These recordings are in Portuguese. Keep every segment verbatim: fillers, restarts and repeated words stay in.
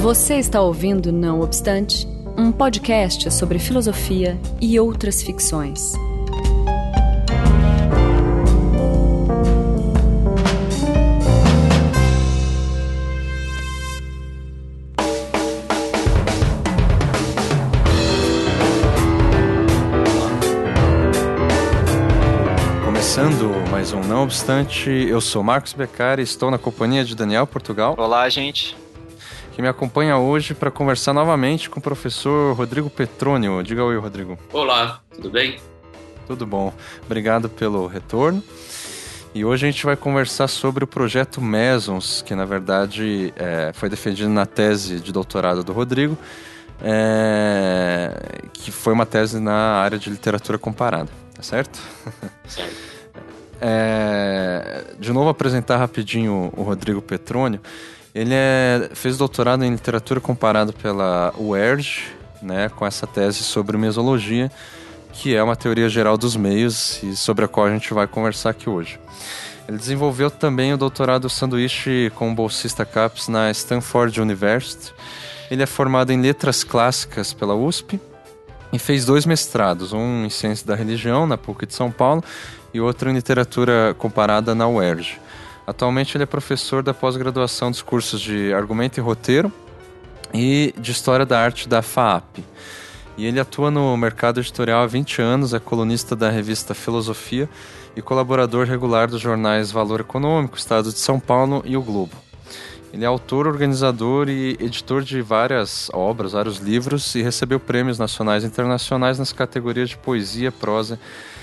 Você está ouvindo Não Obstante, um podcast sobre filosofia e outras ficções. Começando mais um Não Obstante, eu sou Marcos Beccari e estou na companhia de Daniel Portugal. Olá, gente. Que me acompanha hoje para conversar novamente com o professor Rodrigo Petrônio. Diga oi, Rodrigo. Olá, tudo bem? Tudo bom. Obrigado pelo retorno. E hoje a gente vai conversar sobre o projeto Mesons, que na verdade é, foi defendido na tese de doutorado do Rodrigo, é, que foi uma tese na área de literatura comparada, tá certo? Certo. É, de novo apresentar rapidinho o Rodrigo Petrônio. Ele é, fez doutorado em literatura comparada pela U E R J, né, com essa tese sobre mesologia, que é uma teoria geral dos meios e sobre a qual a gente vai conversar aqui hoje. Ele desenvolveu também o doutorado sanduíche como bolsista CAPES na Stanford University. Ele é formado em letras clássicas pela U S P e fez dois mestrados, um em ciência da religião na PUC de São Paulo e outro em literatura comparada na U E R J. Atualmente ele é professor da pós-graduação dos cursos de Argumento e Roteiro e de História da Arte da FAAP. E ele atua no mercado editorial há vinte anos, é colunista da revista Filosofia e colaborador regular dos jornais Valor Econômico, Estado de São Paulo e O Globo. Ele é autor, organizador e editor de várias obras, vários livros e recebeu prêmios nacionais e internacionais nas categorias de poesia, prosa,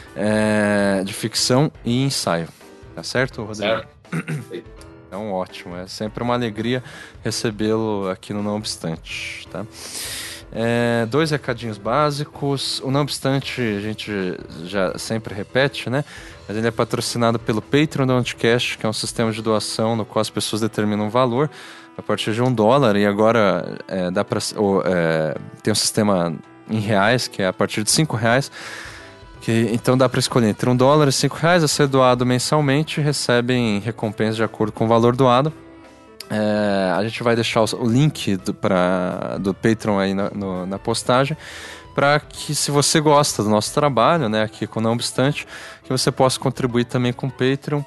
é, de ficção e ensaio. Tá certo, Rodrigo? Certo. Então, ótimo. É sempre uma alegria recebê-lo aqui no Não Obstante, tá? É, dois recadinhos básicos. O Não Obstante a gente já sempre repete, né? Mas ele é patrocinado pelo Patreon do Anticast, que é um sistema de doação no qual as pessoas determinam um valor a partir de um dólar. E agora é, dá pra, ou, é, tem um sistema em reais, que é a partir de cinco reais. Que, então dá para escolher entre um dólar e cinco reais a ser doado mensalmente, recebem recompensa de acordo com o valor doado. É, a gente vai deixar o, o link do, pra, do Patreon aí na, no, na postagem, para que, se você gosta do nosso trabalho, né, aqui com Não Obstante, que você possa contribuir também com o Patreon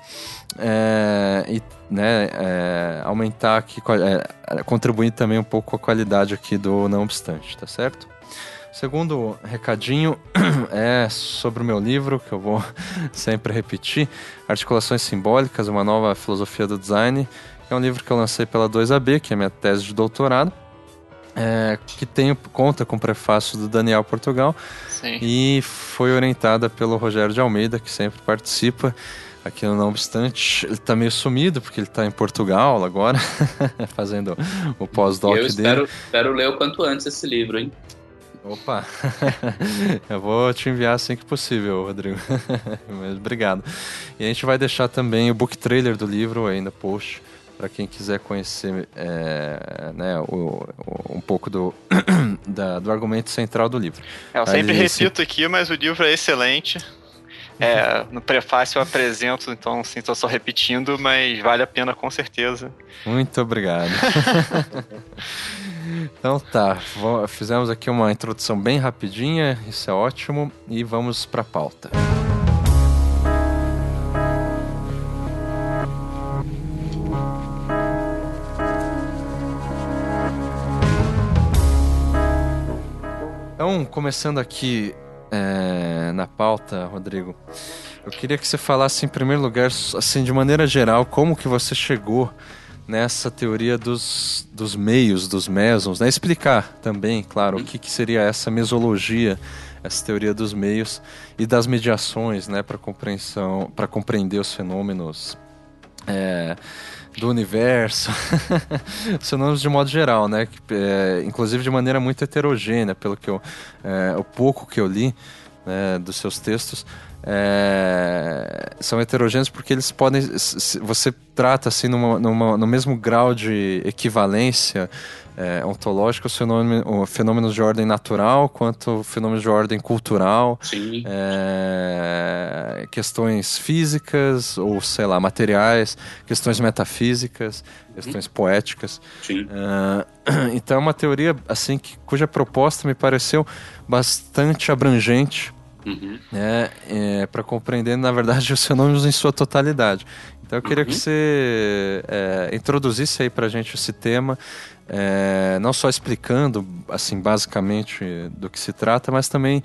é, e né, é, aumentar aqui, é, contribuir também um pouco com a qualidade aqui do Não Obstante, tá certo? Segundo recadinho é sobre o meu livro, que eu vou sempre repetir, Articulações Simbólicas, uma nova filosofia do design, que é um livro que eu lancei pela dois A B, que é a minha tese de doutorado, é, que tem, conta com o prefácio do Daniel Portugal. Sim. E foi orientada pelo Rogério de Almeida, que sempre participa aqui no Não Obstante. Ele está meio sumido, porque ele está em Portugal agora, fazendo o pós-doc eu espero, dele. espero ler o quanto antes esse livro, hein? Opa, eu vou te enviar assim que possível, Rodrigo. Mas obrigado. E a gente vai deixar também o book trailer do livro aí no post, para quem quiser conhecer é, né, o, o, um pouco do, da, do argumento central do livro. É, eu sempre aí, repito esse... aqui, mas o livro é excelente. É, no prefácio eu apresento, então sim, estou só repetindo, mas vale a pena com certeza. Muito obrigado. Então tá, fizemos aqui uma introdução bem rapidinha, isso é ótimo, e vamos para a pauta. Então, começando aqui é, na pauta, Rodrigo, eu queria que você falasse em primeiro lugar, assim, de maneira geral, como que você chegou nessa teoria dos, dos meios, dos mesons, né? Explicar também, claro, o que, que seria essa mesologia, essa teoria dos meios e das mediações, né, para compreensão, para compreender os fenômenos é, do universo, os fenômenos de modo geral, né, é, inclusive de maneira muito heterogênea, pelo que eu, é, o pouco que eu li, né, dos seus textos. é, são heterogêneos porque eles podem, você trata assim numa, numa, no mesmo grau de equivalência é, ontológica os fenômenos, fenômenos de ordem natural quanto fenômenos de ordem cultural, é, questões físicas ou sei lá, materiais, questões metafísicas, questões uhum. poéticas. É, então é uma teoria assim que, cuja proposta me pareceu bastante abrangente. Uhum. Né, é, para compreender, na verdade, os fenômenos em sua totalidade. Então eu queria uhum. que você é, introduzisse aí pra gente esse tema, é, não só explicando, assim, basicamente do que se trata, mas também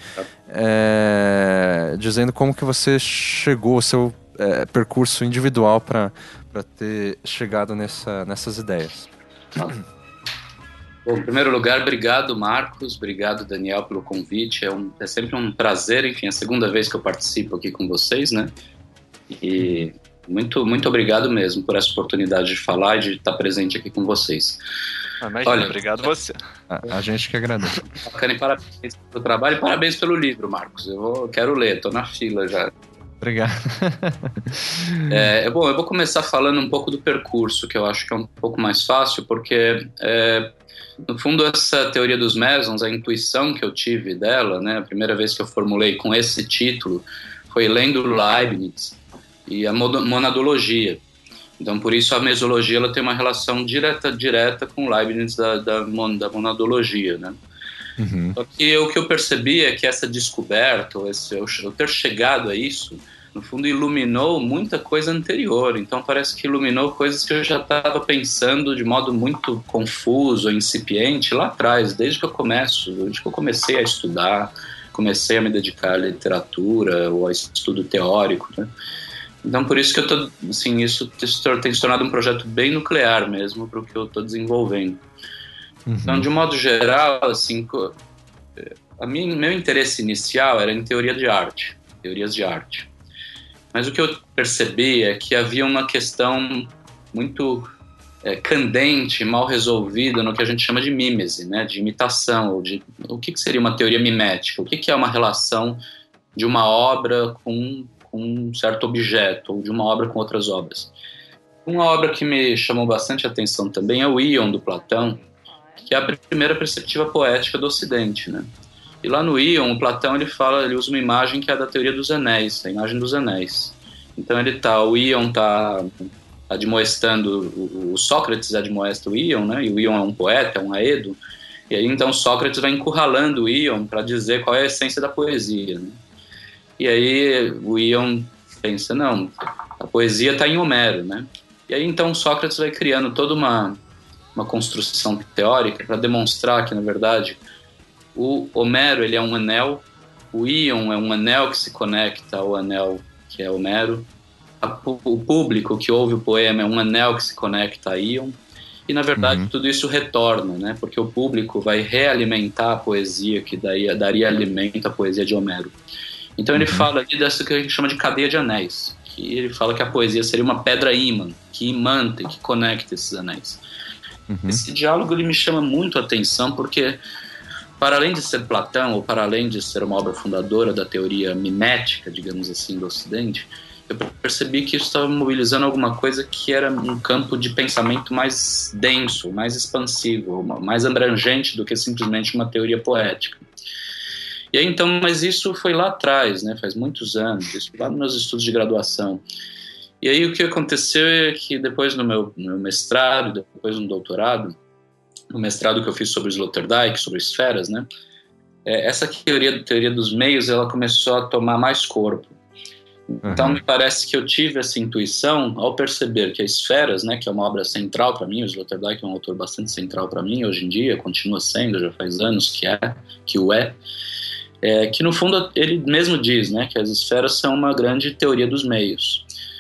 é, dizendo como que você chegou, o seu é, percurso individual para ter chegado nessa, nessas ideias. Bom, em primeiro lugar, obrigado, Marcos, obrigado, Daniel, pelo convite. É, um, é sempre um prazer, enfim, é a segunda vez que eu participo aqui com vocês, né? E muito, muito obrigado mesmo por essa oportunidade de falar e de estar presente aqui com vocês. Ah, imagina, olha, obrigado você. A, a gente que agradece. Bacana, e parabéns pelo trabalho e parabéns pelo livro, Marcos. Eu vou, quero ler, estou na fila já. Obrigado. é, bom, eu vou começar falando um pouco do percurso, que eu acho que é um pouco mais fácil, porque... É, no fundo, essa teoria dos mesons, a intuição que eu tive dela, né, a primeira vez que eu formulei com esse título, foi lendo Leibniz e a monadologia. Então, por isso, a mesologia ela tem uma relação direta, direta com Leibniz da, da, da monadologia. Né? Uhum. Só que o que eu percebi é que essa descoberta, esse, eu, eu ter chegado a isso, no fundo, iluminou muita coisa anterior. Então, parece que iluminou coisas que eu já estava pensando de modo muito confuso, incipiente, lá atrás, desde que eu começo, desde que eu comecei a estudar, comecei a me dedicar à literatura ou ao estudo teórico, né? Então, por isso que eu tô, assim, isso tem se tornado um projeto bem nuclear mesmo para o que eu estou desenvolvendo. Uhum. Então, de um modo geral, assim, a minha, meu interesse inicial era em teoria de arte, teorias de arte. Mas o que eu percebi é que havia uma questão muito é, candente, mal resolvida no que a gente chama de mímese, né? De imitação. Ou de, o que, que seria uma teoria mimética? O que, que é uma relação de uma obra com, com um certo objeto, ou de uma obra com outras obras? Uma obra que me chamou bastante atenção também é o Ion, do Platão, que é a primeira perspectiva poética do Ocidente, né? E lá no Ion, o Platão ele fala, ele usa uma imagem que é da teoria dos anéis, a imagem dos anéis. Então ele tá, o Ion está admoestando, o, o Sócrates admoesta o Ion, né? E o Ion é um poeta, é um aedo. E aí então Sócrates vai encurralando o Ion para dizer qual é a essência da poesia, né? E aí o Ion pensa, não, a poesia está em Homero, né? E aí então Sócrates vai criando toda uma, uma construção teórica para demonstrar que, na verdade, o Homero ele é um anel, o Ion é um anel que se conecta ao anel que é Homero, a, o público que ouve o poema é um anel que se conecta a Ion, e na verdade uhum. tudo isso retorna, né? Porque o público vai realimentar a poesia que daí, daria alimento à poesia de Homero. Então ele uhum. fala ali dessa que a gente chama de cadeia de anéis, que ele fala que a poesia seria uma pedra ímã, que imanta e que conecta esses anéis. Uhum. Esse diálogo ele me chama muito a atenção porque, para além de ser Platão, ou para além de ser uma obra fundadora da teoria mimética, digamos assim, do Ocidente, eu percebi que isso estava mobilizando alguma coisa que era um campo de pensamento mais denso, mais expansivo, mais abrangente do que simplesmente uma teoria poética. E aí, então, mas isso foi lá atrás, né, faz muitos anos, isso lá nos meus estudos de graduação. E aí o que aconteceu é que depois no meu, no meu mestrado, depois no doutorado, no mestrado que eu fiz sobre Sloterdijk, sobre esferas, né, é, essa teoria, teoria dos meios, ela começou a tomar mais corpo. Então, uhum. me parece que eu tive essa intuição ao perceber que a Esferas, né, que é uma obra central para mim, o Sloterdijk é um autor bastante central para mim hoje em dia, continua sendo, já faz anos que é, que o é, é, que no fundo ele mesmo diz, né, que as esferas são uma grande teoria dos meios.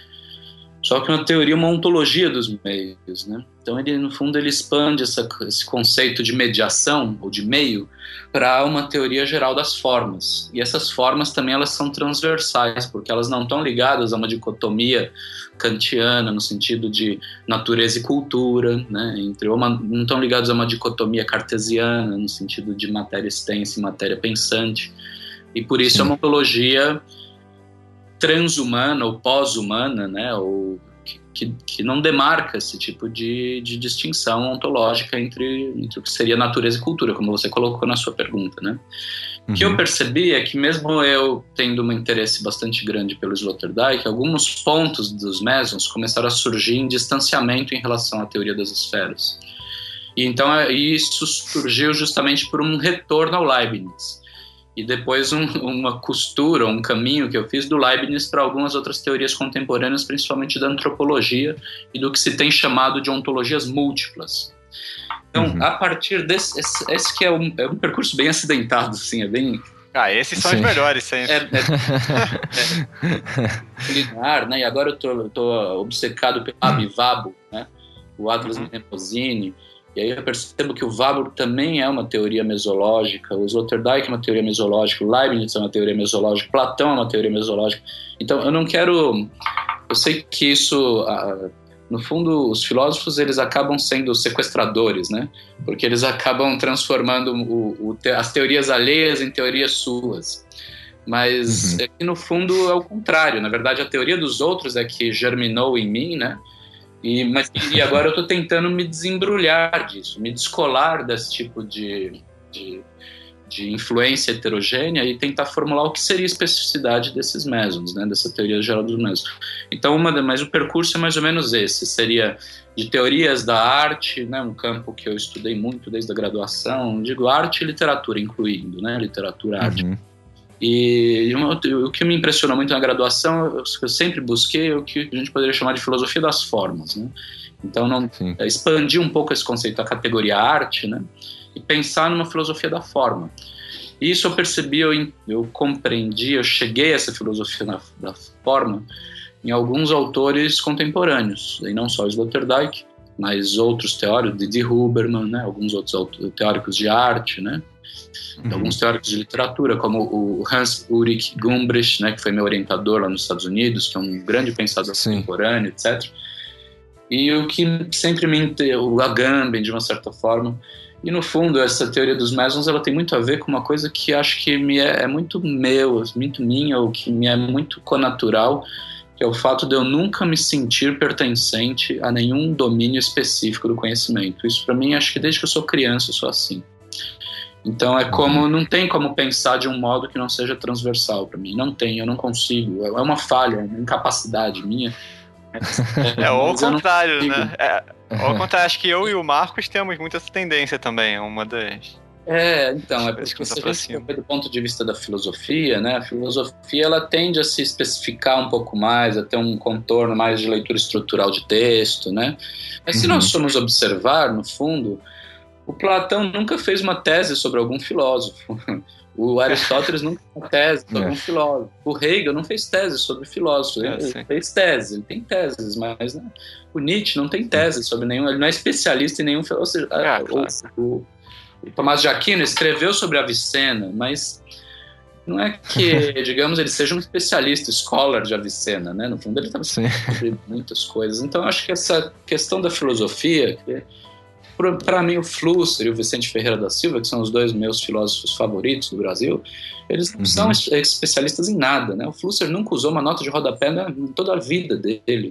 Só que uma teoria, uma ontologia dos meios, né? Então, ele, no fundo, ele expande essa, esse conceito de mediação, ou de meio, para uma teoria geral das formas. E essas formas também elas são transversais, porque elas não estão ligadas a uma dicotomia kantiana, no sentido de natureza e cultura, né? Entre uma, não estão ligadas a uma dicotomia cartesiana, no sentido de matéria extensa e matéria pensante. E por isso Sim. é uma ontologia transhumana ou pós-humana, né, ou que, que, que não demarca esse tipo de, de distinção ontológica entre, entre o que seria natureza e cultura, como você colocou na sua pergunta, né? O que eu percebi é que mesmo eu tendo um interesse bastante grande pelo Sloterdijk, alguns pontos dos mesons começaram a surgir em distanciamento em relação à teoria das esferas. E então isso surgiu justamente por um retorno ao Leibniz. E depois um, uma costura, um caminho que eu fiz do Leibniz para algumas outras teorias contemporâneas, principalmente da antropologia e do que se tem chamado de ontologias múltiplas. Então, uhum. a partir desse... Esse, esse que é um, é um percurso bem acidentado, assim, é bem... Ah, esses são Sim. os melhores sempre. É, é, é linear, né? E agora eu tô, eu tô obcecado pelo Abivabo, né? O Atlas uhum. Mnemosyne. E aí eu percebo que o Warburg também é uma teoria mesológica, o Sloterdijk é uma teoria mesológica, o Leibniz é uma teoria mesológica, Platão é uma teoria mesológica. Então eu não quero... Eu sei que isso... No fundo, os filósofos eles acabam sendo sequestradores, né? Porque eles acabam transformando o, o, as teorias alheias em teorias suas. Mas uhum. é que, no fundo, é o contrário. Na verdade, a teoria dos outros é que germinou em mim, né? E, mas, e agora eu estou tentando me desembrulhar disso, me descolar desse tipo de, de, de influência heterogênea e tentar formular o que seria a especificidade desses mesons, né, dessa teoria geral dos mesons. Então, uma, mas o percurso é mais ou menos esse, seria de teorias da arte, né, um campo que eu estudei muito desde a graduação, digo arte e literatura, incluindo, né, literatura, arte. Uhum. E uma, o que me impressionou muito na graduação, eu, eu sempre busquei o que a gente poderia chamar de filosofia das formas, né? Então, não, é, expandir um pouco esse conceito da categoria arte, né? E pensar numa filosofia da forma. E isso eu percebi, eu, eu compreendi, eu cheguei a essa filosofia da, da forma em alguns autores contemporâneos, e não só Sloterdijk, mas outros teóricos, Didi Huberman, né? Alguns outros teóricos de arte, né? Uhum. Alguns teóricos de literatura, como o Hans Ulrich Gumbrich, né, que foi meu orientador lá nos Estados Unidos, que é um grande pensador Sim. contemporâneo, etcétera. E o que sempre me... o Agamben, de uma certa forma. E, no fundo, essa teoria dos mesons, ela tem muito a ver com uma coisa que acho que me é, é muito meu, muito minha, ou que me é muito connatural, que é o fato de eu nunca me sentir pertencente a nenhum domínio específico do conhecimento. Isso, para mim, acho que desde que eu sou criança eu sou assim. Então é como, não tem como pensar de um modo que não seja transversal para mim, não tem, eu não consigo, é uma falha, uma incapacidade minha. É, é ou ao contrário, né? É, ou ao contrário, acho que eu e o Marcos temos muita essa tendência também, é uma das... É, então, é porque se a gente for do ponto de vista da filosofia, né, a filosofia ela tende a se especificar um pouco mais, a ter um contorno mais de leitura estrutural de texto, né? Mas se uhum. nós formos observar, no fundo... O Platão nunca fez uma tese sobre algum filósofo. O Aristóteles nunca fez uma tese sobre algum filósofo. O Hegel não fez tese sobre filósofo. Ele é, fez tese, ele tem teses, mas né? O Nietzsche não tem tese sobre nenhum, ele não é especialista em nenhum filósofo. Ah, claro. o, o, o Tomás de Aquino escreveu sobre Avicena, mas não é que, digamos, ele seja um especialista, scholar de Avicena, né? No fundo ele estava sobre muitas coisas. Então eu acho que essa questão da filosofia... Que, para mim, o Flusser e o Vicente Ferreira da Silva, que são os dois meus filósofos favoritos do Brasil, eles não uhum. são especialistas em nada, né? O Flusser nunca usou uma nota de rodapé, né, em toda a vida dele.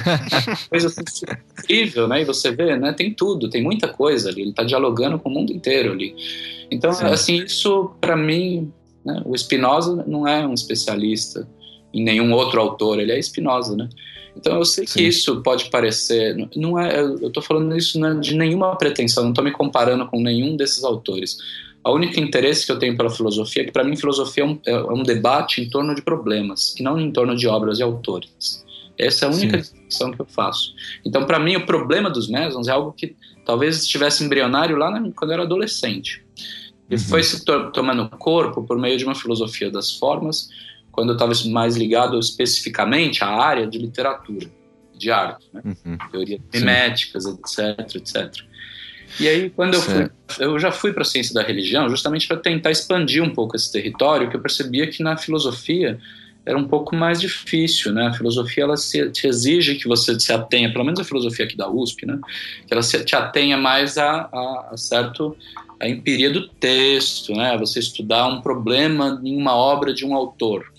Coisa assim, incrível, né? E você vê, né? Tem tudo, tem muita coisa ali. Ele está dialogando com o mundo inteiro ali. Então, Sim. assim, isso, para mim, né, o Spinoza não é um especialista em nenhum outro autor, ele é Spinoza, né? Então eu sei Sim. que isso pode parecer, não é, eu estou falando isso não é de nenhuma pretensão, não estou me comparando com nenhum desses autores. O único interesse que eu tenho pela filosofia é que para mim filosofia é um, é um debate em torno de problemas, e não em torno de obras e autores. Essa é a única Sim. distinção que eu faço. Então para mim o problema dos mesons é algo que talvez estivesse embrionário lá na, quando eu era adolescente. E uhum. foi se to- tomando corpo por meio de uma filosofia das formas, quando eu estava mais ligado especificamente à área de literatura, de arte, né? Uhum. Teorias miméticas, etc, etcétera. E aí, quando eu fui, eu já fui para a ciência da religião justamente para tentar expandir um pouco esse território, que eu percebia que na filosofia era um pouco mais difícil, né? A filosofia, ela se, te exige que você se atenha, pelo menos a filosofia aqui da U S P, né? Que ela se, te atenha mais a, a, a certo... a empiria do texto, né? Você estudar um problema em uma obra de um autor.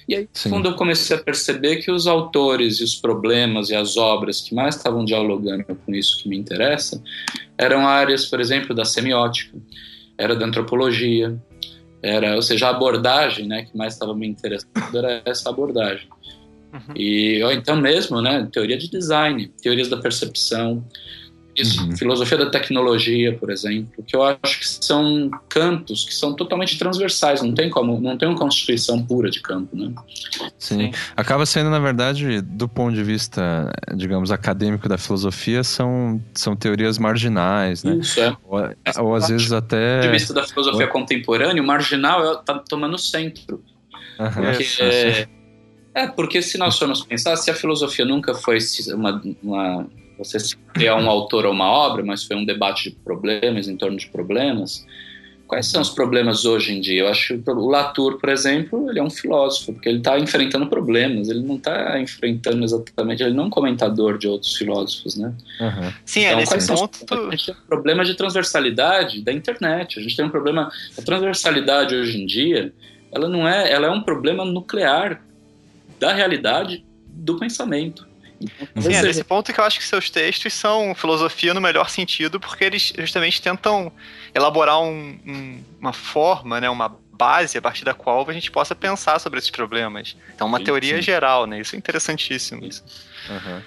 E aí, no fundo, eu comecei a perceber que os autores e os problemas e as obras que mais estavam dialogando com isso que me interessa eram áreas, por exemplo, da semiótica, era da antropologia, era, ou seja, a abordagem, né, que mais estava me interessando era essa abordagem. Uhum. E ou então mesmo, né, teoria de design, teorias da percepção, isso, uhum. filosofia da tecnologia, por exemplo, que eu acho que são campos que são totalmente transversais, não tem como, não tem uma constituição pura de campo, né? Sim. Sim. Acaba sendo, na verdade, do ponto de vista, digamos, acadêmico da filosofia, são, são teorias marginais, né? Isso, é. Ou, ou às vezes até... Do ponto de vista da filosofia ou... contemporânea, o marginal está tomando centro. Uhum. Porque... Isso, é, é, porque se nós formos pensar, se a filosofia nunca foi uma... uma você criar um autor ou uma obra, mas foi um debate de problemas, em torno de problemas. Quais são os problemas hoje em dia? Eu acho que o Latour, por exemplo, ele é um filósofo, porque ele está enfrentando problemas, ele não está enfrentando exatamente, ele não é um comentador de outros filósofos, né? Uhum. Sim, então, é nesse quais ponto... São, a gente tem um problema de transversalidade da internet, a gente tem um problema, a transversalidade hoje em dia, ela não é, ela é um problema nuclear da realidade do pensamento. Então, Sim, é nesse ponto que eu acho que seus textos são filosofia no melhor sentido, porque eles justamente tentam elaborar um, um, uma forma, né, uma base a partir da qual a gente possa pensar sobre esses problemas. Então, uma sim, teoria sim. geral, né? Isso é interessantíssimo. Isso. Uhum.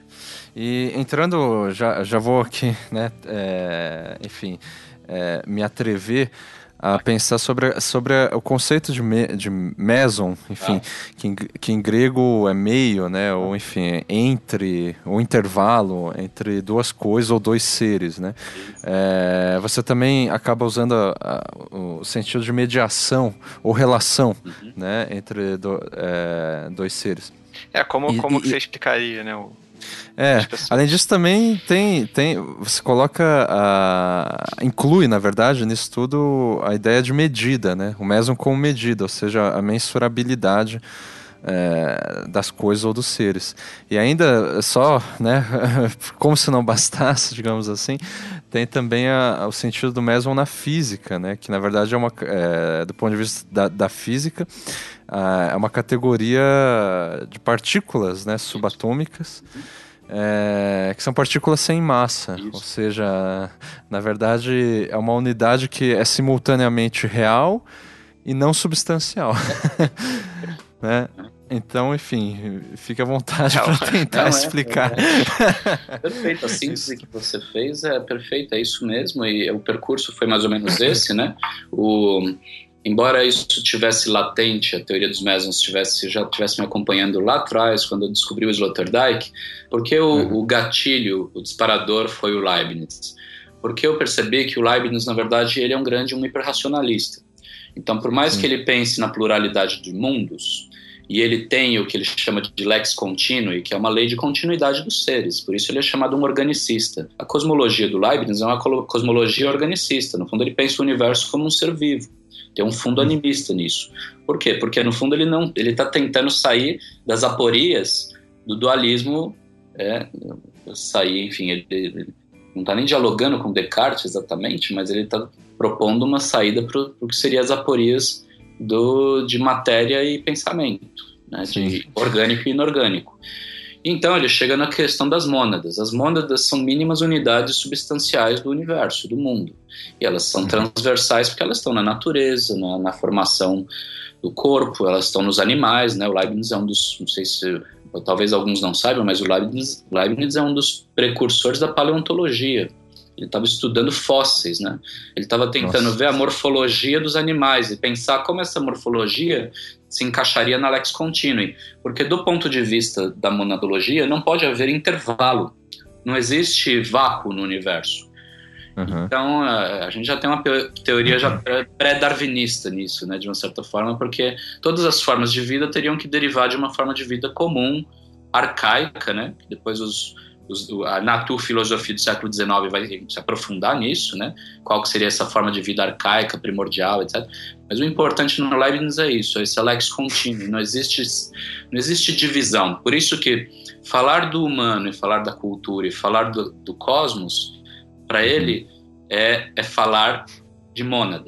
E entrando, já, já vou aqui, né, é, enfim, é, me atrever a pensar sobre, sobre o conceito de, me, de meson, enfim, ah. que, em, que em grego é meio, né, ou enfim, entre, ou intervalo entre duas coisas ou dois seres, né. É, você também acaba usando a, a, o sentido de mediação ou relação, uhum. né, entre do, é, dois seres. É, como, e, como e, que você explicaria, né, o... É, além disso também tem, tem você coloca, a, inclui na verdade nisso tudo a ideia de medida, né? O meson como medida, ou seja, a mensurabilidade é, das coisas ou dos seres. E ainda só, né, como se não bastasse, digamos assim, tem também a, o sentido do meson na física, né? Que na verdade é uma, é, do ponto de vista da, da física, é uma categoria de partículas, né, subatômicas, é, que são partículas sem massa. Isso. Ou seja, na verdade é uma unidade que é simultaneamente real e não substancial. Né? Então, enfim, fique à vontade para tentar não, explicar. É, é. Perfeito, a síntese que você fez é perfeita, é isso mesmo, e o percurso foi mais ou menos esse, né? O... Embora isso tivesse latente, a teoria dos mesons tivesse, já estivesse me acompanhando lá atrás, quando eu descobri o Sloterdijk, porque o, uhum. o gatilho, o disparador foi o Leibniz. Porque eu percebi que o Leibniz, na verdade, ele é um grande um hiperracionalista. Então, por mais Sim. que ele pense na pluralidade de mundos, e ele tem o que ele chama de lex continui, que é uma lei de continuidade dos seres, por isso ele é chamado um organicista. A cosmologia do Leibniz é uma cosmologia organicista, no fundo ele pensa o universo como um ser vivo. Tem um fundo animista nisso. Por quê? Porque no fundo ele não, ele está tentando sair das aporias do dualismo, é, sair, enfim, ele, ele não está nem dialogando com Descartes exatamente, mas ele está propondo uma saída para o que seriam as aporias do, de matéria e pensamento, né, de orgânico e inorgânico. Então ele chega na questão das mônadas. As mônadas são mínimas unidades substanciais do universo, do mundo. E elas são transversais porque elas estão na natureza, na, na formação do corpo, elas estão nos animais, né? O Leibniz é um dos, não sei se, talvez alguns não saibam, mas o Leibniz, Leibniz é um dos precursores da paleontologia. Ele estava estudando fósseis, né? Ele estava tentando Nossa. ver a morfologia dos animais e pensar como essa morfologia se encaixaria na lex continui. Porque do ponto de vista da monadologia, não pode haver intervalo. Não existe vácuo no universo. Uhum. Então, a, a gente já tem uma teoria já pré-darwinista nisso, né? De uma certa forma, porque todas as formas de vida teriam que derivar de uma forma de vida comum, arcaica, né? Depois os... a naturfilosofia do século dezenove vai se aprofundar nisso, né? Qual que seria essa forma de vida arcaica, primordial, etcétera. Mas o importante no Leibniz é isso, esse lex continui, não existe, não existe divisão. Por isso que falar do humano e falar da cultura e falar do, do cosmos, para ele, é, é falar de mônadas.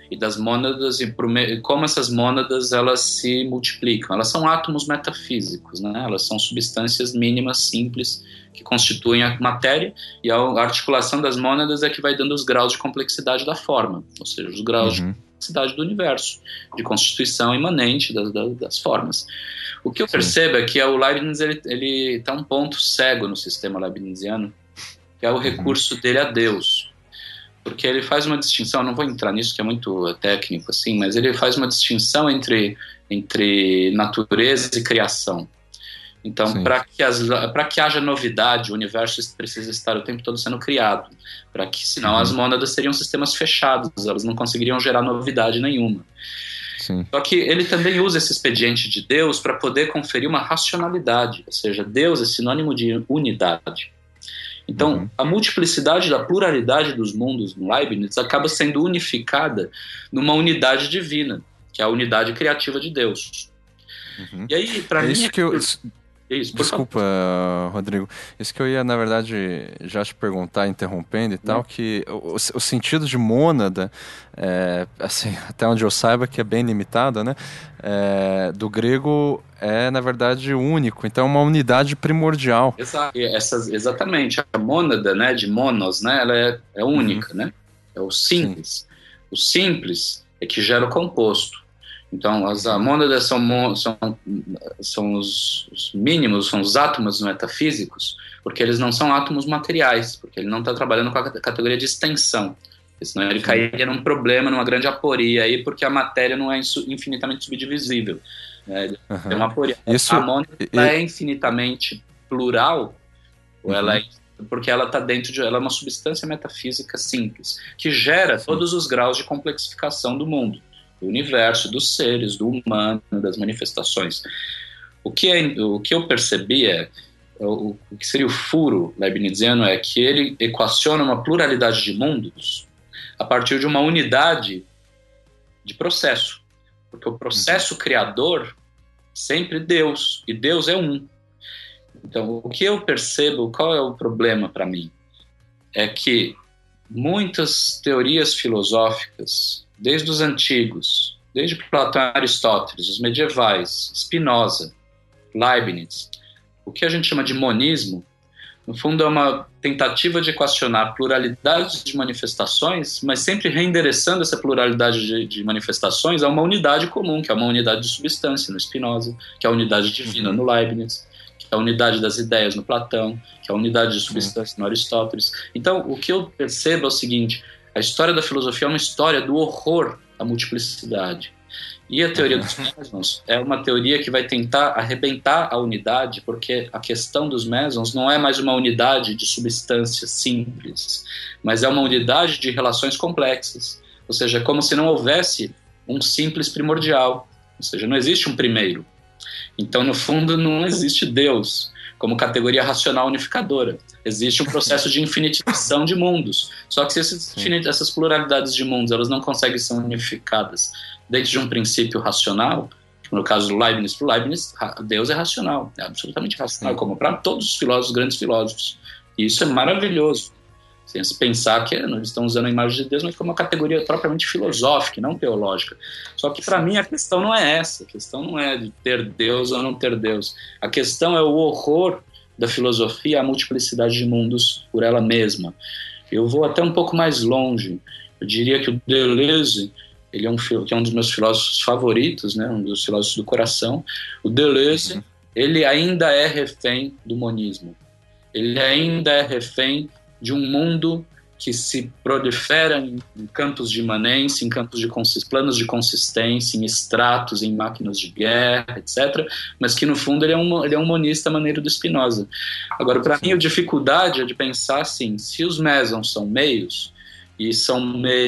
e das mônadas e como essas mônadas elas se multiplicam. Elas são átomos metafísicos, né? Elas são substâncias mínimas, simples, que constituem a matéria, e a articulação das mônadas é que vai dando os graus de complexidade da forma, ou seja, os graus uhum. de complexidade do universo, de constituição imanente das, das, das formas. O que eu Sim. percebo é que o Leibniz ele está um ponto cego no sistema leibniziano, que é o recurso uhum. dele a Deus. Porque ele faz uma distinção, não vou entrar nisso que é muito técnico assim, mas ele faz uma distinção entre, entre natureza e criação. Então, para que, que haja novidade, o universo precisa estar o tempo todo sendo criado, para que, senão, uhum. as mônadas seriam sistemas fechados, elas não conseguiriam gerar novidade nenhuma. Sim. Só que ele também usa esse expediente de Deus para poder conferir uma racionalidade, ou seja, Deus é sinônimo de unidade. Então, uhum. a multiplicidade da pluralidade dos mundos no Leibniz acaba sendo unificada numa unidade divina, que é a unidade criativa de Deus. Uhum. E aí, para é mim... Isso é que eu... Isso, Desculpa, Rodrigo. Isso que eu ia, na verdade, já te perguntar, interrompendo e tal, que o, o sentido de mônada, é, assim, até onde eu saiba que é bem limitado, né? É, do grego é, na verdade, único. Então é uma unidade primordial. Exato. Essas, exatamente. A mônada, né, de monos, né, ela é, é única, uhum. né? É o simples. Sim. O simples é que gera o composto. Então, as mônadas são, são, são os, os mínimos, são os átomos metafísicos, porque eles não são átomos materiais, porque ele não está trabalhando com a categoria de extensão. Senão ele cairia num problema, numa grande aporia, aí, porque a matéria não é infinitamente subdivisível. Né? Uhum. É uma aporia. Isso, a mônada e... é infinitamente plural, ou uhum. ela é, porque ela está dentro de... Ela é uma substância metafísica simples, que gera Sim. todos os graus de complexificação do mundo. Do universo, dos seres, do humano, das manifestações. O que, é, o que eu percebi é, o, o que seria o furo leibniziano é que ele equaciona uma pluralidade de mundos a partir de uma unidade de processo. Porque o processo uhum. criador sempre Deus, e Deus é um. Então, o que eu percebo, qual é o problema para mim? É que muitas teorias filosóficas, desde os antigos, desde Platão e Aristóteles, os medievais, Spinoza, Leibniz, o que a gente chama de monismo, no fundo é uma tentativa de equacionar pluralidades de manifestações, mas sempre reendereçando essa pluralidade de, de manifestações a uma unidade comum, que é uma unidade de substância no Spinoza, que é a unidade divina no Leibniz, que é a unidade das ideias no Platão, que é a unidade de substância no Aristóteles. Então, o que eu percebo é o seguinte: a história da filosofia é uma história do horror à multiplicidade. E a teoria dos mesons é uma teoria que vai tentar arrebentar a unidade, porque a questão dos mesons não é mais uma unidade de substância simples, mas é uma unidade de relações complexas. Ou seja, é como se não houvesse um simples primordial. Ou seja, não existe um primeiro. Então, no fundo, não existe Deus como categoria racional unificadora. Existe um processo de infinitização de mundos. Só que se esses, essas pluralidades de mundos elas não conseguem ser unificadas dentro de um princípio racional, no caso do Leibniz, para o Leibniz, Deus é racional, é absolutamente racional, Sim. como para todos os filósofos, grandes filósofos. E isso é maravilhoso. Sem se pensar que eles estão usando a imagem de Deus, mas como uma categoria propriamente filosófica, não teológica. Só que para mim a questão não é essa, a questão não é de ter Deus ou não ter Deus. A questão é o horror da filosofia à multiplicidade de mundos por ela mesma. Eu vou até um pouco mais longe. Eu diria que o Deleuze, ele é um, que é um dos meus filósofos favoritos, né, um dos filósofos do coração. O Deleuze, uhum. ele ainda é refém do monismo. Ele ainda é refém de um mundo que se prolifera em, em campos de imanência, em campos de planos de consistência, em estratos, em máquinas de guerra, etcétera, mas que no fundo ele é um, ele é um monista à maneira do Spinoza. Agora, para mim, a dificuldade é de pensar assim: se os mesons são meios, e são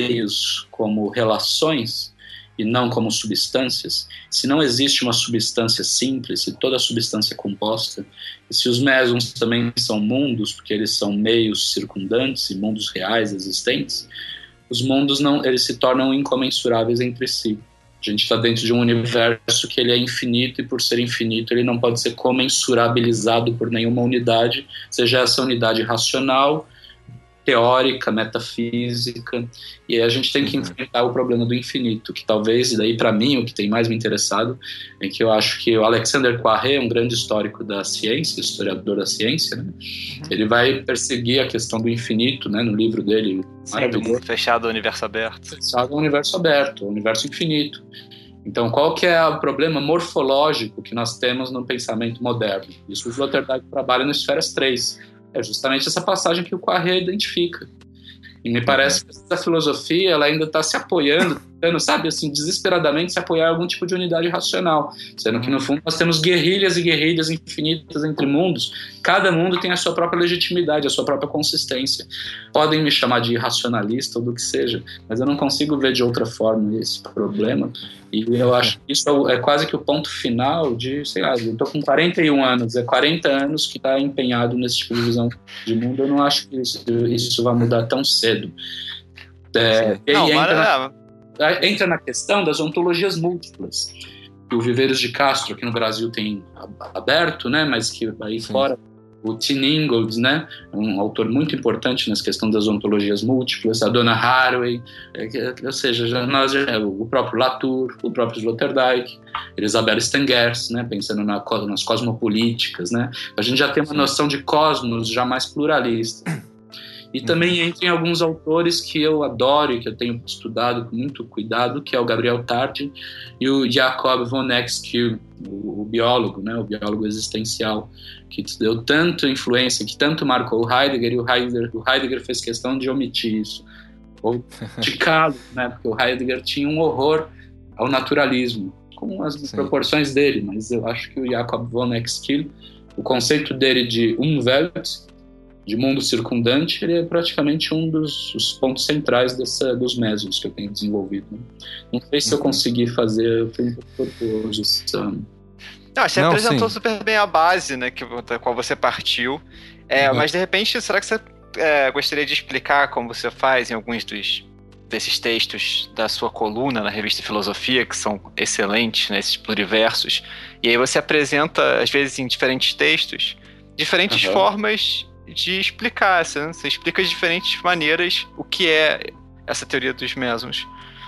meios como relações e não como substâncias, se não existe uma substância simples, se toda substância é composta, e se os mesons também são mundos, porque eles são meios circundantes e mundos reais existentes, os mundos não, eles se tornam incomensuráveis entre si. A gente está dentro de um universo que ele é infinito, e por ser infinito ele não pode ser comensurabilizado por nenhuma unidade, seja essa unidade racional, teórica, metafísica, e a gente tem que enfrentar o problema do infinito, que talvez, e daí para mim o que tem mais me interessado é que eu acho que o Alexander Poiré, um grande histórico da ciência, historiador da ciência, né? Ele vai perseguir a questão do infinito, né, no livro dele. Sim, do mundo fechado ao universo aberto. Fechado ao universo aberto, ao universo infinito. Então, qual que é o problema morfológico que nós temos no pensamento moderno? Isso o Sloterdijk trabalha no Esferas três. É justamente essa passagem que o Poiré identifica. E me parece que essa filosofia ela ainda está se apoiando, tentando, sabe, assim, desesperadamente se apoiar em algum tipo de unidade racional. Sendo que, no fundo, nós temos guerrilhas e guerrilhas infinitas entre mundos. Cada mundo tem a sua própria legitimidade, a sua própria consistência. Podem me chamar de irracionalista ou do que seja, mas eu não consigo ver de outra forma esse problema. E eu acho que isso é quase que o ponto final de, sei lá, eu tô com quarenta e um anos, é quarenta anos que está empenhado nesse tipo de visão de mundo. Eu não acho que isso, isso vai mudar tão cedo. É, e aí não, entra, na, entra na questão das ontologias múltiplas, que o Viveiros de Castro aqui no Brasil tem aberto, né, mas que aí Sim. fora o Tim Ingold, né, um autor muito importante nessa questão das ontologias múltiplas, a Donna Haraway, é, ou seja, já nós, o próprio Latour, o próprio Sloterdijk, Elizabeth Stengers, né, pensando na, nas cosmopolíticas, né, a gente já tem uma noção de cosmos já mais pluralista. E também entra em alguns autores que eu adoro e que eu tenho estudado com muito cuidado, que é o Gabriel Tardi e o Jacob von Exkiel, o, o biólogo, né, o biólogo existencial, que deu tanto influência, que tanto marcou o Heidegger, e o Heidegger, o Heidegger fez questão de omitir isso, ou de calo, né, porque o Heidegger tinha um horror ao naturalismo, com as Sim. proporções dele, mas eu acho que o Jacob von Exkiel, o conceito dele de Umwelt, de mundo circundante, ele é praticamente um dos, dos pontos centrais dessa, dos mesons que eu tenho desenvolvido. Né? Não sei se eu consegui fazer, foi um pouco tortuoso esse ano. Não, você Não, apresentou sim. super bem a base, né, que, da qual você partiu, é, uhum. mas de repente, será que você é, gostaria de explicar como você faz em alguns dos, desses textos da sua coluna na revista Filosofia, que são excelentes, né, esses pluriversos, e aí você apresenta, às vezes em diferentes textos, diferentes uhum. formas de explicar, você, né? Você explica de diferentes maneiras o que é essa teoria dos mesons.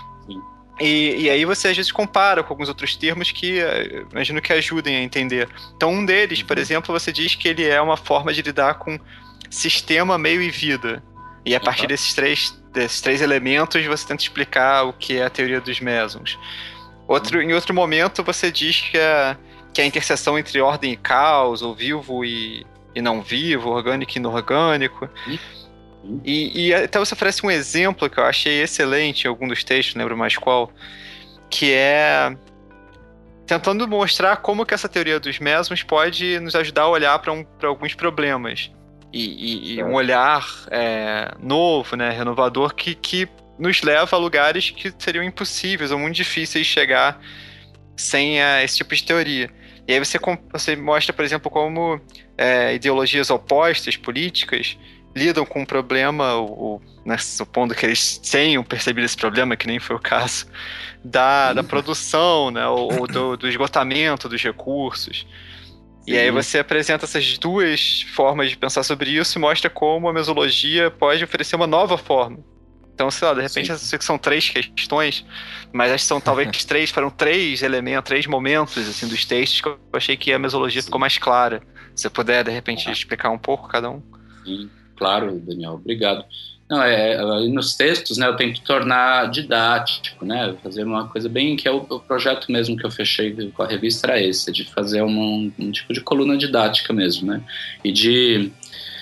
E, e aí você às vezes compara com alguns outros termos que uh, imagino que ajudem a entender. Então um deles, por exemplo, você diz que ele é uma forma de lidar com sistema, meio e vida. E a partir uhum. desses, três, desses três elementos você tenta explicar o que é a teoria dos mesons. Outro, uhum. Em outro momento você diz que a, que a interseção entre ordem e caos, ou vivo e e não vivo, orgânico e inorgânico. Uhum. E, e até você oferece um exemplo que eu achei excelente em algum dos textos, não lembro mais qual, que é tentando mostrar como que essa teoria dos mesons pode nos ajudar a olhar para um, para alguns problemas. E, e, e um olhar é, novo, né, renovador, que, que nos leva a lugares que seriam impossíveis ou muito difíceis de chegar sem a, esse tipo de teoria. E aí você, você mostra, por exemplo, como é, ideologias opostas, políticas, lidam com um problema, ou, ou, né, supondo que eles tenham percebido esse problema, que nem foi o caso, da, da produção, né, ou, ou do, do esgotamento dos recursos. Sim. E aí você apresenta essas duas formas de pensar sobre isso e mostra como a mesologia pode oferecer uma nova forma. Então, sei lá, de repente, Sim. eu sei que são três questões, mas acho que são talvez três, foram três elementos, três momentos, assim, dos textos que eu achei que a mesologia Sim. ficou mais clara. Se você puder, de repente, ah. explicar um pouco cada um. Sim, claro, Daniel, obrigado. Não, é, nos textos, né, eu tento tornar didático, né, fazer uma coisa bem, que é o, o projeto mesmo que eu fechei com a revista era esse, de fazer um, um tipo de coluna didática mesmo, né, e de...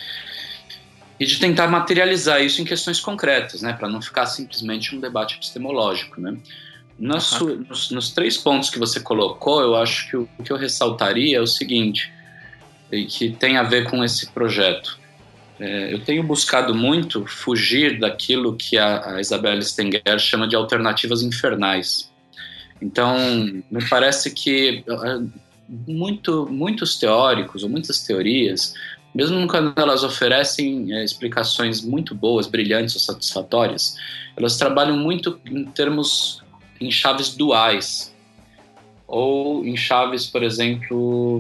e de tentar materializar isso em questões concretas, né, para não ficar simplesmente um debate epistemológico, né. Nos, uhum. nos, nos três pontos que você colocou, eu acho que o, o que eu ressaltaria é o seguinte, e que tem a ver com esse projeto. É, eu tenho buscado muito fugir daquilo que a, a Isabelle Stenger chama de alternativas infernais. Então, me parece que muito, muitos teóricos ou muitas teorias, mesmo quando elas oferecem é, explicações muito boas, brilhantes ou satisfatórias, elas trabalham muito em termos, em chaves duais, ou em chaves, por exemplo,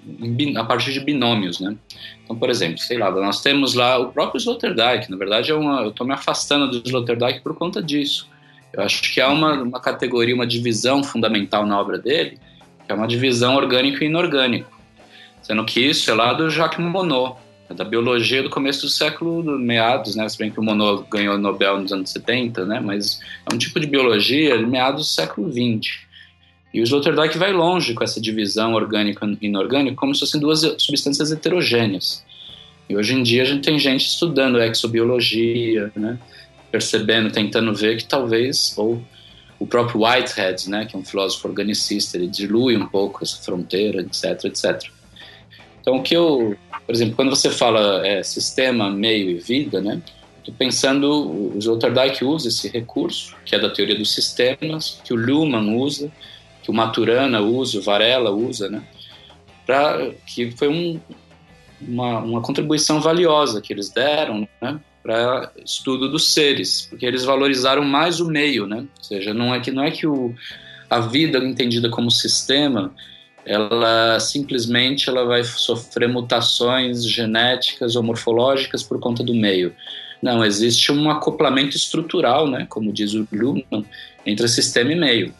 a partir de binômios, né? Então, por exemplo, sei lá, nós temos lá o próprio Sloterdijk. Na verdade, é uma, eu estou me afastando do Sloterdijk por conta disso. Eu acho que há uma, uma categoria, uma divisão fundamental na obra dele, que é uma divisão orgânico e inorgânico. Sendo que isso é lá do Jacques Monod, da biologia do começo do século, do meados, né? Se bem que o Monod ganhou o Nobel nos anos setenta, né? Mas é um tipo de biologia de meados do século vinte. E o Sloterdijk vai longe com essa divisão orgânico e inorgânico, como se fossem duas substâncias heterogêneas. E hoje em dia a gente tem gente estudando exobiologia, né? Percebendo, tentando ver que talvez, ou o próprio Whitehead, né? Que é um filósofo organicista, ele dilui um pouco essa fronteira, etc, etcétera. Então, o que eu, por exemplo, quando você fala é, sistema, meio e vida, né? Estou pensando, o Sloterdijk usa esse recurso, que é da teoria dos sistemas, que o Luhmann usa, que o Maturana usa, o Varela usa, né? Pra, que foi um, uma, uma contribuição valiosa que eles deram, né? Para estudo dos seres, porque eles valorizaram mais o meio, né? Ou seja, não é que, não é que o, a vida entendida como sistema, ela simplesmente ela vai sofrer mutações genéticas ou morfológicas por conta do meio. Não, existe um acoplamento estrutural, né? Como diz o Luhmann, entre sistema e meio.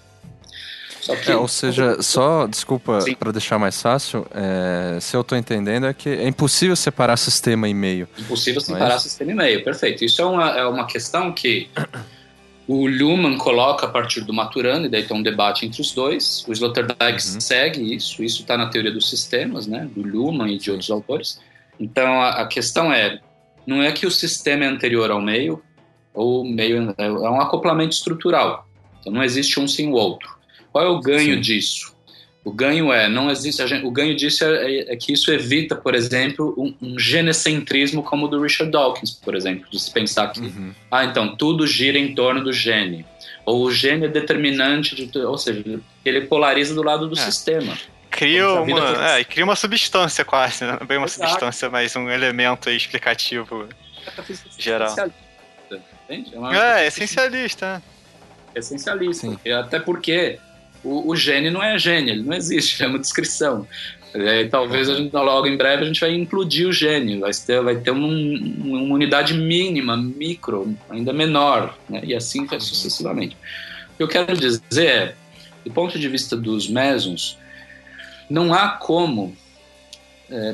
Só que, é, ou seja, só, desculpa, para deixar mais fácil, é, se eu estou entendendo é que é impossível separar sistema e meio. Impossível separar é sistema e meio, perfeito. Isso é uma, é uma questão que o Luhmann coloca a partir do Maturana, e daí tem um debate entre os dois. O Sloterdijk uhum. segue isso, isso está na teoria dos sistemas, né, do Luhmann e de outros autores. Então a, a questão é, não é que o sistema é anterior ao meio, ou o meio é um acoplamento estrutural. Então não existe um sem o outro. Qual é o ganho Sim. disso? O ganho é, não existe, a gente, o ganho disso é, é que isso evita, por exemplo, um, um genecentrismo como o do Richard Dawkins, por exemplo, de se pensar que, uhum. ah, então, tudo gira em torno do gene, ou o gene é determinante, de, ou seja, ele polariza do lado do é. sistema. Cria uma, é, cria uma substância quase, né? Bem uma Exato. substância, mas um elemento explicativo geral. Entende? É, uma é essencialista. Essencialista, até porque O, o gene não é gene, ele não existe, é uma descrição. É, talvez a gente, logo em breve a gente vai implodir o gene, vai ter, vai ter um, uma unidade mínima, micro, ainda menor, né? E assim vai sucessivamente. O que eu quero dizer é, do ponto de vista dos mesons, não há como é,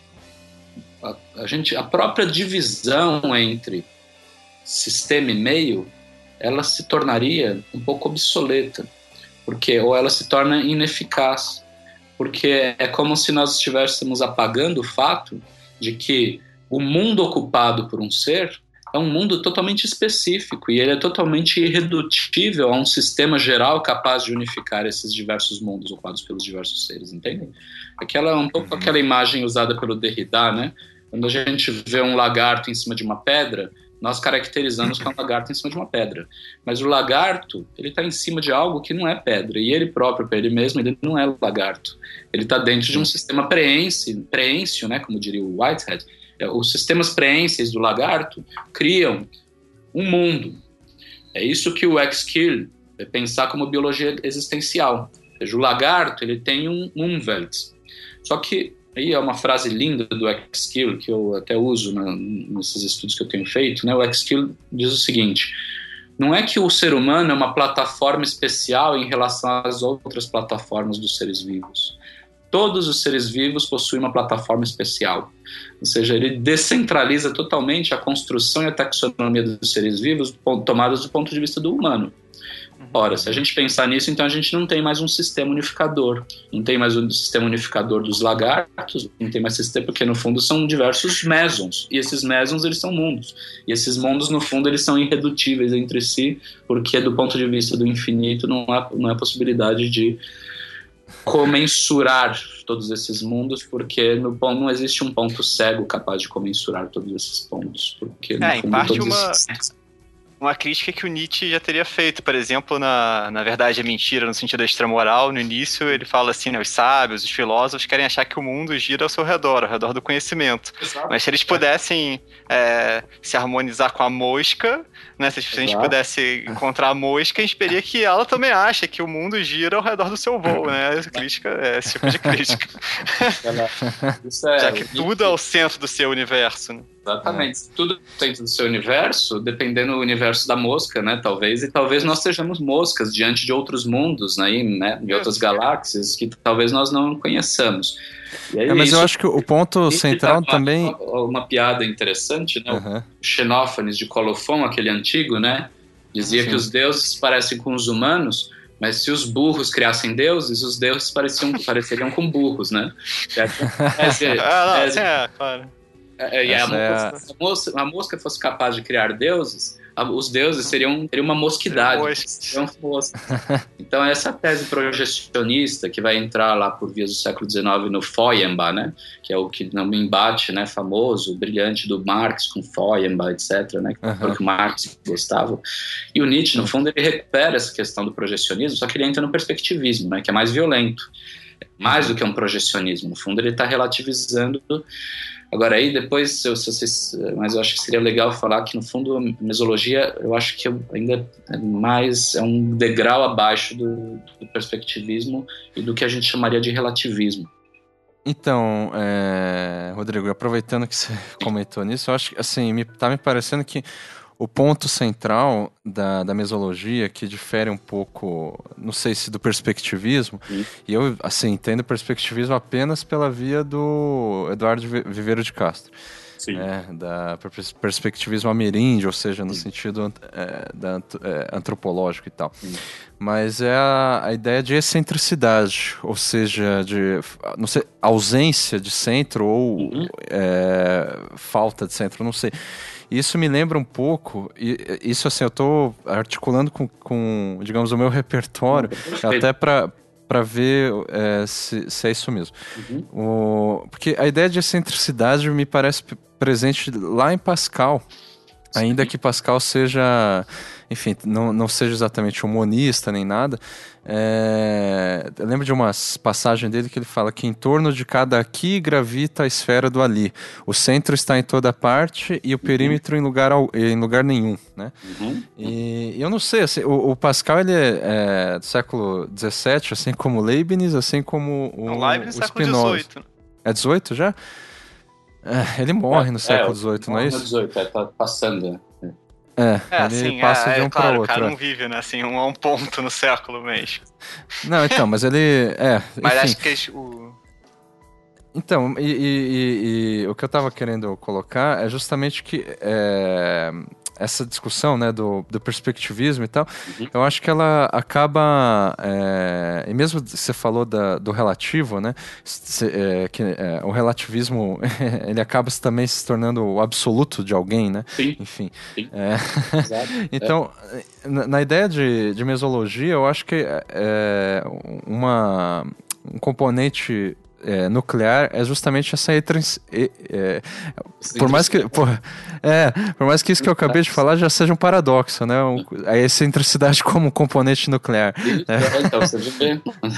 a, a, gente, a própria divisão entre sistema e meio, ela se tornaria um pouco obsoleta. Porque, ou ela se torna ineficaz, porque é como se nós estivéssemos apagando o fato de que o mundo ocupado por um ser é um mundo totalmente específico e ele é totalmente irredutível a um sistema geral capaz de unificar esses diversos mundos ocupados pelos diversos seres, entendem? Aquela é um pouco aquela imagem usada pelo Derrida, né? Quando a gente vê um lagarto em cima de uma pedra, nós caracterizamos que é um lagarto em cima de uma pedra. Mas o lagarto, ele está em cima de algo que não é pedra. E ele próprio, para ele mesmo, ele não é lagarto. Ele está dentro de um sistema preêncio, preêncio, né, como diria o Whitehead. Os sistemas preêncios do lagarto criam um mundo. É isso que o Exkill é pensar como biologia existencial. Ou seja, o lagarto, ele tem um Umwelt. Só que aí é uma frase linda do Exkill, que eu até uso na, nesses estudos que eu tenho feito, né? O Exkill diz o seguinte: não é que o ser humano é uma plataforma especial em relação às outras plataformas dos seres vivos. Todos os seres vivos possuem uma plataforma especial. Ou seja, ele descentraliza totalmente a construção e a taxonomia dos seres vivos tomadas do ponto de vista do humano. Ora, se a gente pensar nisso, então a gente não tem mais um sistema unificador. Não tem mais um sistema unificador dos lagartos, não tem mais sistema, porque no fundo são diversos mesons. E esses mesons, eles são mundos. E esses mundos, no fundo, eles são irredutíveis entre si, porque do ponto de vista do infinito não há, não há possibilidade de comensurar todos esses mundos, porque no, não existe um ponto cego capaz de comensurar todos esses pontos. Porque, no é, fundo, em parte todos uma... esses... uma crítica que o Nietzsche já teria feito, por exemplo, na, na Verdade é Mentira, no sentido da extramoral, no início ele fala assim, né, os sábios, os filósofos querem achar que o mundo gira ao seu redor, ao redor do conhecimento. Exato. Mas se eles pudessem é, se harmonizar com a mosca, né, se a gente pudesse encontrar a mosca, a gente veria que ela também acha que o mundo gira ao redor do seu voo, né, essa crítica, é esse tipo de crítica. Isso é, já que tudo é o centro do seu universo, né? Exatamente. É. Tudo dentro do seu universo, dependendo do universo da mosca, né? Talvez, e talvez nós sejamos moscas diante de outros mundos, né? né? De outras galáxias que talvez nós não conheçamos. E aí, é, mas isso, eu acho que o ponto central uma, também... Uma, uma piada interessante, né? Uhum. O Xenófanes de Colofon, aquele antigo, né? Dizia Sim. que os deuses parecem com os humanos, mas se os burros criassem deuses, os deuses pareciam, pareceriam com burros, né? É, é, ah, não, é, é, claro. É, e a, é a... Se a, mosca, a mosca fosse capaz de criar deuses, a, os deuses seriam, seriam uma mosquidade. Seriam moscas. Então, essa tese projecionista que vai entrar lá por vias do século dezenove no Feuerbach, né, que é o que no embate, né, famoso, brilhante do Marx com Feuerbach, etcétera, né, que uhum. o Marx gostava. E o Nietzsche, no fundo, ele recupera essa questão do projecionismo, só que ele entra no perspectivismo, né, que é mais violento. Mais do que um projecionismo. No fundo, ele está relativizando. Agora aí, depois, se vocês, mas eu acho que seria legal falar que, no fundo, a mesologia, eu acho que ainda é mais, é um degrau abaixo do, do perspectivismo e do que a gente chamaria de relativismo. Então, é, Rodrigo, aproveitando que você comentou nisso, eu acho que, assim, me, tá me parecendo que o ponto central da, da mesologia, que difere um pouco, não sei se do perspectivismo, Sim. e eu, assim, entendo o perspectivismo apenas pela via do Eduardo Viveiro de Castro. Sim. É, da perspectivismo ameríndio, ou seja, no Sim. sentido é, da, é, antropológico e tal. Sim. Mas é a, a ideia de excentricidade, ou seja, de não sei, ausência de centro ou uhum. é, falta de centro, não sei. Isso me lembra um pouco, e isso assim, eu estou articulando com, com, digamos, o meu repertório, uhum. até para para ver é, se, se é isso mesmo. Uhum. O, porque a ideia de excentricidade me parece presente lá em Pascal, Sim. ainda que Pascal seja, enfim, não, não seja exatamente humanista nem nada. É, eu lembro de uma passagem dele que ele fala que em torno de cada aqui gravita a esfera do ali. O centro está em toda parte e o perímetro uhum. em, lugar ao, em lugar nenhum, né? Uhum. E eu não sei, assim, o, o Pascal ele é, é do século dezessete, assim como Leibniz, assim como o, não, Leibniz o século dezoito. É dezoito já? É, ele morre é, no século dezoito, é, não é isso? No dezoito, é, tá passando, né? É, é, ele assim, passa é, de um é, claro, para outro. O cara não vive, né, assim, um a um ponto no século mesmo. Não, então, mas ele... É, mas enfim. acho que o... Então, e, e, e, e o que eu estava querendo colocar é justamente que é, essa discussão, né, do, do perspectivismo e tal, uhum. eu acho que ela acaba, é, e mesmo você falou da, do relativo, né, se, é, que é, o relativismo, ele acaba também se tornando o absoluto de alguém, né, Sim. enfim. Sim. É, então, é. na, na ideia de, de mesologia, eu acho que é, uma, um componente... É, nuclear é justamente essa heterens... é, é, por mais que por, é, por mais que isso que eu acabei de falar já seja um paradoxo, né? Um, a excentricidade como componente nuclear. É, então, você vê.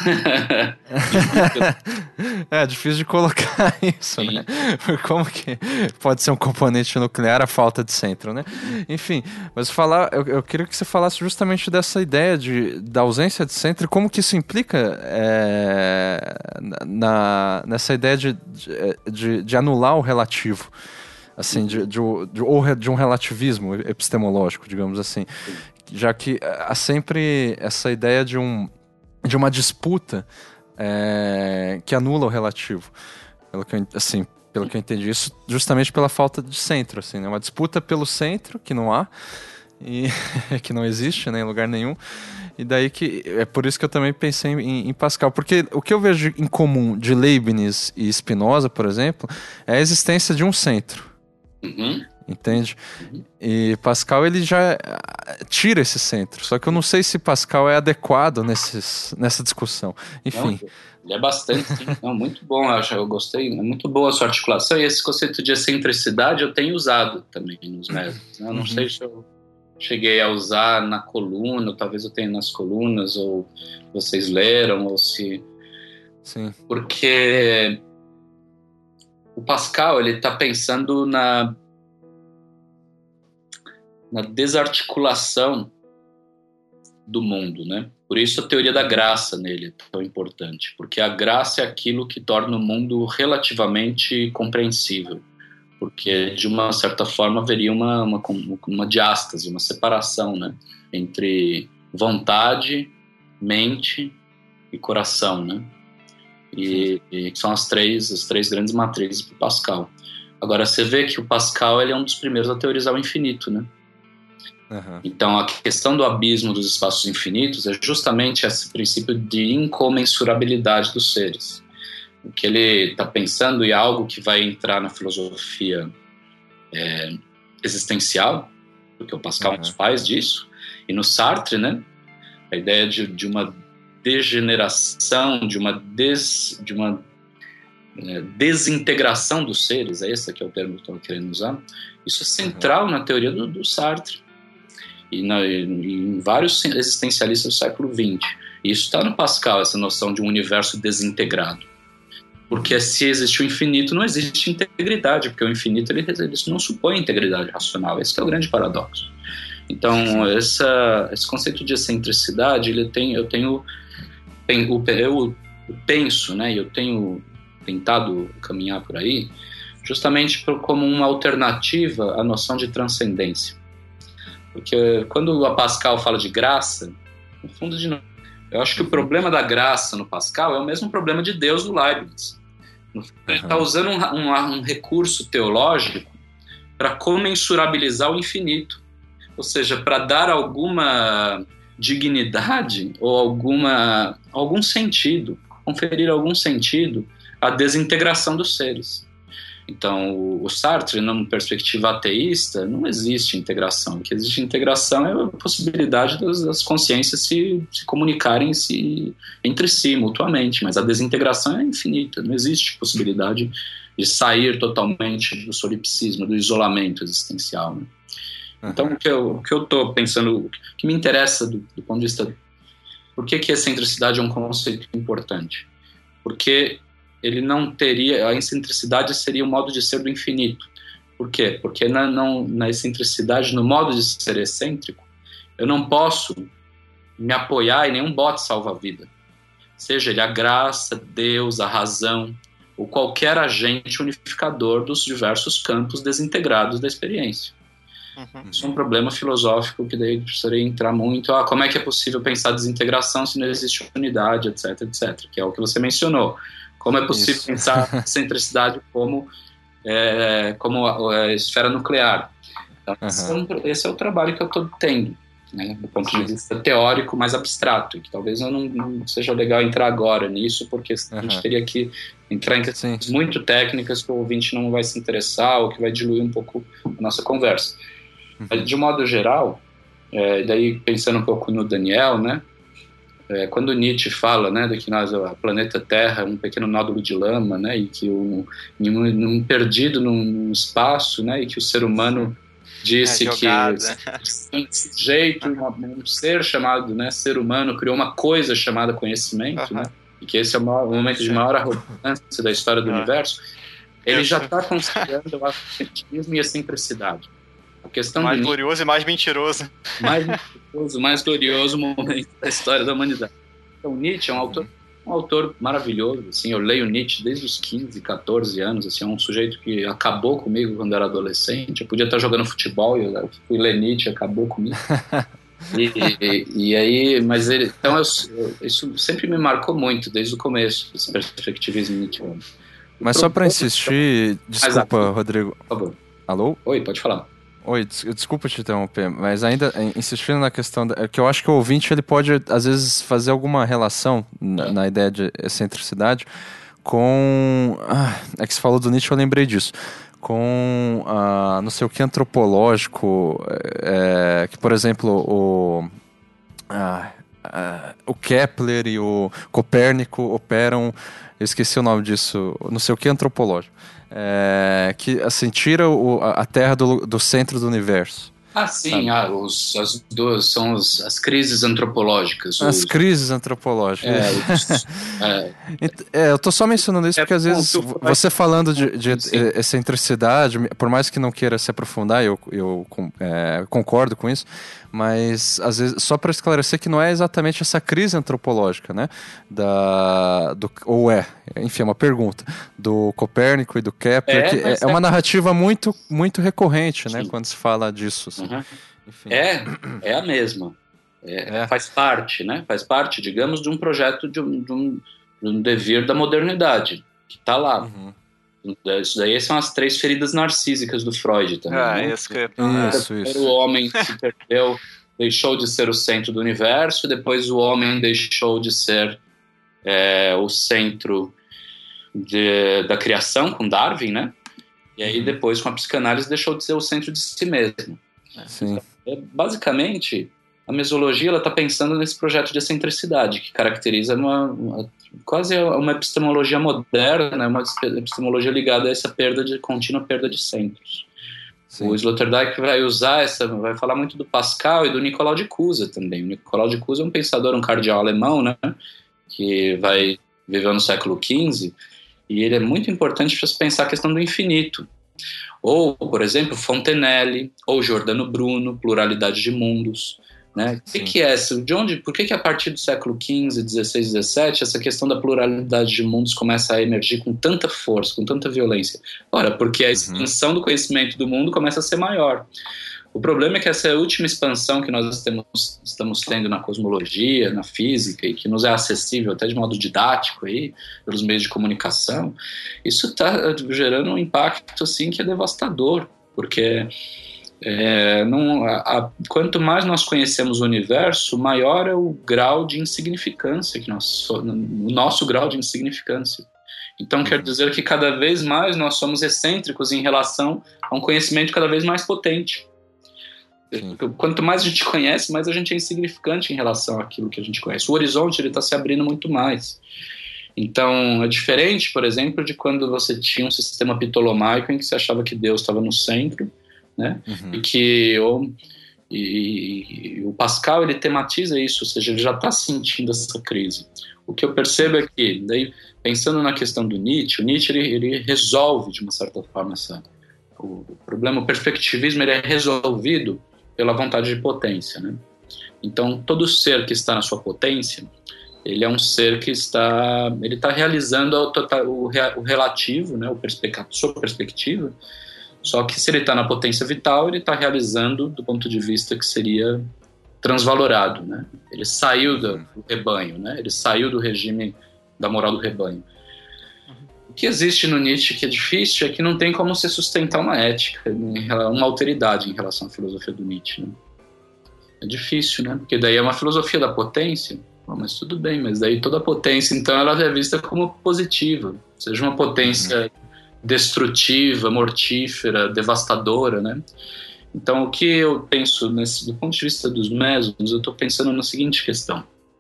É difícil de colocar isso, Sim. né? Como que pode ser um componente nuclear a falta de centro, né? Enfim, mas falar, eu, eu queria que você falasse justamente dessa ideia de, da ausência de centro e como que isso implica é, na nessa ideia de, de, de anular o relativo, assim, de, de, de, ou de um relativismo epistemológico, digamos assim, já que há sempre essa ideia de, um, de uma disputa é, que anula o relativo, pelo que eu, assim, pelo que eu entendi, isso justamente pela falta de centro, assim, né? Uma disputa pelo centro, que não há, e que não existe, né, em lugar nenhum. E daí que é por isso que eu também pensei em, em Pascal, porque o que eu vejo em comum de Leibniz e Spinoza, por exemplo, é a existência de um centro. Uhum. Entende? Uhum. E Pascal ele já tira esse centro, só que eu não sei se Pascal é adequado nesses, nessa discussão. Enfim. Não, ele é bastante, sim. Não, muito bom, eu, acho, eu gostei, é muito boa a sua articulação, e esse conceito de excentricidade eu tenho usado também nos métodos. Eu não uhum. sei se eu cheguei a usar na coluna, ou talvez eu tenha nas colunas, ou vocês leram, ou se... Sim. Porque o Pascal, ele está pensando na, na desarticulação do mundo, né? Por isso a teoria da graça nele é tão importante, porque a graça é aquilo que torna o mundo relativamente compreensível, porque de uma certa forma haveria uma, uma, uma diástase, uma separação, né? Entre vontade, mente e coração, né? E, e são as três, as três grandes matrizes para o Pascal. Agora, você vê que o Pascal ele é um dos primeiros a teorizar o infinito, né? Uhum. Então, a questão do abismo dos espaços infinitos é justamente esse princípio de incomensurabilidade dos seres. O que ele está pensando, e é algo que vai entrar na filosofia é, existencial, porque o Pascal uhum. é um dos pais disso, e no Sartre, né, a ideia de, de uma degeneração, de uma, des, de uma é, desintegração dos seres, é esse que é o termo que eu estou querendo usar, isso é central uhum. na teoria do, do Sartre e, na, e em vários existencialistas do século vinte. E isso está no Pascal, essa noção de um universo desintegrado. Porque se existe o infinito, não existe integridade, porque o infinito ele, ele não supõe integridade racional. Esse é o grande paradoxo. Então, essa, esse conceito de excentricidade, ele tem, eu tenho, eu penso, né, eu tenho tentado caminhar por aí, justamente por, como uma alternativa à noção de transcendência. Porque quando a Pascal fala de graça, no fundo, de, eu acho que o problema da graça no Pascal é o mesmo problema de Deus no Leibniz. Ele está usando um, um, um recurso teológico para comensurabilizar o infinito. Ou seja, para dar alguma dignidade ou alguma, algum sentido, conferir algum sentido à desintegração dos seres. Então, o Sartre, numa perspectiva ateísta, não existe integração. O que existe integração é a possibilidade das, das consciências se, se comunicarem se, entre si, mutuamente. Mas a desintegração é infinita. Não existe possibilidade de sair totalmente do solipsismo, do isolamento existencial, né? Então, o que eu estou pensando, o que me interessa do, do ponto de vista... Por que, que a excentricidade é um conceito importante? Porque ele não teria... A excentricidade seria o modo de ser do infinito. Por quê? Porque na, não, na excentricidade, no modo de ser excêntrico, eu não posso me apoiar em nenhum bote salva-vida. Seja ele a graça, Deus, a razão, ou qualquer agente unificador dos diversos campos desintegrados da experiência. Uhum. Isso é um problema filosófico que daí precisaria entrar muito. Ah, como é que é possível pensar desintegração se não existe unidade, etc, etc, que é o que você mencionou. Como é possível Isso. pensar a excentricidade como, é, como a, a esfera nuclear. Então, uhum. esse, é um, esse é o trabalho que eu estou tendo, né, do ponto de vista teórico mais abstrato, que talvez eu não, não seja legal entrar agora nisso, porque uhum. a gente teria que entrar em questões muito técnicas que o ouvinte não vai se interessar ou que vai diluir um pouco a nossa conversa. Uhum. De um modo geral, é, daí pensando um pouco no Daniel, né, é, quando Nietzsche fala, né, de que nós, a planeta Terra é um pequeno nódulo de lama, né, e que um, um, um perdido num, num espaço, né, e que o ser humano disse é que um sujeito, um, um ser chamado, né, ser humano criou uma coisa chamada conhecimento, uhum. né, e que esse é o, maior, o momento de maior arrogância da história do uhum. universo. Ele Isso. já está considerando o asceticismo e a simplicidade. A questão mais do glorioso e mais mentiroso. Mais mentiroso, mais glorioso momento da história da humanidade. Então, Nietzsche é um autor, um autor maravilhoso. Assim, eu leio Nietzsche desde os quinze, catorze anos. Assim, é um sujeito que acabou comigo quando era adolescente. Eu podia estar jogando futebol e eu fui ler Nietzsche, acabou comigo. E, e, e aí, mas ele, então eu, isso sempre me marcou muito desde o começo, esse perspectivismo Nietzscheano. Mas só para insistir, desculpa, Rodrigo. Por favor. Alô? Oi, pode falar. Oi, des- desculpa te interromper, mas ainda insistindo na questão da, que eu acho que o ouvinte ele pode às vezes fazer alguma relação na, na ideia de excentricidade com ah, é que você falou do Nietzsche, eu lembrei disso, com ah, não sei o que antropológico, é, que por exemplo o ah, ah, o Kepler e o Copérnico operam, eu esqueci o nome disso, não sei o que antropológico. É, que assim tira o, a Terra do, do centro do universo. Ah, sim, ah, os, as duas são os, as crises antropológicas. As os, crises antropológicas. É, os, é, é, eu tô só mencionando isso é, porque às vezes você falando de, de excentricidade, por mais que não queira se aprofundar, eu, eu é, concordo com isso, mas às vezes só para esclarecer que não é exatamente essa crise antropológica, né? Da, do, ou é, enfim, é uma pergunta, do Copérnico e do Kepler, é, que é, é uma narrativa muito, muito recorrente, né? Quando se fala disso. Assim. Uhum. É, é a mesma. É, é. Faz parte, né? Faz parte, digamos, de um projeto de um, de um, de um devir da modernidade, que está lá. Uhum. Isso daí são as três feridas narcísicas do Freud também. Ah, né? isso que eu... isso, isso. O homem se perdeu, deixou de ser o centro do universo, depois o homem deixou de ser é, o centro de, da criação, com Darwin, né? E aí uhum. depois, com a psicanálise, deixou de ser o centro de si mesmo. Sim. Então, basicamente, a mesologia está pensando nesse projeto de excentricidade, que caracteriza uma, uma, quase uma epistemologia moderna, uma epistemologia ligada a essa perda de, contínua perda de centros. Sim. O Sloterdijk vai usar essa, vai falar muito do Pascal e do Nicolau de Cusa também. O Nicolau de Cusa é um pensador, um cardeal alemão, né, que vai viveu no século quinze, e ele é muito importante para se pensar a questão do infinito. Ou, por exemplo, Fontenelle, ou Giordano Bruno, Pluralidade de Mundos. Né? O que, que é essa? De onde, por que, que a partir do século quinze, dezesseis, dezessete, essa questão da pluralidade de mundos começa a emergir com tanta força, com tanta violência? Ora, porque a expansão uhum. do conhecimento do mundo começa a ser maior. O problema é que essa última expansão que nós temos, estamos tendo na cosmologia, na física, e que nos é acessível até de modo didático aí, pelos meios de comunicação, isso está gerando um impacto assim, que é devastador, porque é, não, a, a, quanto mais nós conhecemos o universo, maior é o grau de insignificância, que nós, o nosso grau de insignificância. Então quer dizer que cada vez mais nós somos excêntricos em relação a um conhecimento cada vez mais potente. Sim. Quanto mais a gente conhece, mais a gente é insignificante em relação àquilo que a gente conhece. O horizonte está se abrindo muito mais. Então, é diferente, por exemplo, de quando você tinha um sistema ptolomaico em que você achava que Deus estava no centro, né? Uhum. E que ou, e, e, o Pascal ele tematiza isso, ou seja, ele já está sentindo essa crise. O que eu percebo é que, daí, pensando na questão do Nietzsche, o Nietzsche ele, ele resolve, de uma certa forma, essa, o, o problema. O perspectivismo ele é resolvido pela vontade de potência, né? Então, todo ser que está na sua potência, ele é um ser que está, ele está realizando o, total, o, o relativo, né, o perspe- a sua perspectiva, só que se ele está na potência vital, ele está realizando do ponto de vista que seria transvalorado, né? Ele saiu do, do rebanho, né? Ele saiu do regime da moral do rebanho. O que existe no Nietzsche que é difícil é que não tem como se sustentar uma ética, uma alteridade em relação à filosofia do Nietzsche, né? É difícil, né? Porque daí é uma filosofia da potência, mas tudo bem, mas daí toda a potência, então, ela é vista como positiva, seja uma potência uhum. destrutiva, mortífera, devastadora, né? Então, o que eu penso, nesse, do ponto de vista dos mesmos, eu estou pensando na seguinte questão.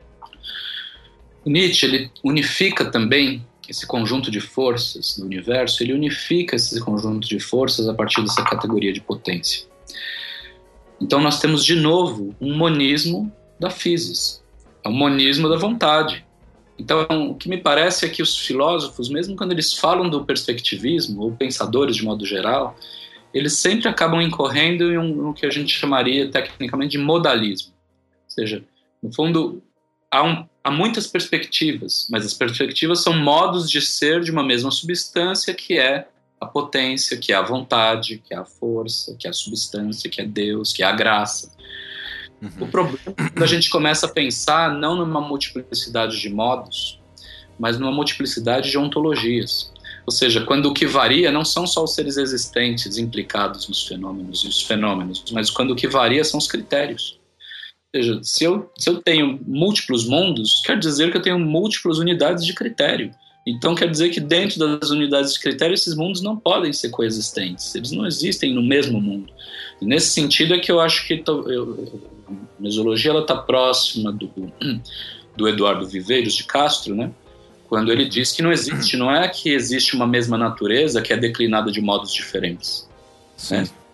O Nietzsche, ele unifica também esse conjunto de forças do universo, ele unifica esse conjunto de forças a partir dessa categoria de potência. Então nós temos de novo um monismo da physis, é um monismo da vontade. Então o que me parece é que os filósofos, mesmo quando eles falam do perspectivismo, ou pensadores de modo geral, eles sempre acabam incorrendo em um, um que a gente chamaria tecnicamente de modalismo. Ou seja, no fundo, há um Há muitas perspectivas, mas as perspectivas são modos de ser de uma mesma substância, que é a potência, que é a vontade, que é a força, que é a substância, que é Deus, que é a graça. Uhum. O problema é quando a gente começa a pensar não numa multiplicidade de modos, mas numa multiplicidade de ontologias. Ou seja, quando o que varia não são só os seres existentes implicados nos fenômenos e os fenômenos, mas quando o que varia são os critérios. Ou seja, se eu, se eu tenho múltiplos mundos, quer dizer que eu tenho múltiplas unidades de critério. Então quer dizer que dentro das unidades de critério esses mundos não podem ser coexistentes. Eles não existem no mesmo mundo. E nesse sentido é que eu acho que tô, eu, a mesologia está próxima do, do Eduardo Viveiros de Castro, né? Quando ele diz que não existe, não é que existe uma mesma natureza que é declinada de modos diferentes. Né?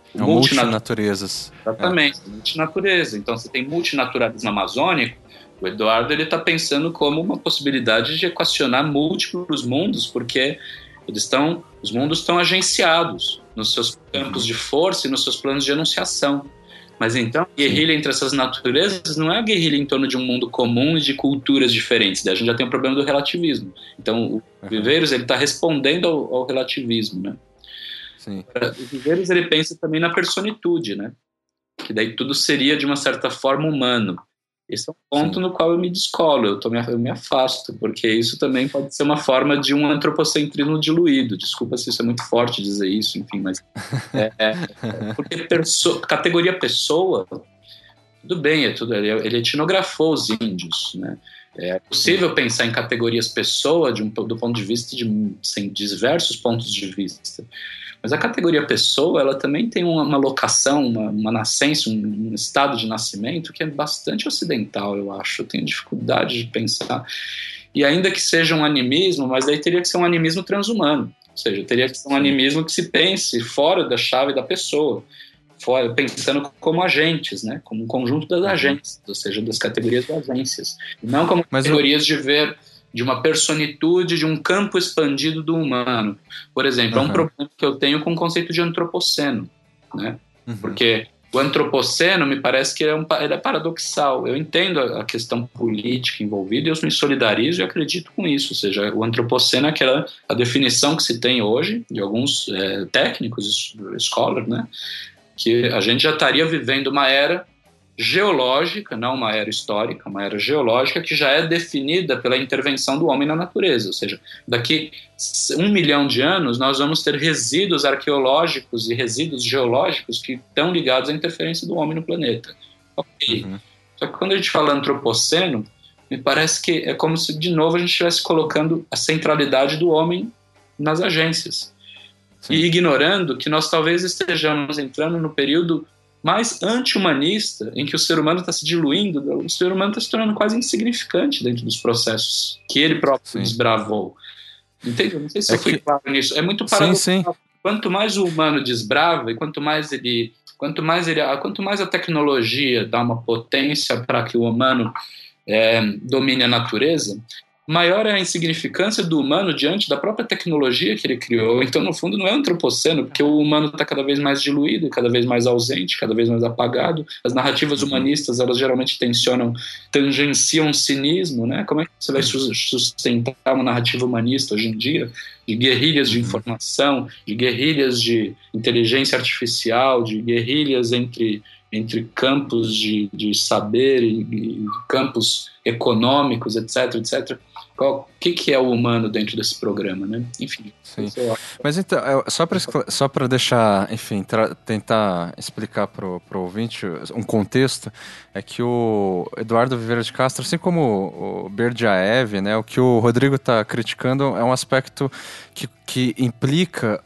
Não, multinaturezas. Exatamente, é. multinatureza. Então você tem multinaturalismo amazônico, o Eduardo está pensando como uma possibilidade de equacionar múltiplos mundos, porque eles estão, os mundos estão agenciados nos seus campos de força e nos seus planos de enunciação. Mas então, a guerrilha entre essas naturezas não é a guerrilha em torno de um mundo comum e de culturas diferentes. Daí a gente já tem o problema do relativismo. Então, o uhum. Viveiros está respondendo ao, ao relativismo, né? Sim. O Viveiros ele pensa também na personitude, né? Que daí tudo seria, de uma certa forma, humano. Esse é um ponto Sim. no qual eu me descolo, eu, tô me, eu me afasto, porque isso também pode ser uma forma de um antropocentrismo diluído. Desculpa se isso é muito forte dizer isso, enfim, mas... É, é, porque perso- categoria pessoa, tudo bem, é tudo, ele, ele etnografou os índios, né? É possível pensar em categorias pessoa de um, do ponto de vista de, de diversos pontos de vista. Mas a categoria pessoa, ela também tem uma, uma locação, uma, uma nascença, um, um estado de nascimento que é bastante ocidental, eu acho. Eu tenho dificuldade de pensar. E ainda que seja um animismo, mas aí teria que ser um animismo transhumano. Ou seja, teria que ser um animismo que se pense fora da chave da pessoa, fora, pensando como agentes, né? Como um conjunto das agências, ou seja, das categorias das agências. Não como mas categorias eu... de ver... de uma personitude, de um campo expandido do humano. Por exemplo, uhum. é um problema que eu tenho com o conceito de antropoceno, né? Uhum. Porque o antropoceno me parece que é, um, ele é paradoxal. Eu entendo a, a questão política envolvida e eu me solidarizo e acredito com isso. Ou seja, o antropoceno é aquela, a definição que se tem hoje, de alguns é, técnicos, scholars, né? Que a gente já estaria vivendo uma era geológica, não uma era histórica, uma era geológica que já é definida pela intervenção do homem na natureza, ou seja, daqui um milhão de anos nós vamos ter resíduos arqueológicos e resíduos geológicos que estão ligados à interferência do homem no planeta. Ok. Uhum. Só que quando a gente fala antropoceno, me parece que é como se de novo a gente estivesse colocando a centralidade do homem nas agências. Sim. E ignorando que nós talvez estejamos entrando no período mais anti-humanista, em que o ser humano está se diluindo, o ser humano está se tornando quase insignificante dentro dos processos que ele próprio sim. desbravou. Entende? Não sei se é eu fui que... claro nisso. É muito paradoxal. Quanto mais o humano desbrava e quanto mais ele, quanto mais ele, quanto mais a tecnologia dá uma potência para que o humano é, domine a natureza, maior é a insignificância do humano diante da própria tecnologia que ele criou. Então, no fundo, não é antropoceno, porque o humano está cada vez mais diluído, cada vez mais ausente, cada vez mais apagado. As narrativas humanistas, elas geralmente tensionam, tangenciam cinismo, né? Como é que você vai sustentar uma narrativa humanista hoje em dia? De guerrilhas de informação, de guerrilhas de inteligência artificial, de guerrilhas entre... entre campos de, de saber e, e campos econômicos, etc, etcétera. O que, que é o humano dentro desse programa, né? Enfim. Sim. Mas então, só para só para deixar, enfim, tra- tentar explicar para o ouvinte um contexto, é que o Eduardo Viveiros de Castro, assim como o Berdyaev, né, o que o Rodrigo está criticando é um aspecto que, que implica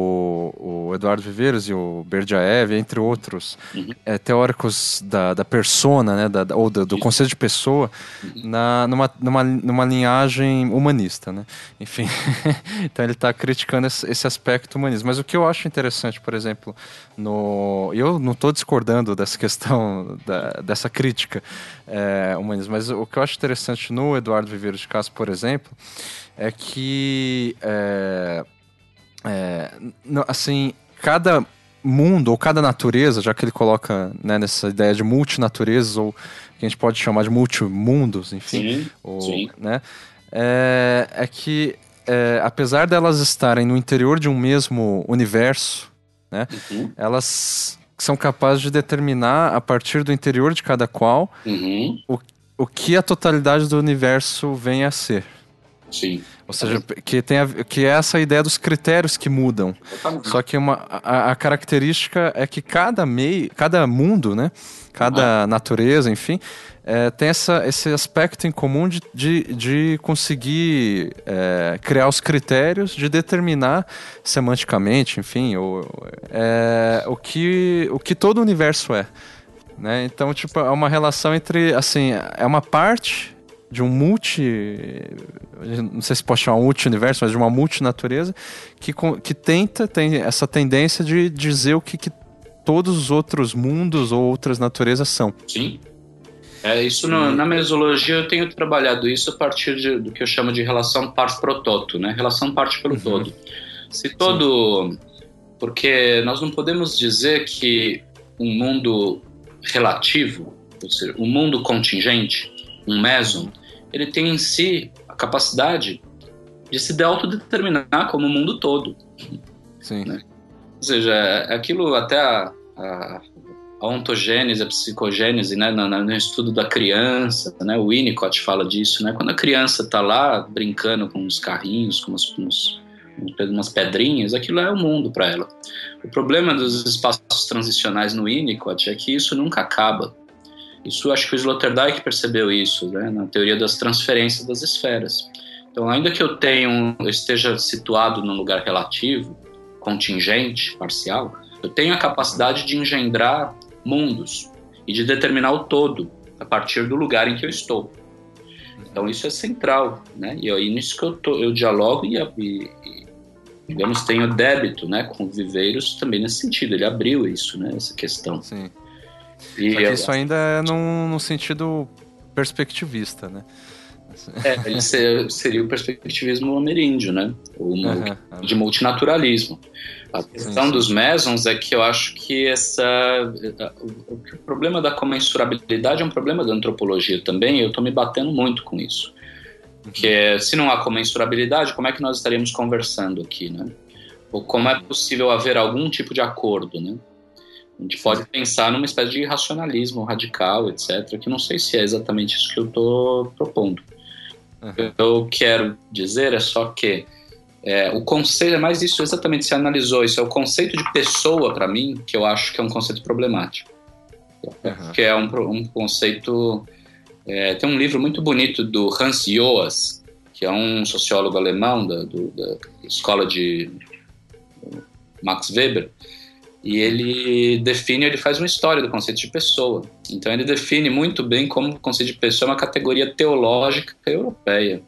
o, o Eduardo Viveiros e o Berdyaev, entre outros uhum. é, teóricos da, da persona, né, da, ou do, do conceito de pessoa, uhum. na, numa, numa, numa linhagem humanista, né? Enfim, então ele está criticando esse, esse aspecto humanista. Mas o que eu acho interessante, por exemplo, no, eu não estou discordando dessa questão, da, dessa crítica é, humanista, mas o que eu acho interessante no Eduardo Viveiros de Castro, por exemplo, é que é, é, assim, cada mundo ou cada natureza, já que ele coloca, né, nessa ideia de multinaturezas, ou que a gente pode chamar de multimundos, enfim, sim, ou, sim. né, é, é que é, apesar delas estarem no interior de um mesmo universo, né, uhum. elas são capazes de determinar a partir do interior de cada qual uhum. o, o que a totalidade do universo vem a ser. Sim. Ou seja, que, tem a, que é essa ideia dos critérios que mudam. Só que uma, a, a característica é que cada meio, cada mundo, né, cada ah. natureza, enfim, é, tem essa, esse aspecto em comum de, de, de conseguir é, criar os critérios, de determinar semanticamente, enfim, o, é, o, que, o que todo o universo é. Né? Então, tipo, é uma relação entre, assim, é uma parte de um multi, não sei se pode chamar um multi-universo, mas de uma multinatureza que, que tenta, tem essa tendência de dizer o que, que todos os outros mundos ou outras naturezas são. Sim. É, isso no, na mesologia eu tenho trabalhado isso a partir de, do que eu chamo de relação parte pro toto, né? Relação parte pelo uhum. todo. Se todo... Sim. Porque nós não podemos dizer que um mundo relativo, ou seja, um mundo contingente, um meson, ele tem em si a capacidade de se autodeterminar como o mundo todo. Sim. Né? Ou seja, aquilo até a, a, a ontogênese, a psicogênese, né, no, no estudo da criança, né, o Winnicott fala disso, né, quando a criança está lá brincando com os carrinhos, com uns, uns, umas pedrinhas, aquilo é o mundo para ela. O problema dos espaços transicionais no Winnicott é que isso nunca acaba. Isso, acho que o Sloterdijk percebeu isso, né, na teoria das transferências das esferas. Então, ainda que eu tenha, eu esteja situado num lugar relativo, contingente, parcial, eu tenho a capacidade de engendrar mundos e de determinar o todo a partir do lugar em que eu estou. Então, isso é central, né? E é nisso que eu, tô, eu dialogo e, e, e, digamos, tenho débito, né, com Viveiros também nesse sentido. Ele abriu isso, né, essa questão. Sim. E Só que eu, isso ainda é num, num sentido perspectivista, né? É, ele ser, seria o perspectivismo ameríndio, né? O, uhum. de multinaturalismo. A questão sim, sim. dos mesons é que eu acho que essa, o, o problema da comensurabilidade é um problema da antropologia também, e eu estou me batendo muito com isso. Uhum. Que é, se não há comensurabilidade, como é que nós estaríamos conversando aqui, né? Ou como é possível haver algum tipo de acordo, né? A gente pode pensar numa espécie de racionalismo radical, etcétera, que não sei se é exatamente isso que eu estou propondo. Uhum. O que eu quero dizer é só que é, o conceito, é mais isso exatamente, se analisou, isso é o conceito de pessoa para mim, que eu acho que é um conceito problemático. Uhum. Que é um, um conceito... É, tem um livro muito bonito do Hans Joas, que é um sociólogo alemão da, do, da escola de Max Weber, e ele define, ele faz uma história do conceito de pessoa. Então ele define muito bem como o conceito de pessoa é uma categoria teológica europeia.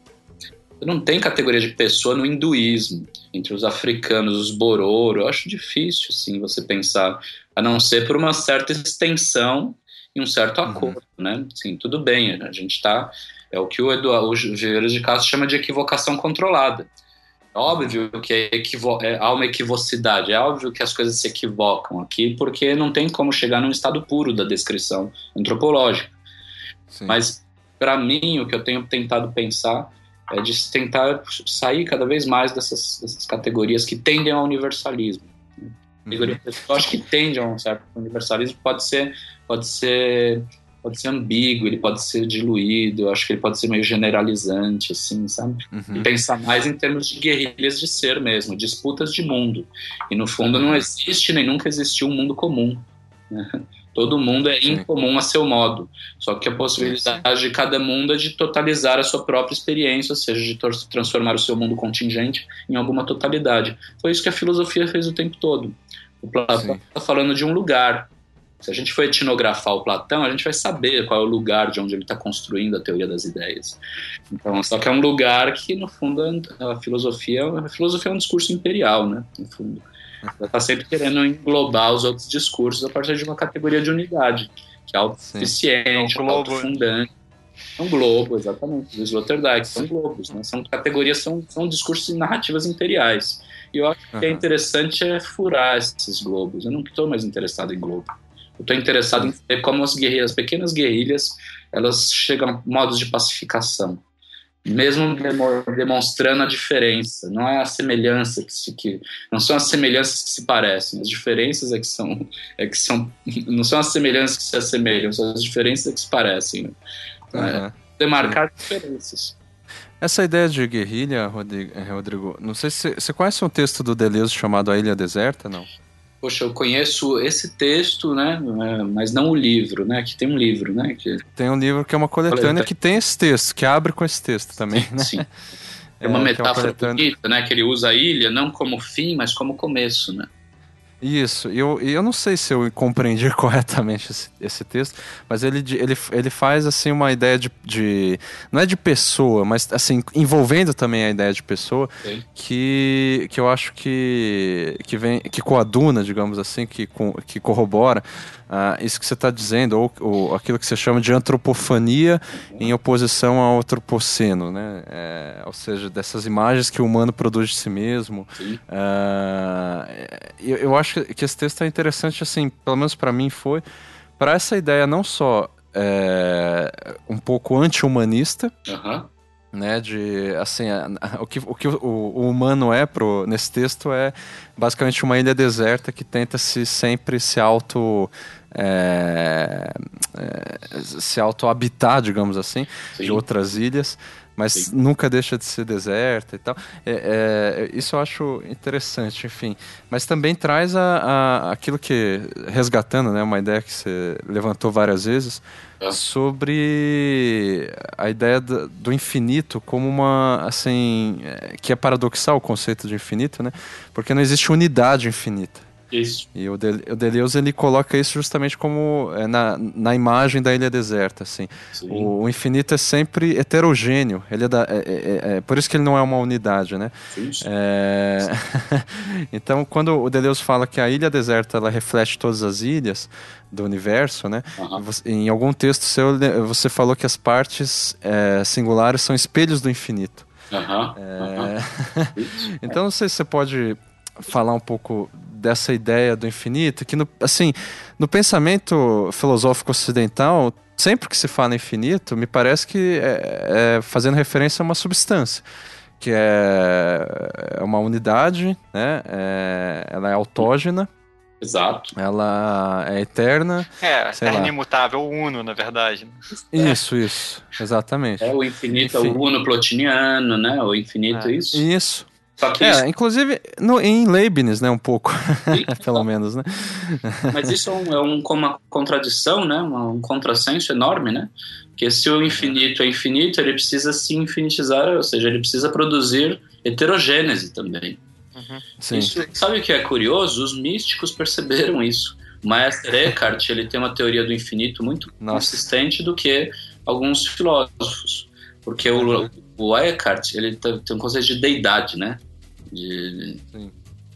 Não tem categoria de pessoa no hinduísmo, entre os africanos, os bororo. Eu acho difícil, assim, você pensar, a não ser por uma certa extensão e um certo acordo, uhum. né? Sim, tudo bem, a gente está... É o que o Eduardo Vieira de Castro chama de equivocação controlada. É óbvio que é equivo- é, há uma equivocidade, é óbvio que as coisas se equivocam aqui, porque não tem como chegar num estado puro da descrição antropológica. Sim. Mas, para mim, o que eu tenho tentado pensar é de tentar sair cada vez mais dessas, dessas categorias que tendem ao universalismo. Uhum. Eu acho que tende a um certo universalismo, pode ser, pode ser, pode ser ambíguo, ele pode ser diluído, eu acho que ele pode ser meio generalizante, assim, sabe? Uhum. E pensar mais em termos de guerrilhas de ser mesmo, disputas de mundo. E no fundo não existe nem nunca existiu um mundo comum, né? Todo mundo é Sim. incomum a seu modo. Só que a possibilidade Sim. de cada mundo é de totalizar a sua própria experiência, ou seja, de tor- transformar o seu mundo contingente em alguma totalidade. Foi isso que a filosofia fez o tempo todo. O Platão está falando de um lugar. Se a gente for etnografar o Platão, a gente vai saber qual é o lugar de onde ele está construindo a teoria das ideias. Então, só que é um lugar que, no fundo, a filosofia, a filosofia é um discurso imperial, né? No fundo. Ela está sempre querendo englobar os outros discursos a partir de uma categoria de unidade, que é autossuficiente, é um autofundante. É um globo, exatamente, do Sloterdijk, são globos, né? São categorias, são, são discursos e narrativas imperiais. E eu acho que o que é interessante é furar esses globos. Eu não estou mais interessado em globo. Eu estou interessado em ver como as guerrilhas, as pequenas guerrilhas, elas chegam a modos de pacificação. Mesmo demonstrando a diferença, não é a semelhança que se que não são as semelhanças que se parecem, as diferenças é que são é que são não são as semelhanças que se assemelham, são as diferenças é que se parecem, né? Uhum. É, demarcar Sim. diferenças. Essa ideia de guerrilha, Rodrigo, não sei se você conhece um texto do Deleuze chamado A Ilha Deserta, não? Poxa, eu conheço esse texto, né, mas não o livro, né, que tem um livro, né. Que... Tem um livro que é uma coletânea, coletânea que tem esse texto, que abre com esse texto também, né. Sim, é uma é, metáfora é uma bonita, né, que ele usa a ilha não como fim, mas como começo, né. Isso, e eu, eu não sei se eu compreendi corretamente esse, esse texto, mas ele, ele, ele faz assim uma ideia de, de... Não é de pessoa, mas assim, envolvendo também a ideia de pessoa, que, que eu acho que, que, vem, que coaduna, digamos assim, que, que corrobora uh, isso que você está dizendo, ou, ou aquilo que você chama de antropofania em oposição ao antropoceno, né? É, ou seja, dessas imagens que o humano produz de si mesmo. Uh, eu, eu acho que esse texto é interessante, assim, pelo menos para mim foi, para essa ideia não só é, um pouco anti-humanista, uhum. né, de, assim, a, a, o que, o, que o, o humano é pro, nesse texto é basicamente uma ilha deserta que tenta se sempre se auto... É, é, se auto-habitar, digamos assim, Sim. de outras ilhas, mas Sim. nunca deixa de ser deserta e tal. É, é, isso eu acho interessante, enfim. Mas também traz a, a, aquilo que, resgatando, né, uma ideia que você levantou várias vezes, é. sobre a ideia do, do infinito como uma, assim, que é paradoxal o conceito de infinito, né? Porque não existe unidade infinita. Isso. E o, De, o Deleuze, ele coloca isso justamente como é, na, na imagem da ilha deserta, assim. O, o infinito é sempre heterogêneo, ele é, da, é, é, é por isso que ele não é uma unidade, né? É... Então, quando o Deleuze fala que a ilha deserta ela reflete todas as ilhas do universo, né? Uhum. Você, em algum texto seu você falou que as partes é, singulares são espelhos do infinito. Uhum. É... Uhum. Então, não sei se você pode falar um pouco dessa ideia do infinito, que no, assim, no pensamento filosófico ocidental, sempre que se fala infinito, me parece que é, é fazendo referência a uma substância, que é uma unidade, né? É, ela é autógena. Exato. Ela é eterna. É, eterna, imutável, uno, na verdade. Isso, é. isso, exatamente. É o infinito, Enfim. É o uno plotiniano, né? O infinito é isso. Isso. Só que é, isso... inclusive no, em Leibniz, né, um pouco, pelo menos, né? Mas isso é, um, é um, uma contradição, né, um contrassenso enorme, né? Porque se o infinito é infinito, ele precisa se infinitizar, ou seja, ele precisa produzir heterogênese também. Uhum. Sim. Isso, sabe o que é curioso? Os místicos perceberam isso. O Meister Eckhart, ele tem uma teoria do infinito muito Nossa. consistente do que alguns filósofos. Porque o, o Eckhart, ele tem um conceito de deidade, né? De... Sim.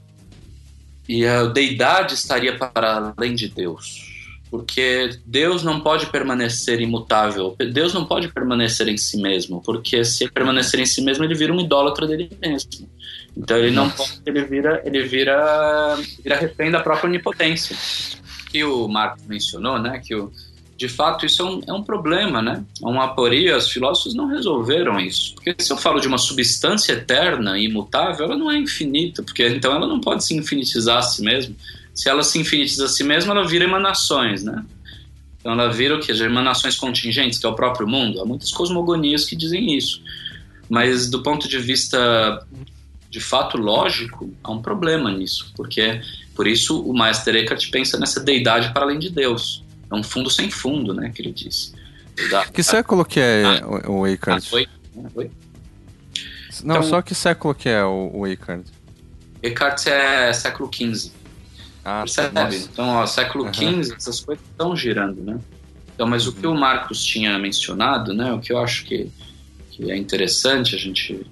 E a deidade estaria para além de Deus, porque Deus não pode permanecer imutável, Deus não pode permanecer em si mesmo, porque se ele permanecer em si mesmo, ele vira um idólatra dele mesmo. Então ele não pode, ele vira, ele vira, vira refém da própria onipotência. Que o Marx mencionou, né? Que o De fato, isso é um, é um problema, né? É uma aporia, os filósofos não resolveram isso. Porque se eu falo de uma substância eterna e imutável, ela não é infinita, porque então ela não pode se infinitizar a si mesma. Se ela se infinitiza a si mesma, ela vira emanações, né? Então ela vira o quê? As emanações contingentes, que é o próprio mundo. Há muitas cosmogonias que dizem isso. Mas do ponto de vista, de fato, lógico, há um problema nisso. Porque, por isso, o Meister Eckhart pensa nessa deidade para além de Deus. É um fundo sem fundo, né, que ele diz. Que século que é ah, o Eckhart? Ah, foi? Foi? Não, então, só que século que é o, o Eckhart? Eckhart é século quinze. Ah, percebe? Nossa. Então, ó, século quinze, uhum. essas coisas estão girando, né? Então, mas uhum. o que o Marcos tinha mencionado, né, o que eu acho que, que é interessante a gente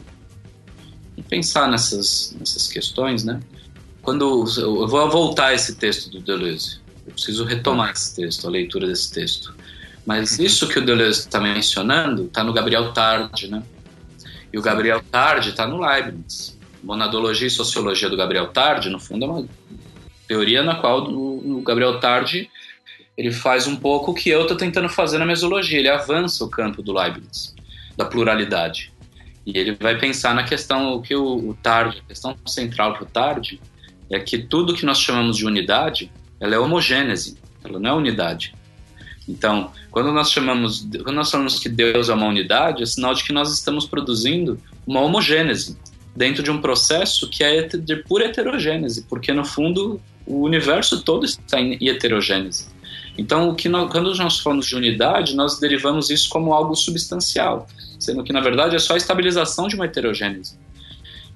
de pensar nessas, nessas questões, né? Quando eu vou voltar a esse texto do Deleuze. Eu preciso retomar esse texto, a leitura desse texto. Mas isso que o Deleuze está mencionando está no Gabriel Tarde, né? E o Gabriel Tarde está no Leibniz. Monadologia e Sociologia do Gabriel Tarde, no fundo, é uma teoria na qual o Gabriel Tarde ele faz um pouco o que eu estou tentando fazer na mesologia. Ele avança o campo do Leibniz, da pluralidade. E ele vai pensar na questão, o que o, o Tarde, a questão central para o Tarde é que tudo que nós chamamos de unidade ela é homogênese, ela não é unidade. Então, quando nós chamamos, quando nós falamos que Deus é uma unidade, é sinal de que nós estamos produzindo uma homogênese dentro de um processo que é de pura heterogênese, porque no fundo o universo todo está em heterogênese. Então, o que nós, quando nós falamos de unidade, nós derivamos isso como algo substancial, sendo que na verdade é só a estabilização de uma heterogênese.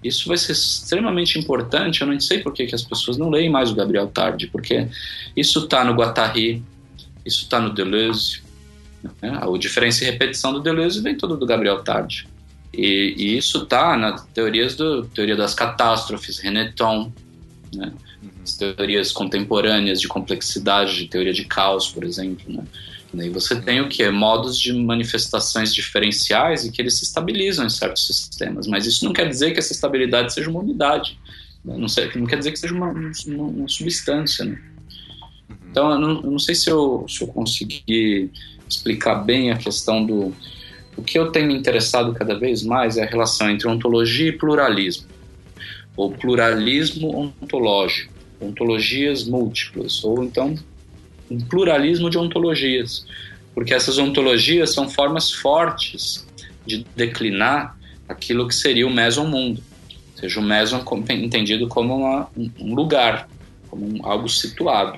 Isso vai ser extremamente importante. Eu não sei por que, que as pessoas não leem mais o Gabriel Tarde, porque isso está no Guattari, isso está no Deleuze, né? A diferença e repetição do Deleuze vem tudo do Gabriel Tarde. E, e isso está nas teorias do, teoria das catástrofes, René Thom, né? As teorias contemporâneas de complexidade, de teoria de caos, por exemplo, né? E aí você tem o que? Modos de manifestações diferenciais e que eles se estabilizam em certos sistemas, mas isso não quer dizer que essa estabilidade seja uma unidade, né? não, sei, não quer dizer que seja uma, uma, uma substância, né? Então eu não, eu não sei se eu, se eu consegui explicar bem a questão do... O que eu tenho me interessado cada vez mais é a relação entre ontologia e pluralismo, ou pluralismo ontológico, ontologias múltiplas, ou então um pluralismo de ontologias, porque essas ontologias são formas fortes de declinar aquilo que seria o mesomundo, ou seja, o meson entendido como uma, um lugar, como um, algo situado,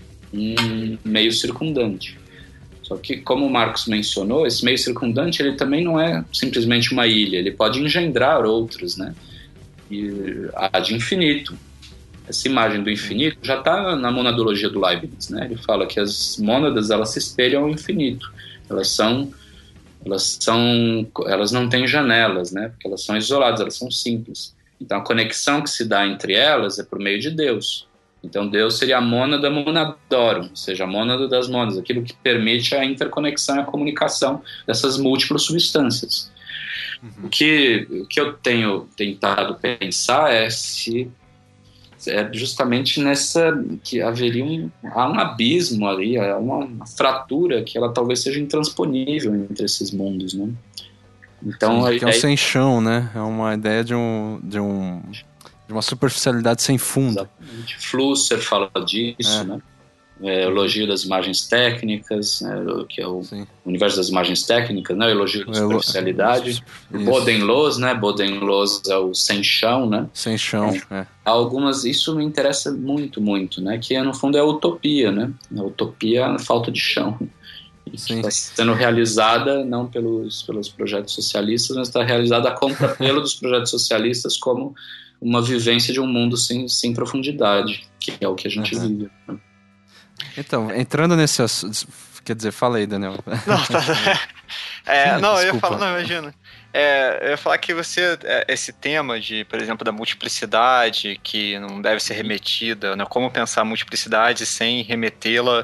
um meio circundante. Só que, como o Marcos mencionou, esse meio circundante ele também não é simplesmente uma ilha, ele pode engendrar outros, né? E ad infinito. Essa imagem do infinito já está na monadologia do Leibniz, né? Ele fala que as mônadas elas se espelham ao infinito. Elas são, elas são, elas não têm janelas, né? Porque elas são isoladas, elas são simples. Então a conexão que se dá entre elas é por meio de Deus. Então Deus seria a mônada monadorum, ou seja, a mônada das mônadas, aquilo que permite a interconexão e a comunicação dessas múltiplas substâncias. Uhum. O que, o que eu tenho tentado pensar é se é justamente nessa que haveria um, há um abismo ali, há uma, uma fratura que ela talvez seja intransponível entre esses mundos, né? Então, Sim, aí, que é um sem chão, né? É uma ideia de um, de um de uma superficialidade sem fundo. Exatamente. Flusser fala disso, é. né? É, elogio das imagens técnicas, né, que é o Sim. universo das imagens técnicas, né, elogio da superficialidade. Elo... Bodenlos, né, Bodenlos é o sem chão, né? Sem chão, é. é. Algumas, isso me interessa muito, muito, né, que no fundo é a utopia, né? A utopia é a falta de chão. E que está sendo realizada não pelos, pelos projetos socialistas, mas está realizada a contrapelo dos projetos socialistas como uma vivência de um mundo sem, sem profundidade, que é o que a gente uhum. vive, né? Então, entrando nesse assunto... Quer dizer, fala aí, Daniel. Não, tá... é, não eu ia falar, não, imagina. É, eu ia falar que você, esse tema de, por exemplo, da multiplicidade, que não deve ser remetida, né? Como pensar a multiplicidade sem remetê-la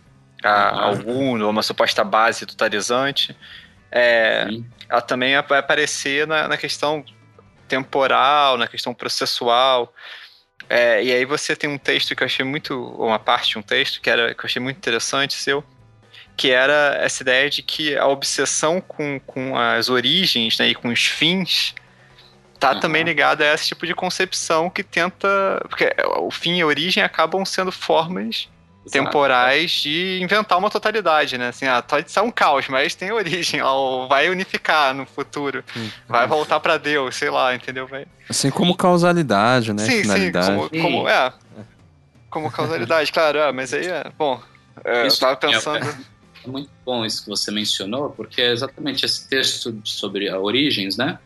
a algum, ou uma suposta base totalizante, é, ela também vai aparecer na, na questão temporal, na questão processual. É, e aí você tem um texto que eu achei muito, ou uma parte de um texto que, era, que eu achei muito interessante seu, que era essa ideia de que a obsessão com, com as origens, né, e com os fins está uhum. também ligada a esse tipo de concepção que tenta... Porque o fim e a origem acabam sendo formas Exato. temporais de inventar uma totalidade, né? Assim, ah, pode ser um caos, mas tem origem, ó, vai unificar no futuro, uhum. vai voltar para Deus, sei lá, entendeu? Vai... Assim como causalidade, né? Sim, Finalidade. sim, como, como, é, como causalidade, claro, é, mas aí é, bom, é, eu tava pensando... É muito bom isso que você mencionou, porque é exatamente esse texto sobre a origens, né?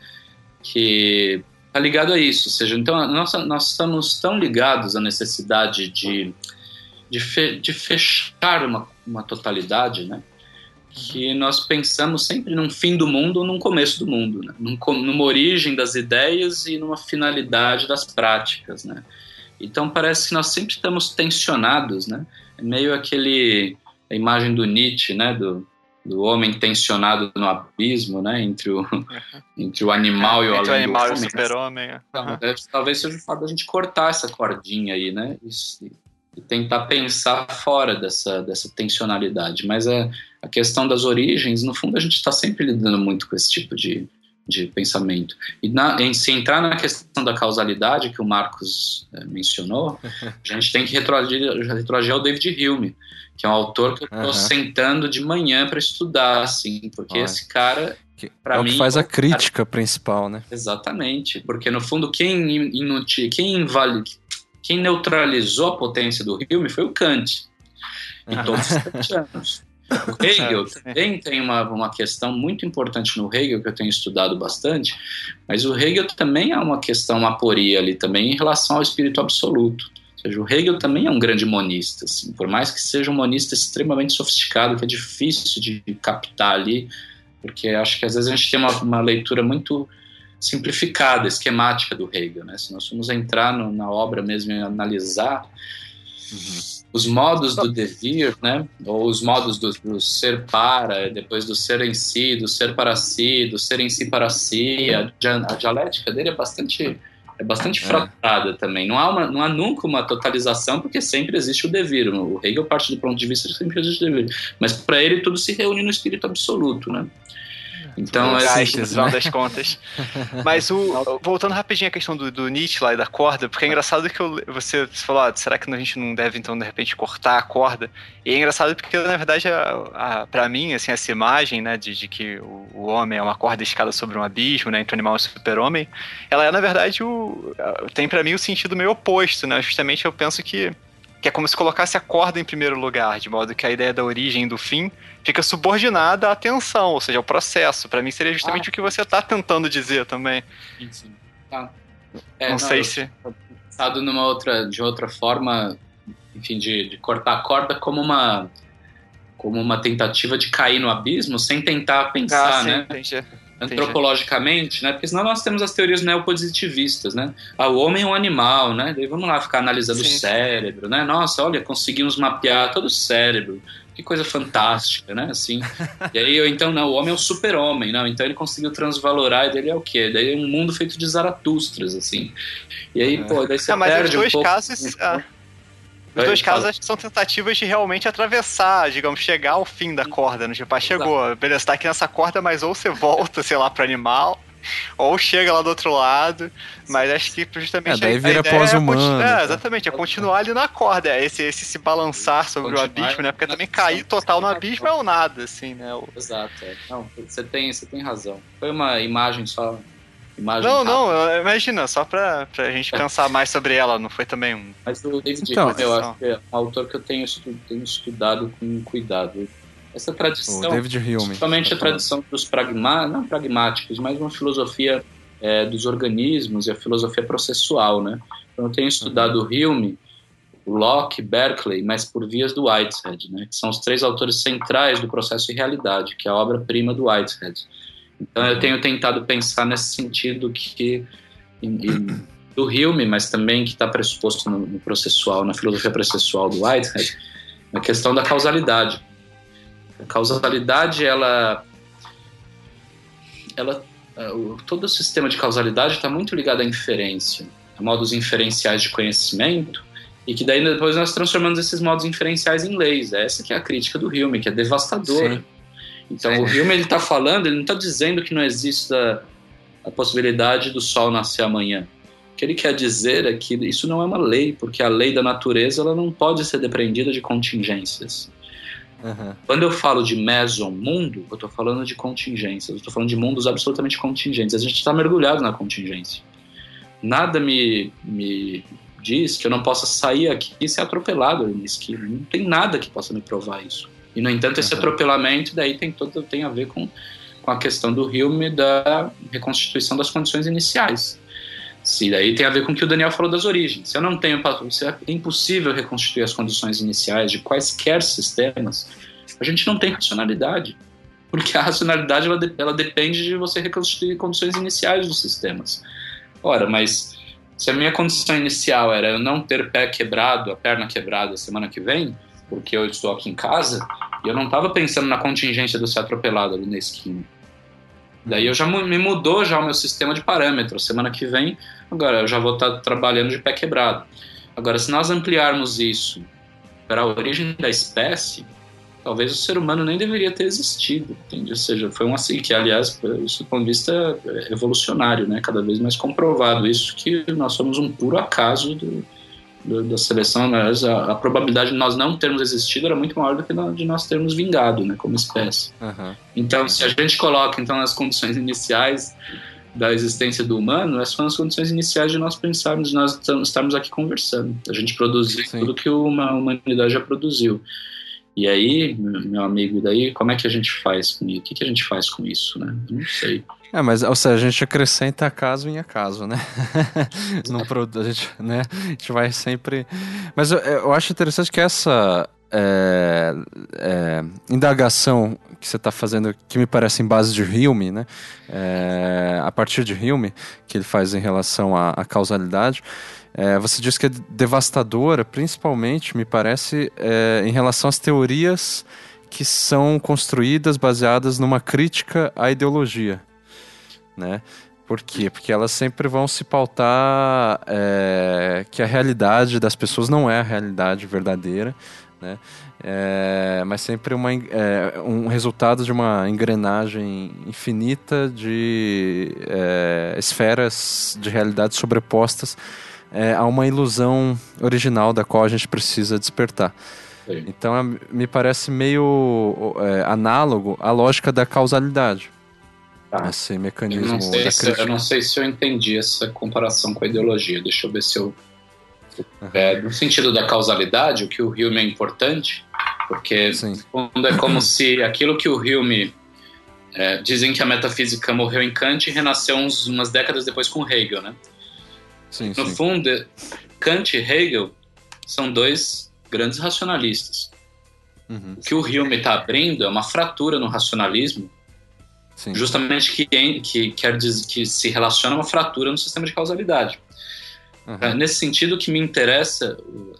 Que tá ligado a isso, ou seja, então nós, nós estamos tão ligados à necessidade de De, fe, de fechar uma, uma totalidade, né? Que nós pensamos sempre num fim do mundo ou num começo do mundo, né? Num, numa origem das ideias e numa finalidade das práticas, né? Então parece que nós sempre estamos tensionados, né? É meio aquele a imagem do Nietzsche, né? Do, do homem tensionado no abismo, né? Entre o, uhum. entre o animal é, e o entre além o animal do e o super-homem. Então, uhum. Talvez seja o fato da gente cortar essa cordinha aí, né? Isso, e tentar pensar fora dessa, dessa tensionalidade. Mas a, a questão das origens, no fundo, a gente está sempre lidando muito com esse tipo de, de pensamento. E na, em, se entrar na questão da causalidade, que o Marcos é, mencionou, a gente tem que retroagir, retroagir ao David Hume, que é um autor que eu estou uhum. sentando de manhã para estudar, assim, porque Olha. esse cara... É o que mim, faz a crítica cara, principal, né? Exatamente, porque no fundo quem, inuti, quem invalida... Quem neutralizou a potência do Hume foi o Kant, em todos os kantianos. O Hegel também tem uma, uma questão muito importante no Hegel, que eu tenho estudado bastante, mas o Hegel também há uma questão, uma aporia ali também em relação ao espírito absoluto. Ou seja, o Hegel também é um grande monista, assim, por mais que seja um monista extremamente sofisticado, que é difícil de captar ali, porque acho que às vezes a gente tem uma, uma leitura muito simplificada, esquemática do Hegel, né? Se nós formos entrar no, na obra mesmo e analisar uhum. os modos do devir, né? Ou os modos do, do ser para, depois do ser em si, do ser para si, do ser em si para si, a, a dialética dele é bastante, é bastante é. fratada também. Não há, uma, não há nunca uma totalização, porque sempre existe o devir. O Hegel parte do ponto de vista de que sempre existe o devir. Mas para ele tudo se reúne no espírito absoluto, né? Então, é assim, no final das contas. Mas o, voltando rapidinho à questão do, do Nietzsche lá e da corda, porque é engraçado que eu, você, você falou, ah, será que a gente não deve, então, de repente, cortar a corda? E é engraçado porque, na verdade, a, a, pra mim, assim, essa imagem, né, de, de que o, o homem é uma corda escada sobre um abismo, né, entre o animal e o super-homem, ela é, na verdade, o, tem pra mim o sentido meio oposto, né? Justamente eu penso que que é como se colocasse a corda em primeiro lugar, de modo que a ideia da origem e do fim fica subordinada à atenção, ou seja, ao processo. Para mim seria justamente ah, o que você está tentando dizer também. Sim, sim. Ah, é, não, não sei eu, se... Pensado numa outra, de outra forma, enfim, de, de cortar a corda como uma, como uma tentativa de cair no abismo sem tentar pensar, ah, sim, né? Entendi. Antropologicamente, né? Porque senão nós temos as teorias neopositivistas, né? Ah, o homem é um animal, né? Daí vamos lá ficar analisando Sim. o cérebro, né? Nossa, olha, conseguimos mapear todo o cérebro. Que coisa fantástica, né? Assim. E aí, eu, então, não, o homem é o super-homem, não? Então ele conseguiu transvalorar e dele é o quê? Daí é um mundo feito de Zaratustras, assim. E aí, é. pô, daí você ah, mas perde os dois um pouco... casos... Ah. Os dois casos acho que são tentativas de realmente atravessar, digamos, chegar ao fim da corda, né? Tipo, ah, chegou, beleza, tá aqui nessa corda, mas ou você volta, sei lá, pro animal, ou chega lá do outro lado, mas acho que justamente é, daí a, vira a ideia pós-humano, é, é, exatamente, é continuar ali na corda, é esse, esse se balançar sobre continuar o abismo, né? Porque também cair total no abismo é o nada, assim, né? O... Exato, é. Não, você tem, você tem razão. Foi uma imagem só... Imagem não, não, imagina, só pra, pra gente pensar mais sobre ela, não foi também um... Mas o David então, Hume, eu acho que é um autor que eu tenho, estu, tenho estudado com cuidado. Essa tradição, o David Hume, principalmente a tradição dos pragmáticos, não pragmáticos, mas uma filosofia é, dos organismos e a filosofia processual, né? Então eu tenho estudado uhum. o Hume, o Locke, Berkeley, mas por vias do Whitehead, né? Que são os três autores centrais do processo e realidade, que é a obra-prima do Whitehead. Então eu tenho tentado pensar nesse sentido que em, em, do Hume, mas também que está pressuposto no, no processual, na filosofia processual do Whitehead, na questão da causalidade. A causalidade, ela, ela, todo o sistema de causalidade está muito ligado à inferência, a modos inferenciais de conhecimento, e que daí depois nós transformamos esses modos inferenciais em leis. Essa que é a crítica do Hume, que é devastadora. Sim. Então, Sim. o Hume ele está falando, ele não está dizendo que não existe a, a possibilidade do sol nascer amanhã. O que ele quer dizer é que isso não é uma lei, porque a lei da natureza ela não pode ser depreendida de contingências. Uhum. Quando eu falo de meson, mundo, eu estou falando de contingências, eu estou falando de mundos absolutamente contingentes. A gente está mergulhado na contingência. Nada me, me diz que eu não possa sair aqui e ser atropelado na esquina. Não tem nada que possa me provar isso. E, no entanto, esse uhum. atropelamento daí tem, todo, tem a ver com, com a questão do Hume da reconstituição das condições iniciais. Se daí tem a ver com o que o Daniel falou das origens. Se eu não tenho, se é impossível reconstituir as condições iniciais de quaisquer sistemas, a gente não tem racionalidade. Porque a racionalidade ela, ela depende de você reconstituir condições iniciais dos sistemas. Ora, mas se a minha condição inicial era eu não ter pé quebrado, a perna quebrada semana que vem, porque eu estou aqui em casa, e eu não estava pensando na contingência de eu ser atropelado ali na esquina. Daí eu já me mudou já o meu sistema de parâmetros. Semana que vem, agora eu já vou estar trabalhando de pé quebrado. Agora, se nós ampliarmos isso para a origem da espécie, talvez o ser humano nem deveria ter existido, entende? Ou seja, foi um assim, que aliás, isso do ponto de vista evolucionário, né? Cada vez mais comprovado isso, que nós somos um puro acaso do da seleção, mas a, a probabilidade de nós não termos existido era muito maior do que de nós termos vingado, né, como espécie. Uhum. Então, se a gente coloca então as condições iniciais da existência do humano, essas são as condições iniciais de nós pensarmos, de nós estarmos aqui conversando, a gente produzir Sim. tudo que uma humanidade já produziu. E aí, meu amigo, e daí como é que a gente faz com isso? O que, que a gente faz com isso, né? Eu não sei. É, mas, ou seja, a gente acrescenta acaso em acaso, né? Não, a gente, né? A gente vai sempre... Mas eu, eu acho interessante que essa é, é, indagação que você está fazendo, que me parece em base de Hume, né? É, a partir de Hume, que ele faz em relação à, à causalidade, é, você diz que é devastadora, principalmente, me parece, é, em relação às teorias que são construídas baseadas numa crítica à ideologia. Né? Por quê? Porque elas sempre vão se pautar é, que a realidade das pessoas não é a realidade verdadeira, né? É, mas sempre uma, é, um resultado de uma engrenagem infinita de é, esferas de realidade sobrepostas é, a uma ilusão original da qual a gente precisa despertar. Sim. Então é, me parece meio é, análogo à lógica da causalidade. Tá. Esse mecanismo eu não, sei da se, eu não sei se eu entendi essa comparação com a ideologia. Deixa eu ver se eu... Uhum. É, no sentido da causalidade, o que o Hume é importante, porque quando é como se aquilo que o Hume... É, dizem que a metafísica morreu em Kant e renasceu uns, umas décadas depois com Hegel, né? Sim, no sim. fundo, Kant e Hegel são dois grandes racionalistas. Uhum. O que o Hume está abrindo é uma fratura no racionalismo. Sim. Justamente que, que quer dizer que se relaciona a uma fratura no sistema de causalidade. Uhum. Nesse sentido, o que me interessa,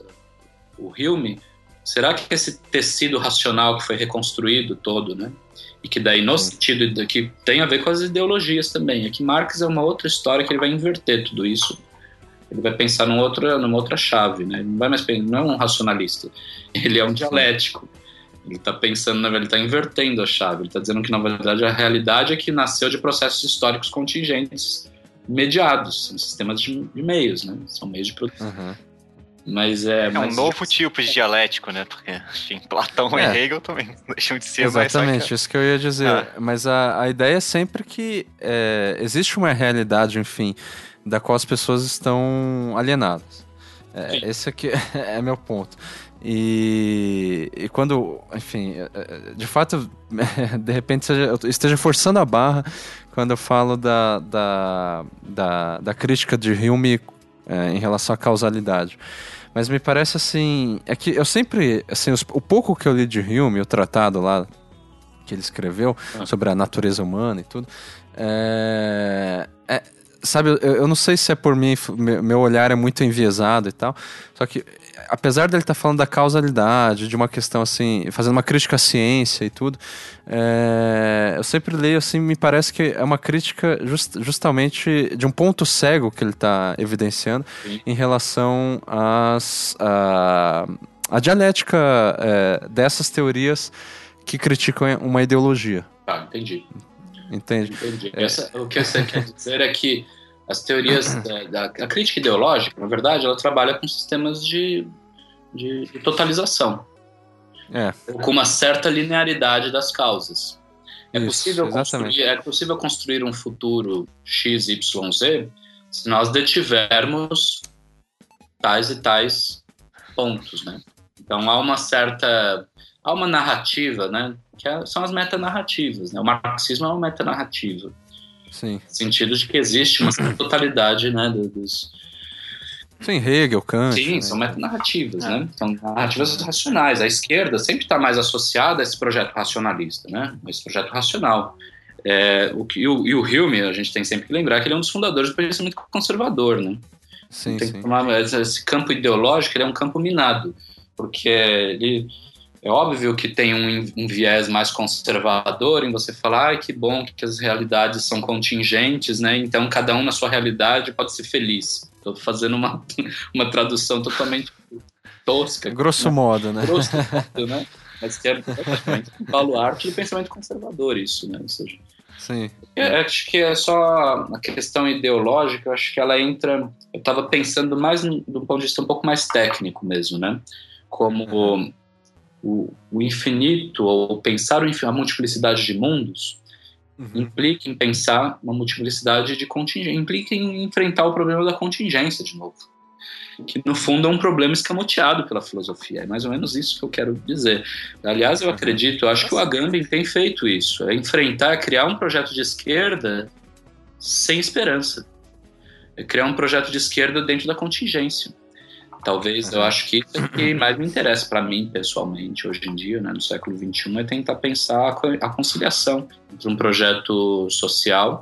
o, o Hume, será que esse tecido racional que foi reconstruído todo, né, e que daí no Sim. sentido de, que tem a ver com as ideologias também, é que Marx é uma outra história que ele vai inverter tudo isso. Ele vai pensar num outro, numa outra chave, né? Ele não vai mais pensar, não é um racionalista, ele é um dialético. Ele está pensando, ele está invertendo a chave. Ele está dizendo que, na verdade, a realidade é que nasceu de processos históricos contingentes mediados. São sistemas de, de meios, né? São meios de produção. Uhum. Mas é... É mas um novo tipo de dialético, né? Porque, enfim, Platão é. e Hegel também deixam de ser Exatamente, mais... Exatamente, isso que eu ia dizer. Ah. Mas a, a ideia é sempre que é, existe uma realidade, enfim, da qual as pessoas estão alienadas. É, esse aqui é meu ponto. E, e quando, enfim, de fato, de repente seja, eu esteja forçando a barra quando eu falo da, da, da, da crítica de Hume é, em relação à causalidade. Mas me parece assim, é que eu sempre, assim, os, o pouco que eu li de Hume, o tratado lá que ele escreveu sobre a natureza humana e tudo, é, é, sabe, eu, eu não sei se é por mim, meu olhar é muito enviesado e tal, só que apesar dele estar tá falando da causalidade, de uma questão assim, fazendo uma crítica à ciência e tudo, é, eu sempre leio assim, me parece que é uma crítica just, justamente de um ponto cego que ele está evidenciando. Sim. Em relação às, à, à dialética é, dessas teorias que criticam uma ideologia. Ah, entendi. Entende? Entendi. É. Essa, o que você quer dizer é que as teorias da, da a crítica ideológica, na verdade, ela trabalha com sistemas de, de, de totalização. É. Com uma certa linearidade das causas. É, Isso, possível construir, é possível construir um futuro X, Y, Z se nós detivermos tais e tais pontos, né? Então há uma certa... Há uma narrativa, né? Que é, são as metanarrativas, né? O marxismo é uma metanarrativa. Sim. No sentido de que existe uma totalidade, né, dos... Sim, Hegel, Kant. Sim, né? são metanarrativas, é. né? São narrativas racionais. A esquerda sempre está mais associada a esse projeto racionalista, né? A esse projeto racional. É, o, e, o, e o Hume, a gente tem sempre que lembrar que ele é um dos fundadores do pensamento conservador, né? Sim, tem sim. Tomar, esse campo ideológico ele é um campo minado, porque ele... É óbvio que tem um, um viés mais conservador em você falar, ai, que bom que as realidades são contingentes, né? Então cada um na sua realidade pode ser feliz. Estou fazendo uma, uma tradução totalmente tosca. Grosso né? modo, né? Grosso modo, né? Mas que é praticamente um baluarte do pensamento conservador isso, né? Ou seja, sim. É, acho que é só a questão ideológica, eu acho que ela entra... Eu estava pensando mais do ponto de vista um pouco mais técnico mesmo, né? Como... Uhum. O, o infinito, ou pensar a multiplicidade de mundos, uhum. implica em pensar uma multiplicidade de contingência, implica em enfrentar o problema da contingência de novo. que no fundo é um problema escamoteado pela filosofia. É mais ou menos isso que eu quero dizer. Aliás, eu acredito, eu acho que o Agamben tem feito isso, é enfrentar, criar um projeto de esquerda sem esperança. É criar um projeto de esquerda dentro da contingência. Talvez, eu acho que isso é o que mais me interessa para mim, pessoalmente, hoje em dia, né, no século vinte e um, é tentar pensar a conciliação entre um projeto social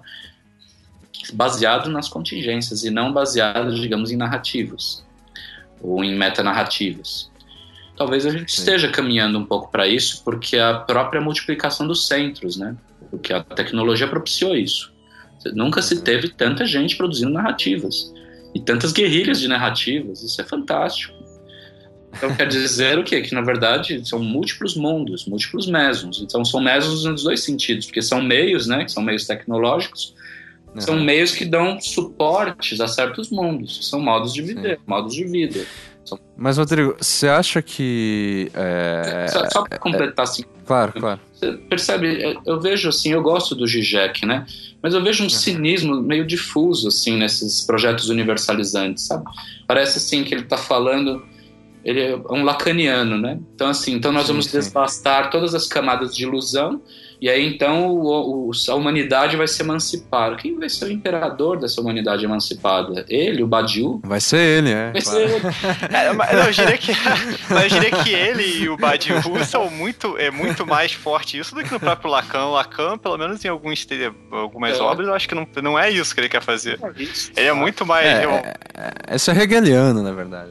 baseado nas contingências e não baseado, digamos, em narrativas ou em metanarrativas. Talvez a gente Sim. esteja caminhando um pouco para isso, porque a própria multiplicação dos centros, né, porque a tecnologia propiciou isso. Nunca se teve tanta gente produzindo narrativas e tantas guerrilhas de narrativas, isso é fantástico. Então quer dizer o quê? Que na verdade são múltiplos mundos, múltiplos mesons. Então são mesons nos dois sentidos, porque são meios, né, que são meios tecnológicos, uhum. são meios que dão suportes a certos mundos, são modos de viver, Sim. modos de vida. São... Mas Rodrigo, você acha que... É... Só, só para completar assim... Claro, claro. Você percebe, eu vejo assim, eu gosto do Zizek, né? Mas eu vejo um uhum. cinismo meio difuso, assim, nesses projetos universalizantes, sabe? Parece, assim, que ele está falando... Ele é um lacaniano, né? Então, assim, então nós sim, vamos sim. desbastar todas as camadas de ilusão e aí, então, o, o, a humanidade vai se emancipar. Quem vai ser o imperador dessa humanidade emancipada? Ele, o Badiou? Vai ser ele, é. Vai claro. ser ele. É, mas, não, eu, diria que, mas eu diria que ele e o Badiou são muito, é muito mais forte isso do que no próprio Lacan. O Lacan, pelo menos em alguns, algumas é. obras, eu acho que não, não é isso que ele quer fazer. É isso, ele é muito mais... É, eu... é, esse é hegeliano, na verdade.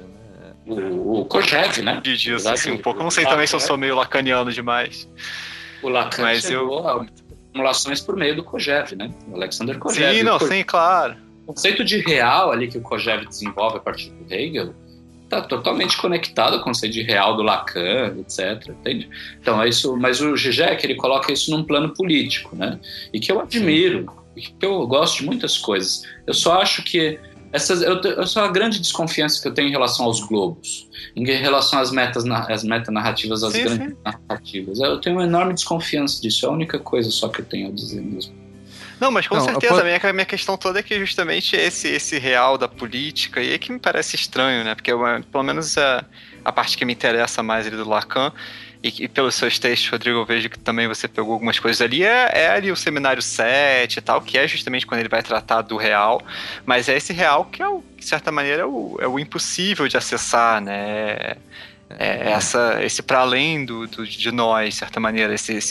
O, o Kojève, né? Disso, assim, um pouco. Eu não sei também se eu sou meio lacaniano demais. O Lacan mas chegou eu... a formulações por meio do Kojève, né? O Alexander Kojève. Sim, não, o sim, claro. O conceito de real ali que o Kojève desenvolve a partir do Hegel está totalmente conectado ao conceito de real do Lacan, etcétera. Entende? Então, é isso. Mas o Zizek, ele coloca isso num plano político, né? E que eu admiro, e que eu gosto de muitas coisas. Eu só acho que Essas, eu, eu sou a grande desconfiança que eu tenho em relação aos globos, em relação às metas, às metanarrativas, às sim, grandes sim. narrativas. Eu tenho uma enorme desconfiança disso, é a única coisa só que eu tenho a dizer mesmo. Não, mas com Não, certeza, posso... a, minha, a minha questão toda é que justamente esse, esse real da política, e é que me parece estranho, né? Porque eu, pelo menos a, a parte que me interessa mais ali do Lacan, e, e pelos seus textos, Rodrigo, eu vejo que também você pegou algumas coisas ali, é, é ali o Seminário sete e tal, que é justamente quando ele vai tratar do real, mas é esse real que, é o, de certa maneira, é o, é o impossível de acessar, né? É essa, esse para além do, do, de nós, de certa maneira, esse, esse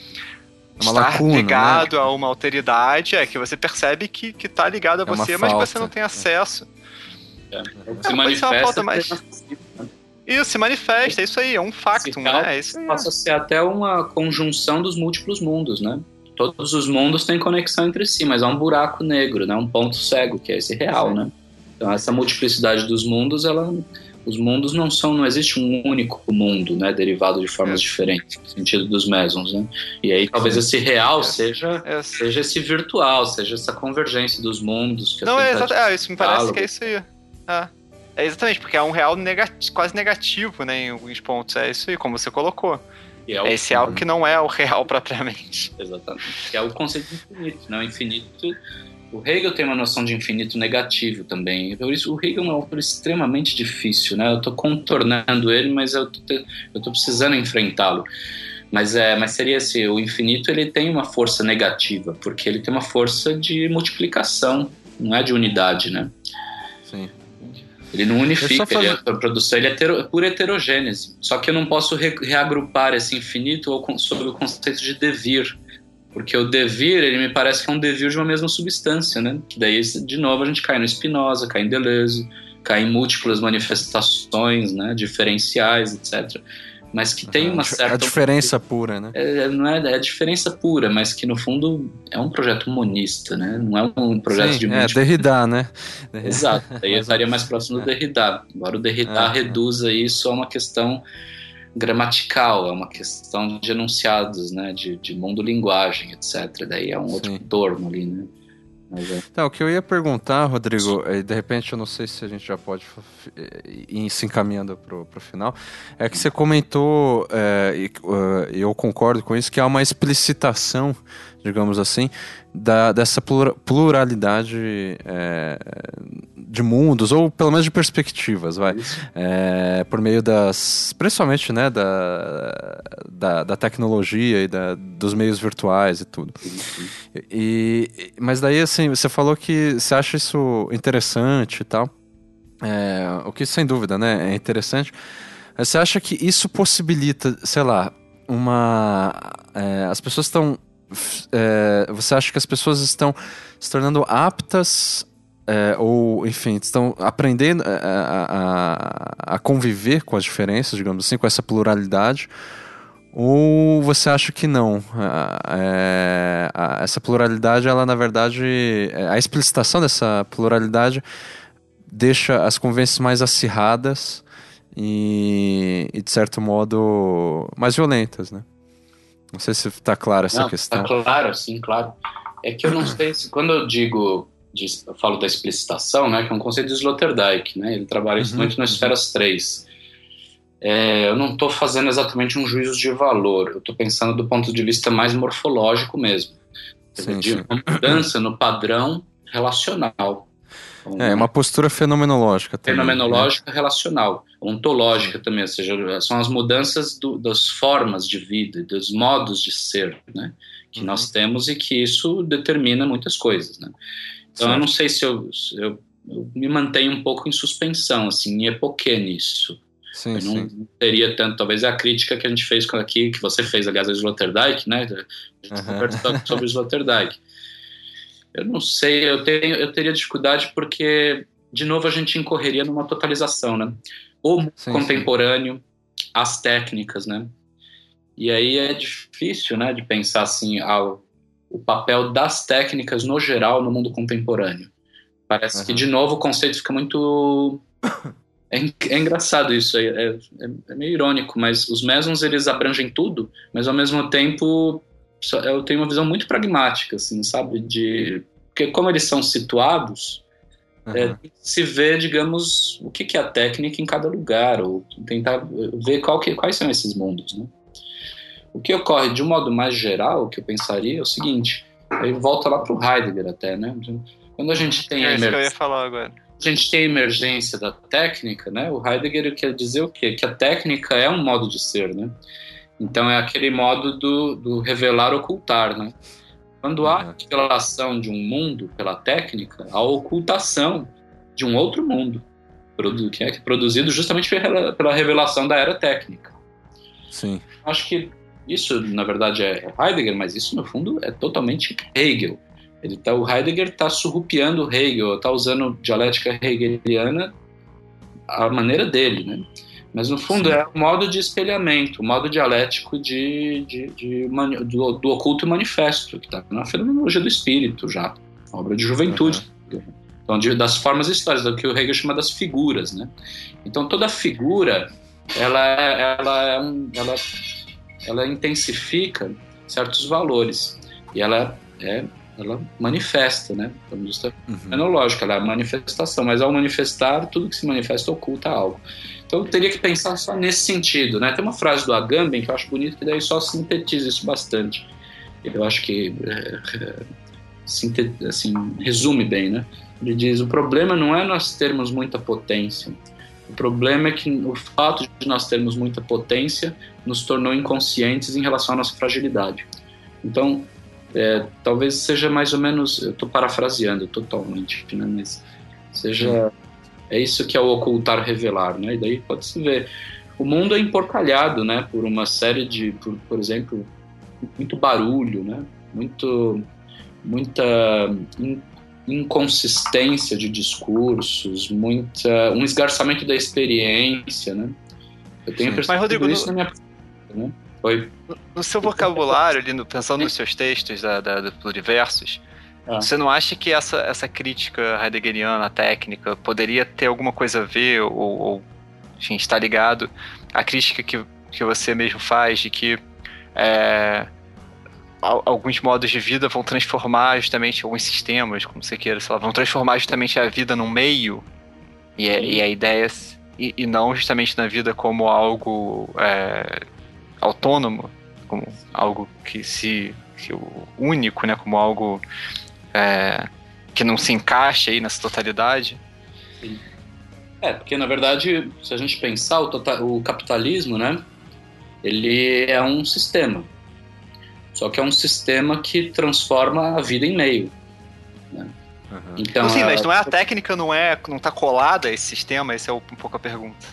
uma estar lacuna, ligado né? a uma alteridade, é que você percebe que, que tá ligado a é você, mas que você não tem acesso. É. Se é, manifesta, é uma falta mais... Isso, se manifesta, é isso aí, é um factum, né? É isso aí. Passa a ser até uma conjunção dos múltiplos mundos, né? Todos os mundos têm conexão entre si, mas há um buraco negro, né? Um ponto cego, que é esse real, né? Então essa multiplicidade dos mundos, ela... Os mundos não são, não existe um único mundo, né, derivado de formas é. diferentes, no sentido dos mesons, né? E aí talvez esse real é. seja, é. seja esse virtual, seja essa convergência dos mundos. Que não, é exatamente, é, isso me parece que é isso aí. É, é exatamente, porque é um real negati- quase negativo, né, em alguns pontos, é isso aí, como você colocou. E é, o... é esse algo que não é o real propriamente. Exatamente, que é o conceito de infinito, né, o infinito... O Hegel tem uma noção de infinito negativo também. Por isso, o Hegel é um autor extremamente difícil, né? Eu estou contornando ele, mas eu estou precisando enfrentá-lo. Mas, é, mas seria assim, o infinito ele tem uma força negativa, porque ele tem uma força de multiplicação, não é de unidade, né? Sim. Ele não unifica, fazer... ele é, a produção ele é hetero, pura heterogênese. Só que eu não posso re, reagrupar esse infinito sob o conceito de devir. Porque o devir, ele me parece que é um devir de uma mesma substância, né? Que daí, de novo, a gente cai no Spinoza, cai em Deleuze, cai em múltiplas manifestações, né? Diferenciais, etcétera. Mas que tem uma certa... A diferença pura, né? É, não é, é a diferença pura, mas que, no fundo, é um projeto monista, né? Não é um projeto Sim, de... é, Derrida, né? Exato. Aí eu estaria mais próximo do Derrida. Agora o Derrida é, reduza é. isso a uma questão... gramatical, é uma questão de enunciados, né, de, de mundo-linguagem, etcétera. Daí é um outro Sim. torno ali, né. Mas é... Então, o que eu ia perguntar, Rodrigo, e de repente eu não sei se a gente já pode ir se encaminhando pro, pro final, é que você comentou, é, e uh, eu concordo com isso, que há uma explicitação, digamos assim, da, dessa pluralidade é, de mundos, ou pelo menos de perspectivas, vai. É, por meio das... principalmente, né, da, da, da tecnologia e da, dos meios virtuais e tudo. E, mas daí, assim, você falou que você acha isso interessante e tal. É, o que, sem dúvida, né, é interessante. Você acha que isso possibilita, sei lá, uma... É, as pessoas estão... É, você acha que as pessoas estão se tornando aptas, é, ou, enfim, estão aprendendo a, a, a conviver com as diferenças, digamos assim, com essa pluralidade? Ou você acha que não? É, a, essa pluralidade, ela, na verdade, a explicitação dessa pluralidade deixa as convivências mais acirradas e, e, de certo modo, mais violentas, né? Não sei se está clara essa não, questão. Está claro, sim, claro. É que eu não sei se... Quando eu digo... De, eu falo da explicitação, né? Que é um conceito de Sloterdijk, né? Ele trabalha isso uhum, muito nas uhum. esferas três. É, eu não estou fazendo exatamente um juízo de valor. Eu estou pensando do ponto de vista mais morfológico mesmo. Sim, de sim. uma mudança no padrão relacional. Então, é, uma postura fenomenológica também. Fenomenológica, né? Relacional. Ontológica também, ou seja, são as mudanças do, das formas de vida, dos modos de ser, né? Que uhum. nós temos e que isso determina muitas coisas, né? Então, certo. Eu não sei se eu, se eu, eu me mantenho um pouco em suspensão, assim, em epoquê nisso. Sim, eu não sim. teria tanto, talvez a crítica que a gente fez aqui, que você fez, aliás, a Sloterdijk, né? A gente uhum. conversou sobre o Sloterdijk. Eu não sei, eu, tenho, eu teria dificuldade porque, de novo, a gente incorreria numa totalização, né? O sim, contemporâneo, sim. As técnicas, né? E aí é difícil, né, de pensar assim, ao, o papel das técnicas no geral no mundo contemporâneo. Parece uhum. que, de novo, o conceito fica muito... É, é engraçado isso, é, é, é meio irônico, mas os mesons, eles abrangem tudo, mas ao mesmo tempo... eu tenho uma visão muito pragmática, assim, sabe? De, porque como eles são situados, uhum. é, se vê, digamos, o que, que é a técnica em cada lugar, ou tentar ver qual que, quais são esses mundos, né? O que ocorre, de um modo mais geral, o que eu pensaria é o seguinte, aí volta lá para o Heidegger até, né? Quando a gente tem é a isso que eu ia falar agora. A gente tem a emergência da técnica, né? O Heidegger quer dizer o quê? Que a técnica é um modo de ser, né? Então é aquele modo do, do revelar, ocultar, né? Quando há a revelação de um mundo pela técnica, há a ocultação de um outro mundo, que é produzido justamente pela revelação da era técnica. Sim. Acho que isso, na verdade, é Heidegger, mas isso, no fundo, é totalmente Hegel. Ele tá, o Heidegger está surrupiando Hegel, está usando dialética hegeliana à maneira dele, né? Mas, no fundo, sim. É um modo de espelhamento, um modo dialético de, de, de, de do, do oculto e manifesto, que está na fenomenologia do espírito já, obra de juventude. Uhum. Então, de, das formas históricas, do que o Hegel chama das figuras, né? Então, toda figura, ela, ela, é um, ela, ela intensifica certos valores, e ela, é, ela manifesta, né? Então, isso é uhum. fenomenológico, ela é a manifestação, mas ao manifestar, tudo que se manifesta oculta algo. Então eu teria que pensar só nesse sentido, né? Tem uma frase do Agamben que eu acho bonito, que daí só sintetiza isso bastante. Eu acho que é, é, sintet, assim, resume bem, né? Ele diz, o problema não é nós termos muita potência. O problema é que o fato de nós termos muita potência nos tornou inconscientes em relação à nossa fragilidade. Então, é, talvez seja mais ou menos... Eu estou parafraseando totalmente, né? Mas seja... É isso que é o ocultar, revelar, né? E daí pode-se ver. O mundo é emporcalhado, né? Por uma série de, por, por exemplo, muito barulho, né? Muito, muita in, inconsistência de discursos, muita, um esgarçamento da experiência, né? Eu tenho percebido Mas, Rodrigo, isso no, na minha... Né? Oi. No, no seu vocabulário, ali, no, pensando nos seus textos da, da, do Pluriversos, Ah. você não acha que essa, essa crítica heideggeriana, técnica, poderia ter alguma coisa a ver, ou, ou enfim, estar ligado à crítica que, que você mesmo faz, de que é, alguns modos de vida vão transformar justamente alguns sistemas, como você queira, sei lá, vão transformar justamente a vida num meio, e, é, e a ideia, e, e não justamente na vida como algo é, autônomo, como algo que se que o único, né, como algo É, que não se encaixa aí nessa totalidade. Sim. É, porque na verdade, se a gente pensar, o, total, o capitalismo, né, ele é um sistema. Só que é um sistema que transforma a vida em meio. Né? Uhum. Então, sim, a... mas não é a técnica, não é, não está colada a esse sistema? Essa é um pouco a pergunta.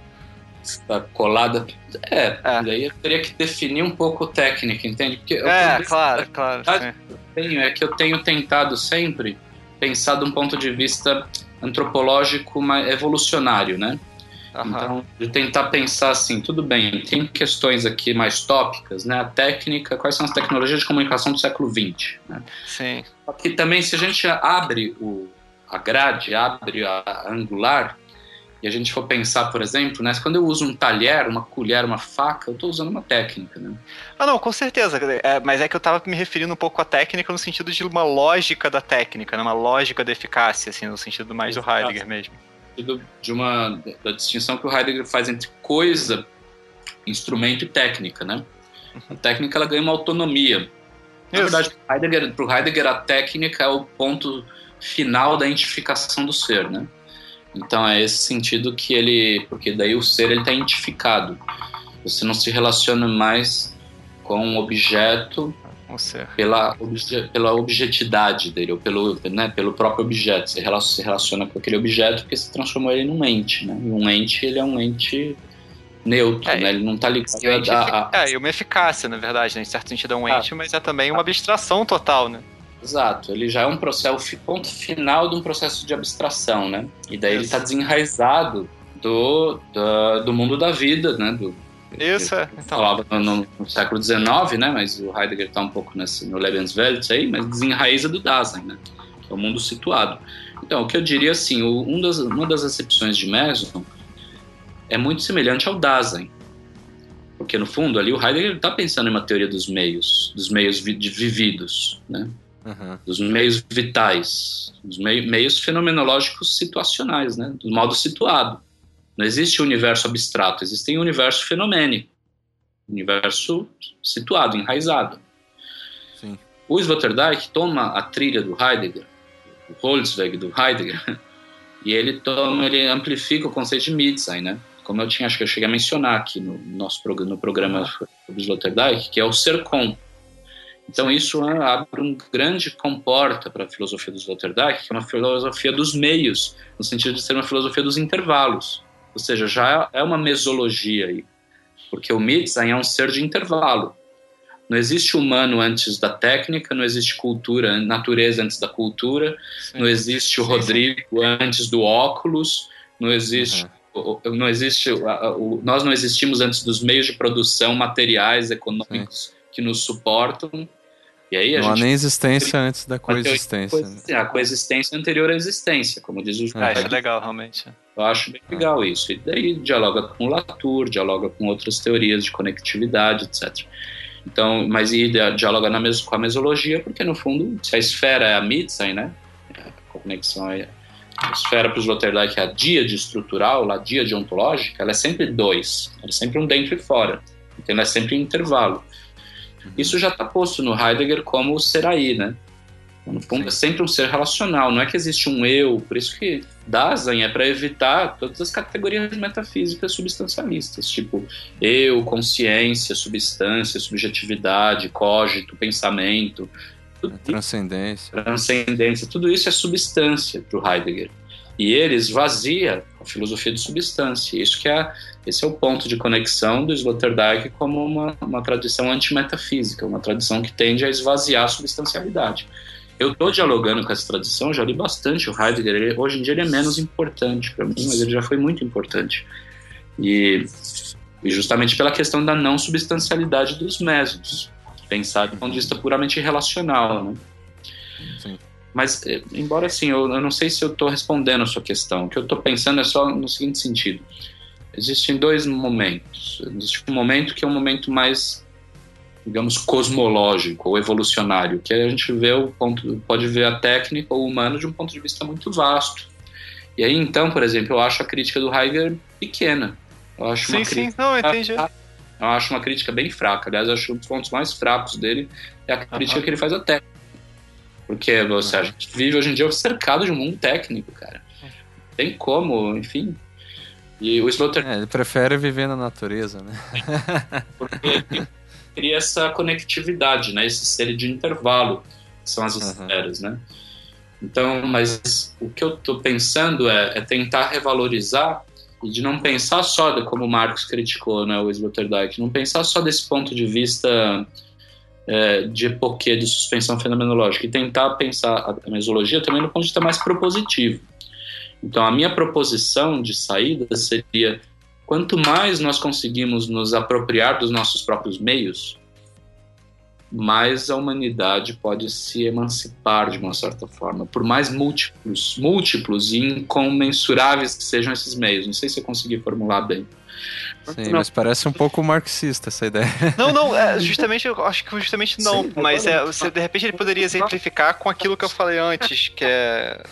Está colada... É, é, daí eu teria que definir um pouco técnica, entende? Porque é, eu, claro, claro. Que eu tenho, é que eu tenho tentado sempre pensar de um ponto de vista antropológico evolucionário, né? Uhum. Então, de tentar pensar assim, tudo bem, tem questões aqui mais tópicas, né? A técnica, quais são as tecnologias de comunicação do século vinte, né? Sim. Só que também, se a gente abre o, a grade, abre a, a angular, e a gente for pensar, por exemplo, né? Quando eu uso um talher, uma colher, uma faca, eu estou usando uma técnica, né? Ah, não, com certeza, é, mas é que eu estava me referindo um pouco à técnica no sentido de uma lógica da técnica, né? Uma lógica da eficácia, assim, no sentido mais do Heidegger mesmo. De uma, da distinção que o Heidegger faz entre coisa, instrumento e técnica, né? A técnica, ela ganha uma autonomia. Na Isso. verdade, para o Heidegger, a técnica é o ponto final da identificação do ser, né? Então é esse sentido que ele... Porque daí o ser está identificado. Você não se relaciona mais com um objeto pela, obje, pela objetividade dele, ou pelo, né, pelo próprio objeto. Você se relaciona com aquele objeto porque você transformou ele num ente, né? E um ente, ele é um ente neutro, é, né? Ele não está ligado a, a, a... É, e uma eficácia, na verdade, né? Em certo sentido é um ente, ah, mas é também uma abstração total, né? Exato, ele já é um processo, o ponto final de um processo de abstração, né? E daí Isso. ele está desenraizado do, do, do mundo da vida, né? Do, Isso, é. Então. Falava no, no século dezenove, né? Mas o Heidegger está um pouco nesse, no Lebenswelt aí, mas desenraiza do Dasein, né? Que é o mundo situado. Então, o que eu diria assim, o, um das, uma das acepções de Meson é muito semelhante ao Dasein. Porque, no fundo, ali o Heidegger está pensando em uma teoria dos meios, dos meios vi, vividos, né? Uhum. Dos meios vitais, dos mei, meios fenomenológicos situacionais, né? Do modo situado. Não existe universo abstrato, existe um universo fenomênico, universo situado, enraizado. Sim. O Sloterdijk toma a trilha do Heidegger, o Holzweg do Heidegger, e ele, toma, ele amplifica o conceito de Mitsein, né? Como eu tinha, acho que eu cheguei a mencionar aqui no nosso no programa do Sloterdijk, que é o ser com. Então isso abre um grande comporta para a filosofia do Sloterdijk, que é uma filosofia dos meios, no sentido de ser uma filosofia dos intervalos. Ou seja, já é uma mesologia aí, porque o Mitsein é um ser de intervalo. Não existe humano antes da técnica, não existe cultura, natureza antes da cultura, sim, não existe o Rodrigo sim, sim. antes do óculos, não existe... Uhum. Não existe, nós não existimos antes dos meios de produção materiais, econômicos sim. que nos suportam. E aí a não gente há nem existência antes da coexistência. Né? A coexistência anterior à existência, como diz o João. Ah, isso é legal, realmente. Eu acho bem legal isso. E daí dialoga com Latour, dialoga com outras teorias de conectividade, etcétera. Então, mas e dialoga na mes- com a mesologia, porque no fundo, se a esfera é a Mitsein, né? A conexão é a esfera para os Sloterdijk é a díade estrutural, a díade ontológica, ela é sempre dois, ela é sempre um dentro e fora. Então ela é sempre em intervalo. Isso já está posto no Heidegger como o ser aí, né? No fundo, é sempre um ser relacional, não é que existe um eu, por isso que Dasein é para evitar todas as categorias metafísicas substancialistas, tipo eu, consciência, substância, subjetividade, cogito, pensamento, tudo transcendência. Isso, transcendência, tudo isso é substância para o Heidegger. E ele esvazia a filosofia de substância. Isso que é, esse é o ponto de conexão do Sloterdijk como uma, uma tradição antimetafísica, uma tradição que tende a esvaziar a substancialidade. Eu estou dialogando com essa tradição, já li bastante o Heidegger. Ele, hoje em dia ele é menos importante para mim, mas ele já foi muito importante. E, e justamente pela questão da não substancialidade dos mesons, pensar de ponto de vista puramente relacional, né? Sim. Mas, embora assim, eu, eu não sei se eu estou respondendo a sua questão. O que eu estou pensando é só no seguinte sentido. Existem dois momentos. Existe um momento que é um momento mais, digamos, cosmológico ou evolucionário, que a gente vê o ponto, pode ver a técnica ou o humano de um ponto de vista muito vasto. E aí, então, por exemplo, eu acho a crítica do Heidegger pequena. Eu acho sim, uma sim, crítica, não, entendi. Eu acho uma crítica bem fraca. Aliás, eu acho um dos pontos mais fracos dele é a crítica uhum. que ele faz à técnica. Porque você, a gente vive hoje em dia cercado de um mundo técnico, cara. tem como, enfim. E o Sloterdijk... É, ele prefere viver na natureza, né? Porque ele cria essa conectividade, né? Esse ser de intervalo, que são as esferas, uhum. né? Então, mas o que eu estou pensando é, é tentar revalorizar e de não pensar só, de, como o Marx criticou, né, o Sloterdijk, não pensar só desse ponto de vista é, de epoquê, de suspensão fenomenológica, e tentar pensar a mesologia também no ponto de vista mais propositivo. Então, a minha proposição de saída seria, quanto mais nós conseguimos nos apropriar dos nossos próprios meios, mais a humanidade pode se emancipar de uma certa forma, por mais múltiplos, múltiplos e incomensuráveis que sejam esses meios. Não sei se eu consegui formular bem. Sim, não. Mas parece um pouco marxista essa ideia. Não, não, é, justamente, eu acho que justamente não, Sim, mas é, você, de repente ele poderia exemplificar com aquilo que eu falei antes, que é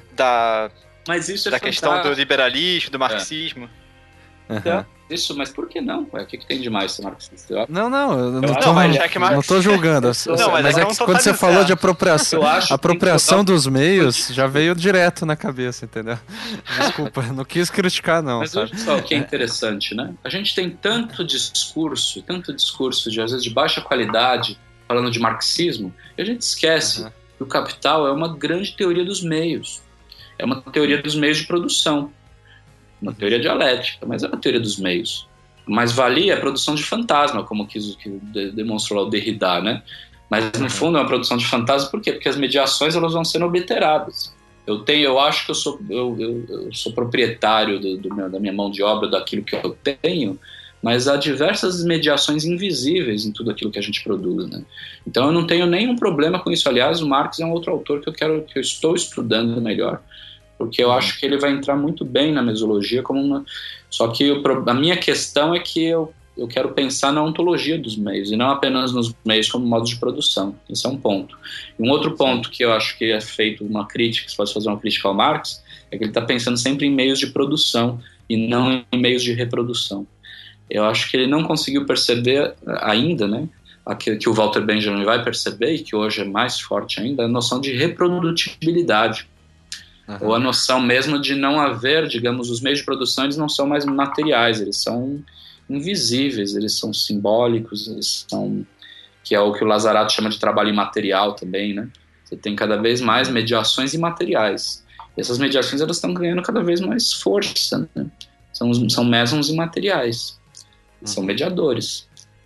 da, mas isso é da questão do liberalismo, do marxismo. É. Uhum. Isso, mas por que não? O que, que tem de mais ser marxista? Não, não, eu não, eu tô, mas é que Marx... não tô julgando. Não, mas, mas é que quando você falou de apropriação, apropriação dos meios, já veio direto na cabeça, entendeu? Desculpa, não quis criticar, não. Mas sabe? olha só o que é interessante, né? A gente tem tanto discurso, tanto discurso de, às vezes, de baixa qualidade, falando de marxismo, e a gente esquece uhum. que o Capital é uma grande teoria dos meios. É uma teoria dos meios de produção. Uma teoria dialética, mas é uma teoria dos meios. Mas valia a produção de fantasma, como quis, que demonstrou lá o Derrida, né? Mas no fundo é uma produção de fantasma, por quê? Porque as mediações elas vão sendo obliteradas. Eu tenho, eu acho que eu sou, eu, eu, eu sou proprietário do, do meu, da minha mão de obra, daquilo que eu tenho, mas há diversas mediações invisíveis em tudo aquilo que a gente produz, né? Então eu não tenho nenhum problema com isso. Aliás, o Marx é um outro autor que eu quero, que eu estou estudando melhor, porque eu acho que ele vai entrar muito bem na mesologia como uma... Só que eu, a minha questão é que eu, eu quero pensar na ontologia dos meios e não apenas nos meios como modo de produção. Isso é um ponto. E um outro ponto que eu acho que é feito uma crítica, se pode fazer uma crítica ao Marx, é que ele está pensando sempre em meios de produção e não em meios de reprodução. Eu acho que ele não conseguiu perceber ainda, né, que, que o Walter Benjamin vai perceber e que hoje é mais forte ainda, a noção de reprodutibilidade. Uhum. Ou a noção mesmo de não haver, digamos, os meios de produção, eles não são mais materiais, eles são invisíveis, eles são simbólicos, eles são, que é o que o Lazzaratto chama de trabalho imaterial também, né? Você tem cada vez mais mediações imateriais. E essas mediações elas estão ganhando cada vez mais força, né? São, são mesons imateriais, uhum. São mediadores.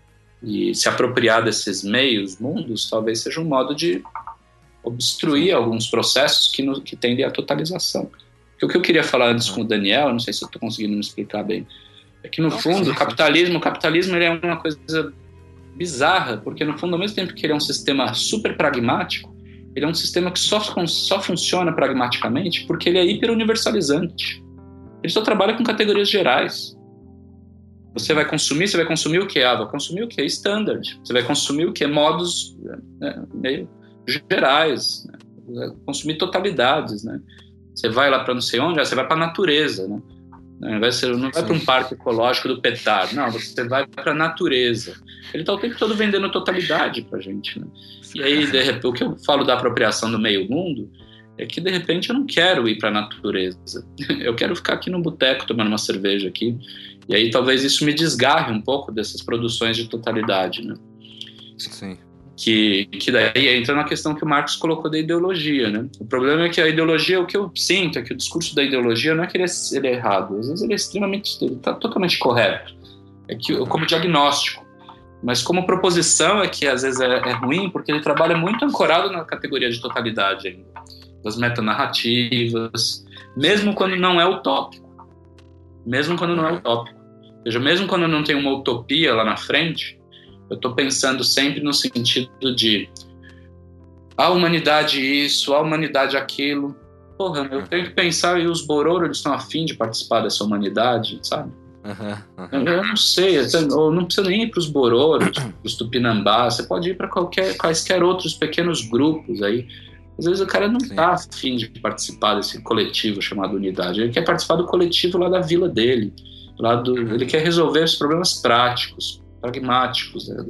E se apropriar desses meios, mundos, talvez seja um modo de obstruir alguns processos que, no, que tendem à totalização. Porque o que eu queria falar antes com o Daniel, não sei se eu estou conseguindo me explicar bem, é que no fundo o capitalismo, o capitalismo ele é uma coisa bizarra, porque no fundo ao mesmo tempo que ele é um sistema super pragmático, ele é um sistema que só, só funciona pragmaticamente porque ele é hiperuniversalizante. Ele só trabalha com categorias gerais. Você vai consumir, você vai consumir o que? Ah, vai consumir o que? Standard. Você vai consumir o que? Modos, né, meio gerais, né? Consumir totalidades, né? Você vai lá para não sei onde, você vai para a natureza, né? Não vai, ser, não vai para um parque ecológico do Petar, não, você vai para a natureza. Ele está o tempo todo vendendo totalidade para a gente, né? E aí, de repente, o que eu falo da apropriação do meio mundo é que, de repente, eu não quero ir para a natureza. Eu quero ficar aqui no boteco tomando uma cerveja aqui. E aí, talvez isso me desgarre um pouco dessas produções de totalidade, né? Sim. Que, que daí entra na questão que o Marx colocou da ideologia, né? O problema é que a ideologia, o que eu sinto é que o discurso da ideologia não é que ele é, ele é errado, às vezes ele é extremamente, ele está totalmente correto, é que como diagnóstico, mas como proposição é que às vezes é, é ruim, porque ele trabalha muito ancorado na categoria de totalidade ainda, das metanarrativas, mesmo quando não é utópico, mesmo quando não é utópico, ou seja, mesmo quando não tem uma utopia lá na frente, eu estou pensando sempre no sentido de a humanidade isso, a humanidade aquilo. Porra, eu tenho que pensar, e os Bororo, eles estão afim de participar dessa humanidade, sabe? Uhum, uhum. Eu, eu não sei, eu não precisa nem ir para os Bororos, para os Tupinambás, você pode ir para qualquer, quaisquer outros pequenos grupos aí. Às vezes o cara não está afim de participar desse coletivo chamado unidade, ele quer participar do coletivo lá da vila dele, lá do, ele quer resolver os problemas práticos, pragmáticos, né?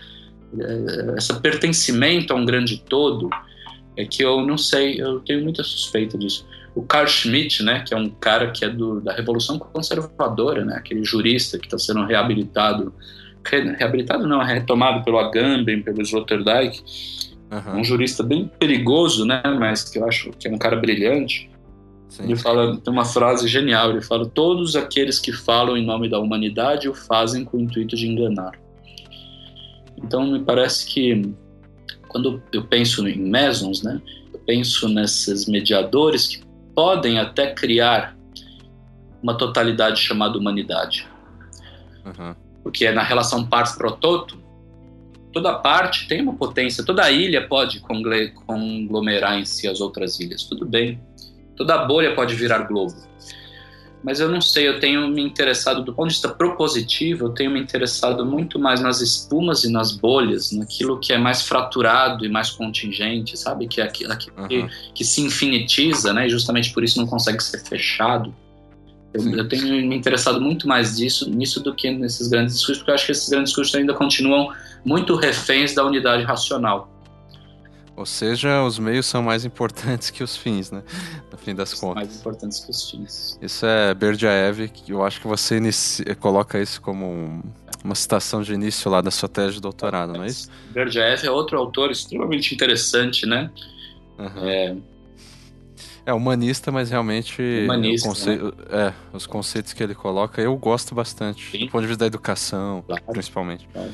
Esse pertencimento a um grande todo é que eu não sei, eu tenho muita suspeita disso. o Carl Schmitt, né, que é um cara que é do, da Revolução Conservadora, né, aquele jurista que está sendo reabilitado, reabilitado não, é retomado pelo Agamben, pelo Sloterdijk, uhum. Um jurista bem perigoso, né, mas que eu acho que é um cara brilhante. Sim. Ele fala, tem uma frase genial, ele fala: todos aqueles que falam em nome da humanidade o fazem com o intuito de enganar. Então me parece que quando eu penso em mesons, né, eu penso nesses mediadores que podem até criar uma totalidade chamada humanidade. Uhum. Porque é na relação pars pro toto, toda parte tem uma potência, toda ilha pode conglomerar em si as outras ilhas, tudo bem. Toda bolha pode virar globo. Mas eu não sei, eu tenho me interessado, do ponto de vista propositivo, eu tenho me interessado muito mais nas espumas e nas bolhas, naquilo que é mais fraturado e mais contingente, sabe? Que é aquilo, aquilo uhum. que, que se infinitiza, né? E justamente por isso não consegue ser fechado. Eu, eu tenho me interessado muito mais disso, nisso do que nesses grandes discursos, porque eu acho que esses grandes discursos ainda continuam muito reféns da unidade racional. Ou seja, os meios são mais importantes que os fins, né? No fim das Os contas. Mais importantes que os fins. Isso é Berdyaev, que eu acho que você inicia, coloca isso como um, uma citação de início lá da sua tese de doutorado, não é isso? Berdyaev é outro autor extremamente interessante, né? Uhum. É... é humanista, mas realmente humanista, o conce... né? é, os conceitos que ele coloca eu gosto bastante. Sim. Do ponto de vista da educação, claro. Principalmente. Claro.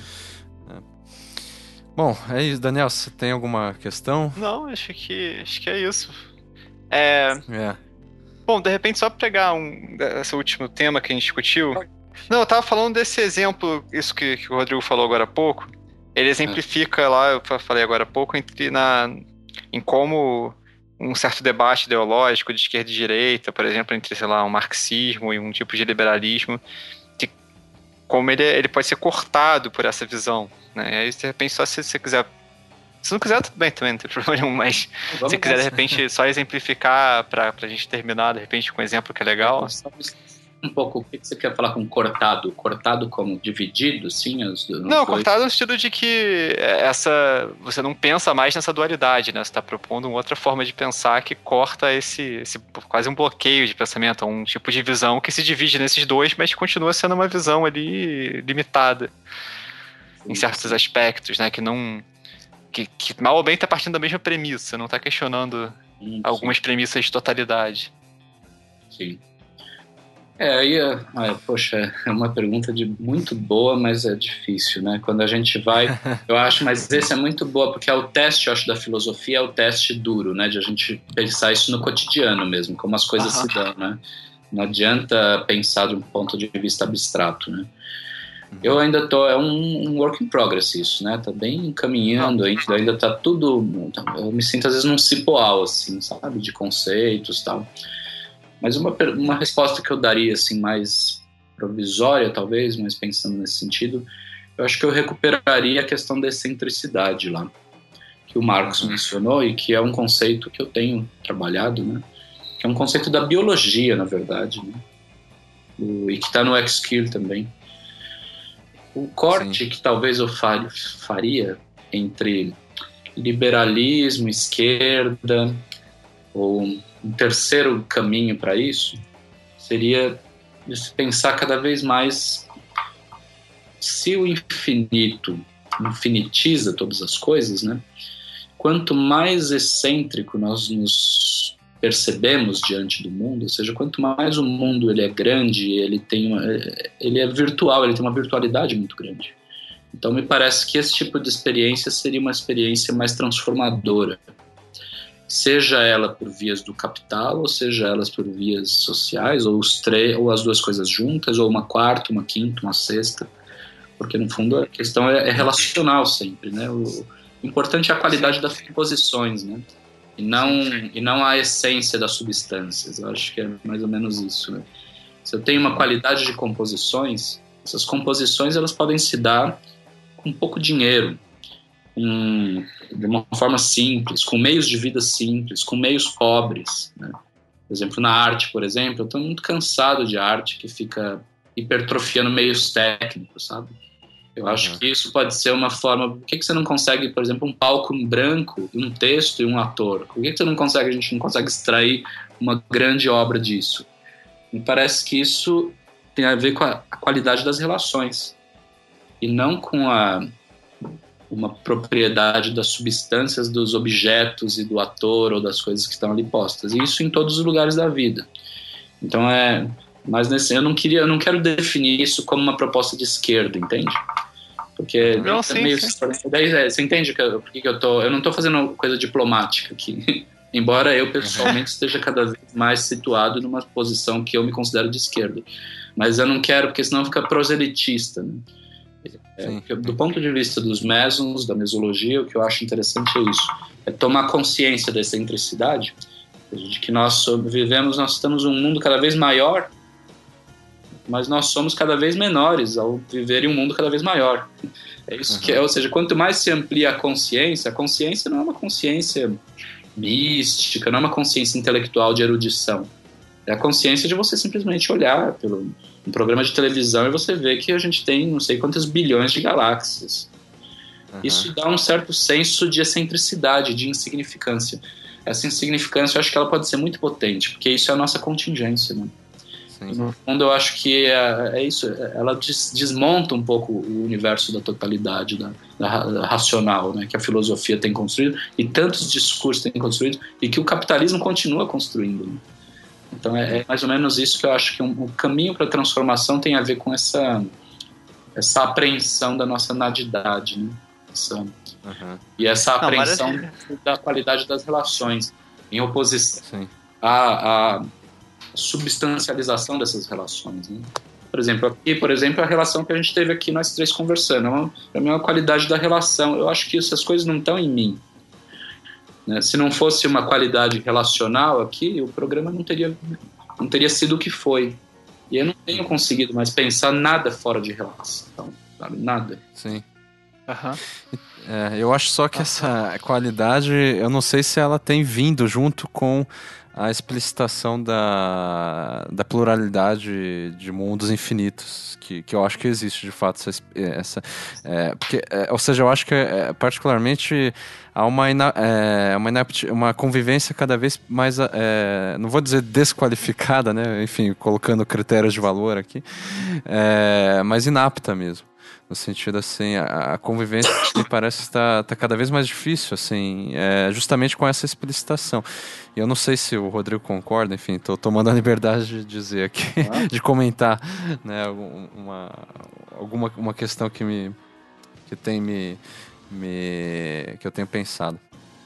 Bom, é isso. Daniel, você tem alguma questão? Não, acho que, acho que é isso. É... é. Bom, de repente, só pegar um, esse último tema que a gente discutiu. Não, eu tava falando desse exemplo, isso que, que o Rodrigo falou agora há pouco. Ele exemplifica é. lá, eu falei agora há pouco, entre na, em como um certo debate ideológico de esquerda e direita, por exemplo, entre, sei lá, um marxismo e um tipo de liberalismo, que, como ele, ele pode ser cortado por essa visão. Né? E aí, de repente, só se você quiser... Se não quiser, tudo bem também, não tem problema nenhum, mas Vamos se você quiser, de repente, só exemplificar pra, pra gente terminar, de repente, com um exemplo que é legal. Um pouco, o que você quer falar com cortado? Cortado como dividido, sim? Os, os não, dois? Cortado no sentido de que essa, você não pensa mais nessa dualidade, né? Você está propondo uma outra forma de pensar que corta esse, esse quase um bloqueio de pensamento, um tipo de visão que se divide nesses dois, mas continua sendo uma visão ali limitada. Em certos aspectos, né, que não... Que, que mal ou bem está partindo da mesma premissa, não está questionando sim, algumas sim. premissas de totalidade. Sim. É, aí, é, poxa, é uma pergunta de muito boa, mas é difícil, né? Quando a gente vai... Eu acho, mas esse é muito boa, porque é o teste, eu acho, da filosofia, é o teste duro, né? De a gente pensar isso no cotidiano mesmo, como as coisas uhum. se dão, né? Não adianta pensar de um ponto de vista abstrato, né? Eu ainda tô, é um, um work in progress isso, né? Tá bem encaminhando ainda, ainda tá tudo... Eu me sinto às vezes num cipoal, assim, sabe? De conceitos e tal. Mas uma, uma resposta que eu daria, assim, mais provisória, talvez, mas pensando nesse sentido, eu acho que eu recuperaria a questão da excentricidade lá, que o Marx mencionou e que é um conceito que eu tenho trabalhado, né? Que é um conceito da biologia, na verdade, né? O, e que tá no X-Kill também. O corte Sim. que talvez eu faria entre liberalismo, esquerda, ou um terceiro caminho para isso, seria de se pensar cada vez mais se o infinito infinitiza todas as coisas, né? Quanto mais excêntrico nós nos percebemos diante do mundo, ou seja, quanto mais o mundo ele é grande, ele tem uma, ele é virtual, ele tem uma virtualidade muito grande. Então me parece que esse tipo de experiência seria uma experiência mais transformadora, seja ela por vias do capital, ou seja elas por vias sociais, ou, os tre- ou as duas coisas juntas, ou uma quarta, uma quinta, uma sexta, porque no fundo a questão é, é relacional sempre, né? O, o importante é a qualidade das composições, né? E não, e não a essência das substâncias. Eu acho que é mais ou menos isso, né? Se eu tenho uma qualidade de composições, essas composições elas podem se dar com pouco dinheiro, com, de uma forma simples, com meios de vida simples, com meios pobres, né? Por exemplo, na arte, por exemplo, eu estou muito cansado de arte que fica hipertrofiando meios técnicos, sabe? Eu acho que isso pode ser uma forma... Por que, que você não consegue, por exemplo, um palco em branco, um texto e um ator? Por que, que você não consegue, a gente não consegue extrair uma grande obra disso? Me parece que isso tem a ver com a, a qualidade das relações e não com a, uma propriedade das substâncias dos objetos e do ator ou das coisas que estão ali postas. E isso em todos os lugares da vida. Então é... Mas nesse, eu não queria, eu não quero definir isso como uma proposta de esquerda, entende? Porque não, sim, meio, sim. Daí, você entende que eu, porque que eu tô, eu não estou fazendo coisa diplomática aqui, embora eu pessoalmente esteja cada vez mais situado numa posição que eu me considero de esquerda, mas eu não quero, porque senão fica proselitista, né? É, do ponto de vista dos mesons, da mesologia, o que eu acho interessante é isso, é tomar consciência da excentricidade, de que nós vivemos, nós estamos num mundo cada vez maior, mas nós somos cada vez menores ao viver em um mundo cada vez maior. É isso uhum. que é, ou seja, quanto mais se amplia a consciência, a consciência não é uma consciência mística, não é uma consciência intelectual de erudição. É a consciência de você simplesmente olhar pelo um programa de televisão e você vê que a gente tem não sei quantas bilhões de galáxias. Uhum. Isso dá um certo senso de excentricidade, de insignificância. Essa insignificância, eu acho que ela pode ser muito potente, porque isso é a nossa contingência, né? Sim. No fundo, eu acho que é, é isso, ela des, desmonta um pouco o universo da totalidade, da, da, da racional, né, que a filosofia tem construído, e tantos discursos têm construído, e que o capitalismo continua construindo, né? Então é, é mais ou menos isso que eu acho que um, um caminho para a transformação tem a ver com essa, essa apreensão da nossa nadidade, né? Essa, uhum. E essa apreensão Não, mas... da qualidade das relações, em oposição à, à substancialização dessas relações, né? Por exemplo, aqui, por exemplo, a relação que a gente teve aqui, nós três conversando, para mim é uma qualidade da relação. Eu acho que essas coisas não estão em mim, né? Se não fosse uma qualidade relacional aqui, o programa não teria, não teria sido o que foi. E eu não tenho conseguido mais pensar nada fora de relação, sabe? Nada. Sim. Uhum. É, eu acho só que essa qualidade, eu não sei se ela tem vindo junto com a explicitação da, da pluralidade de mundos infinitos, que, que eu acho que existe de fato essa, essa é, porque, é, ou seja, eu acho que é, particularmente há uma, ina, é, uma, inapti, uma convivência cada vez mais, é, não vou dizer desqualificada, né? Enfim, colocando critérios de valor aqui, é, mas inapta mesmo. No sentido, assim, a, a convivência me parece estar tá, tá cada vez mais difícil, assim, é, justamente com essa explicitação. E eu não sei se o Rodrigo concorda, enfim, estou tomando a liberdade de dizer aqui, ah. de comentar, né, uma, alguma uma questão que me que tem me, me que eu tenho pensado.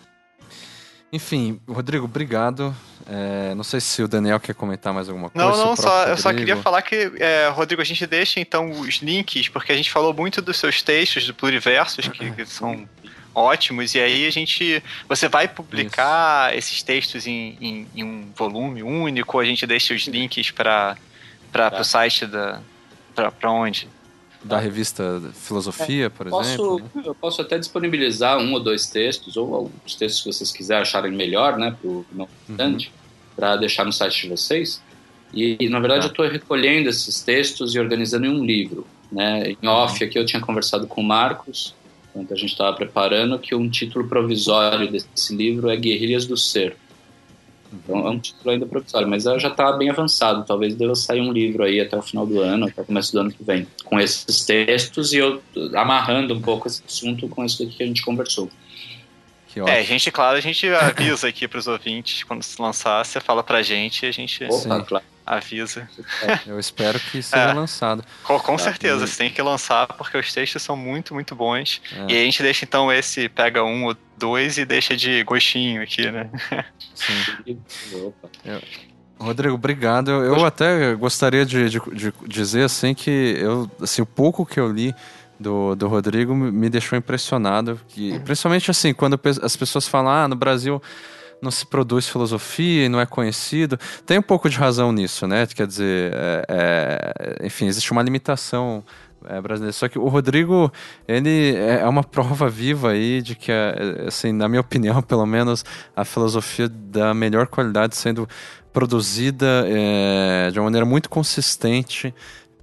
Enfim, Rodrigo, obrigado. É, não sei se o Daniel quer comentar mais alguma coisa. Não, não, só, eu só queria falar que, é, Rodrigo, a gente deixa então os links, porque a gente falou muito dos seus textos do Pluriversos, que, que são ótimos, e aí a gente, você vai publicar Isso. esses textos em, em, em um volume único, a gente deixa os links para tá. o site da... para onde? Da revista Filosofia, é, por posso, exemplo? Né? Eu posso até disponibilizar um ou dois textos, ou os textos que vocês quiserem acharem melhor, né, para o não obstante, uhum. para deixar no site de vocês. E, e na verdade, tá. eu estou recolhendo esses textos e organizando em um livro, né? Em off, aqui eu tinha conversado com o Marcos, enquanto a gente estava preparando, que um título provisório desse livro é Guerrilhas do Ser. Então é um título ainda provisório, mas já está bem avançado. Talvez deva sair um livro aí até o final do ano, até o começo do ano que vem, com esses textos e eu amarrando um pouco esse assunto com isso aqui que a gente conversou. É, a gente, claro, a gente avisa aqui para os ouvintes, quando se lançar, você fala pra gente e a gente Opa, claro. avisa. Eu espero que seja é. lançado. Com, com tá, certeza, e... você tem que lançar, porque os textos são muito, muito bons. É. E aí a gente deixa então esse, pega um ou dois e deixa de gostinho aqui, né? Sim. Eu... Rodrigo, obrigado. Eu, eu até gostaria de, de, de dizer assim que eu, assim, o pouco que eu li Do, do Rodrigo me deixou impressionado, que, principalmente assim, quando as pessoas falam, ah, no Brasil não se produz filosofia e não é conhecido, tem um pouco de razão nisso, né? Quer dizer, é, é, enfim, existe uma limitação é, brasileira. Só que o Rodrigo, ele é uma prova viva aí de que, assim, na minha opinião, pelo menos, a filosofia da melhor qualidade sendo produzida é, de uma maneira muito consistente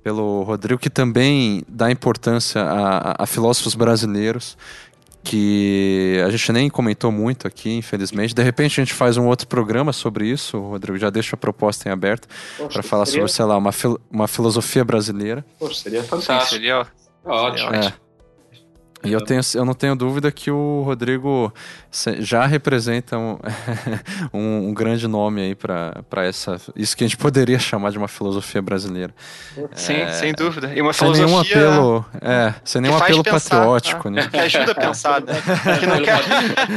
pelo Rodrigo, que também dá importância a, a filósofos brasileiros, que a gente nem comentou muito aqui, infelizmente. De repente a gente faz um outro programa sobre isso, Rodrigo, já deixa a proposta em aberto para falar seria... sobre, sei lá, uma, fil uma filosofia brasileira. Poxa, seria fantástico. Sim, seria ótimo. É. E eu, tenho, eu não tenho dúvida que o Rodrigo já representa um, um, um grande nome aí para essa, isso que a gente poderia chamar de uma filosofia brasileira. Sim, é, sem dúvida. E uma sem filosofia nenhum apelo, é, sem nenhum apelo pensar, patriótico, né? Que ajuda a pensar, né? Que não quer...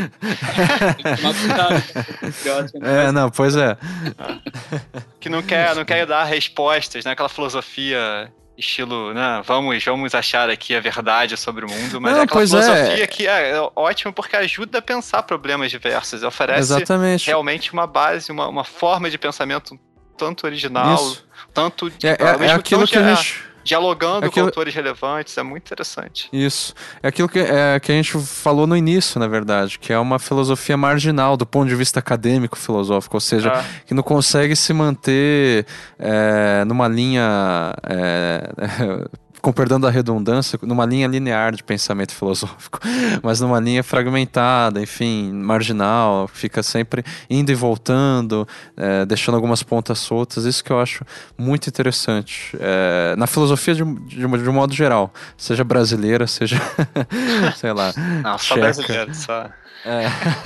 é, não, pois é. Que não quer, não quer dar respostas, né? Aquela filosofia... estilo, né, vamos, vamos achar aqui a verdade sobre o mundo, mas não, é aquela filosofia é. que é, é ótima porque ajuda a pensar problemas diversos, oferece Exatamente. realmente uma base, uma, uma forma de pensamento tanto original, Isso. tanto é, é, é aquilo que a gente... dialogando aquilo... com autores relevantes, é muito interessante. Isso. É aquilo que, é, que a gente falou no início, na verdade, que é uma filosofia marginal do ponto de vista acadêmico filosófico, ou seja, ah. que não consegue se manter é, numa linha... É, com perdão da redundância, numa linha linear de pensamento filosófico, mas numa linha fragmentada, enfim, marginal, fica sempre indo e voltando, é, deixando algumas pontas soltas. Isso que eu acho muito interessante é, na filosofia de, de, de um modo geral, seja brasileira, seja, sei lá, não, só checa. brasileiro, só... É.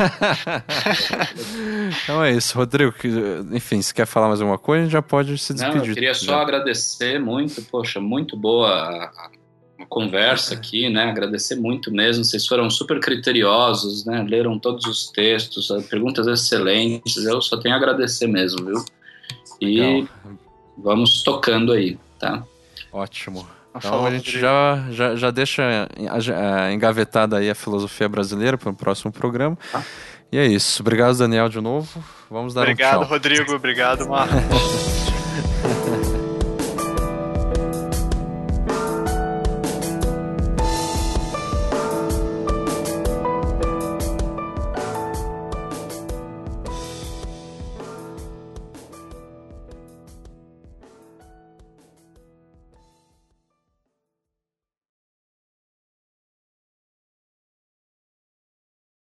Então é isso, Rodrigo, enfim, se quer falar mais alguma coisa, já pode se despedir. Não, eu queria só já. agradecer muito, poxa, muito boa a, a conversa aqui, né, agradecer muito mesmo, vocês foram super criteriosos, né, leram todos os textos, perguntas excelentes, eu só tenho a agradecer mesmo, viu? E legal. Vamos tocando aí, tá? Ótimo. Então a gente já, já, já deixa engavetada aí a filosofia brasileira para o próximo programa. Ah. E é isso. Obrigado, Daniel, de novo. Vamos dar obrigado, um tchau. Rodrigo. Obrigado, Marcos.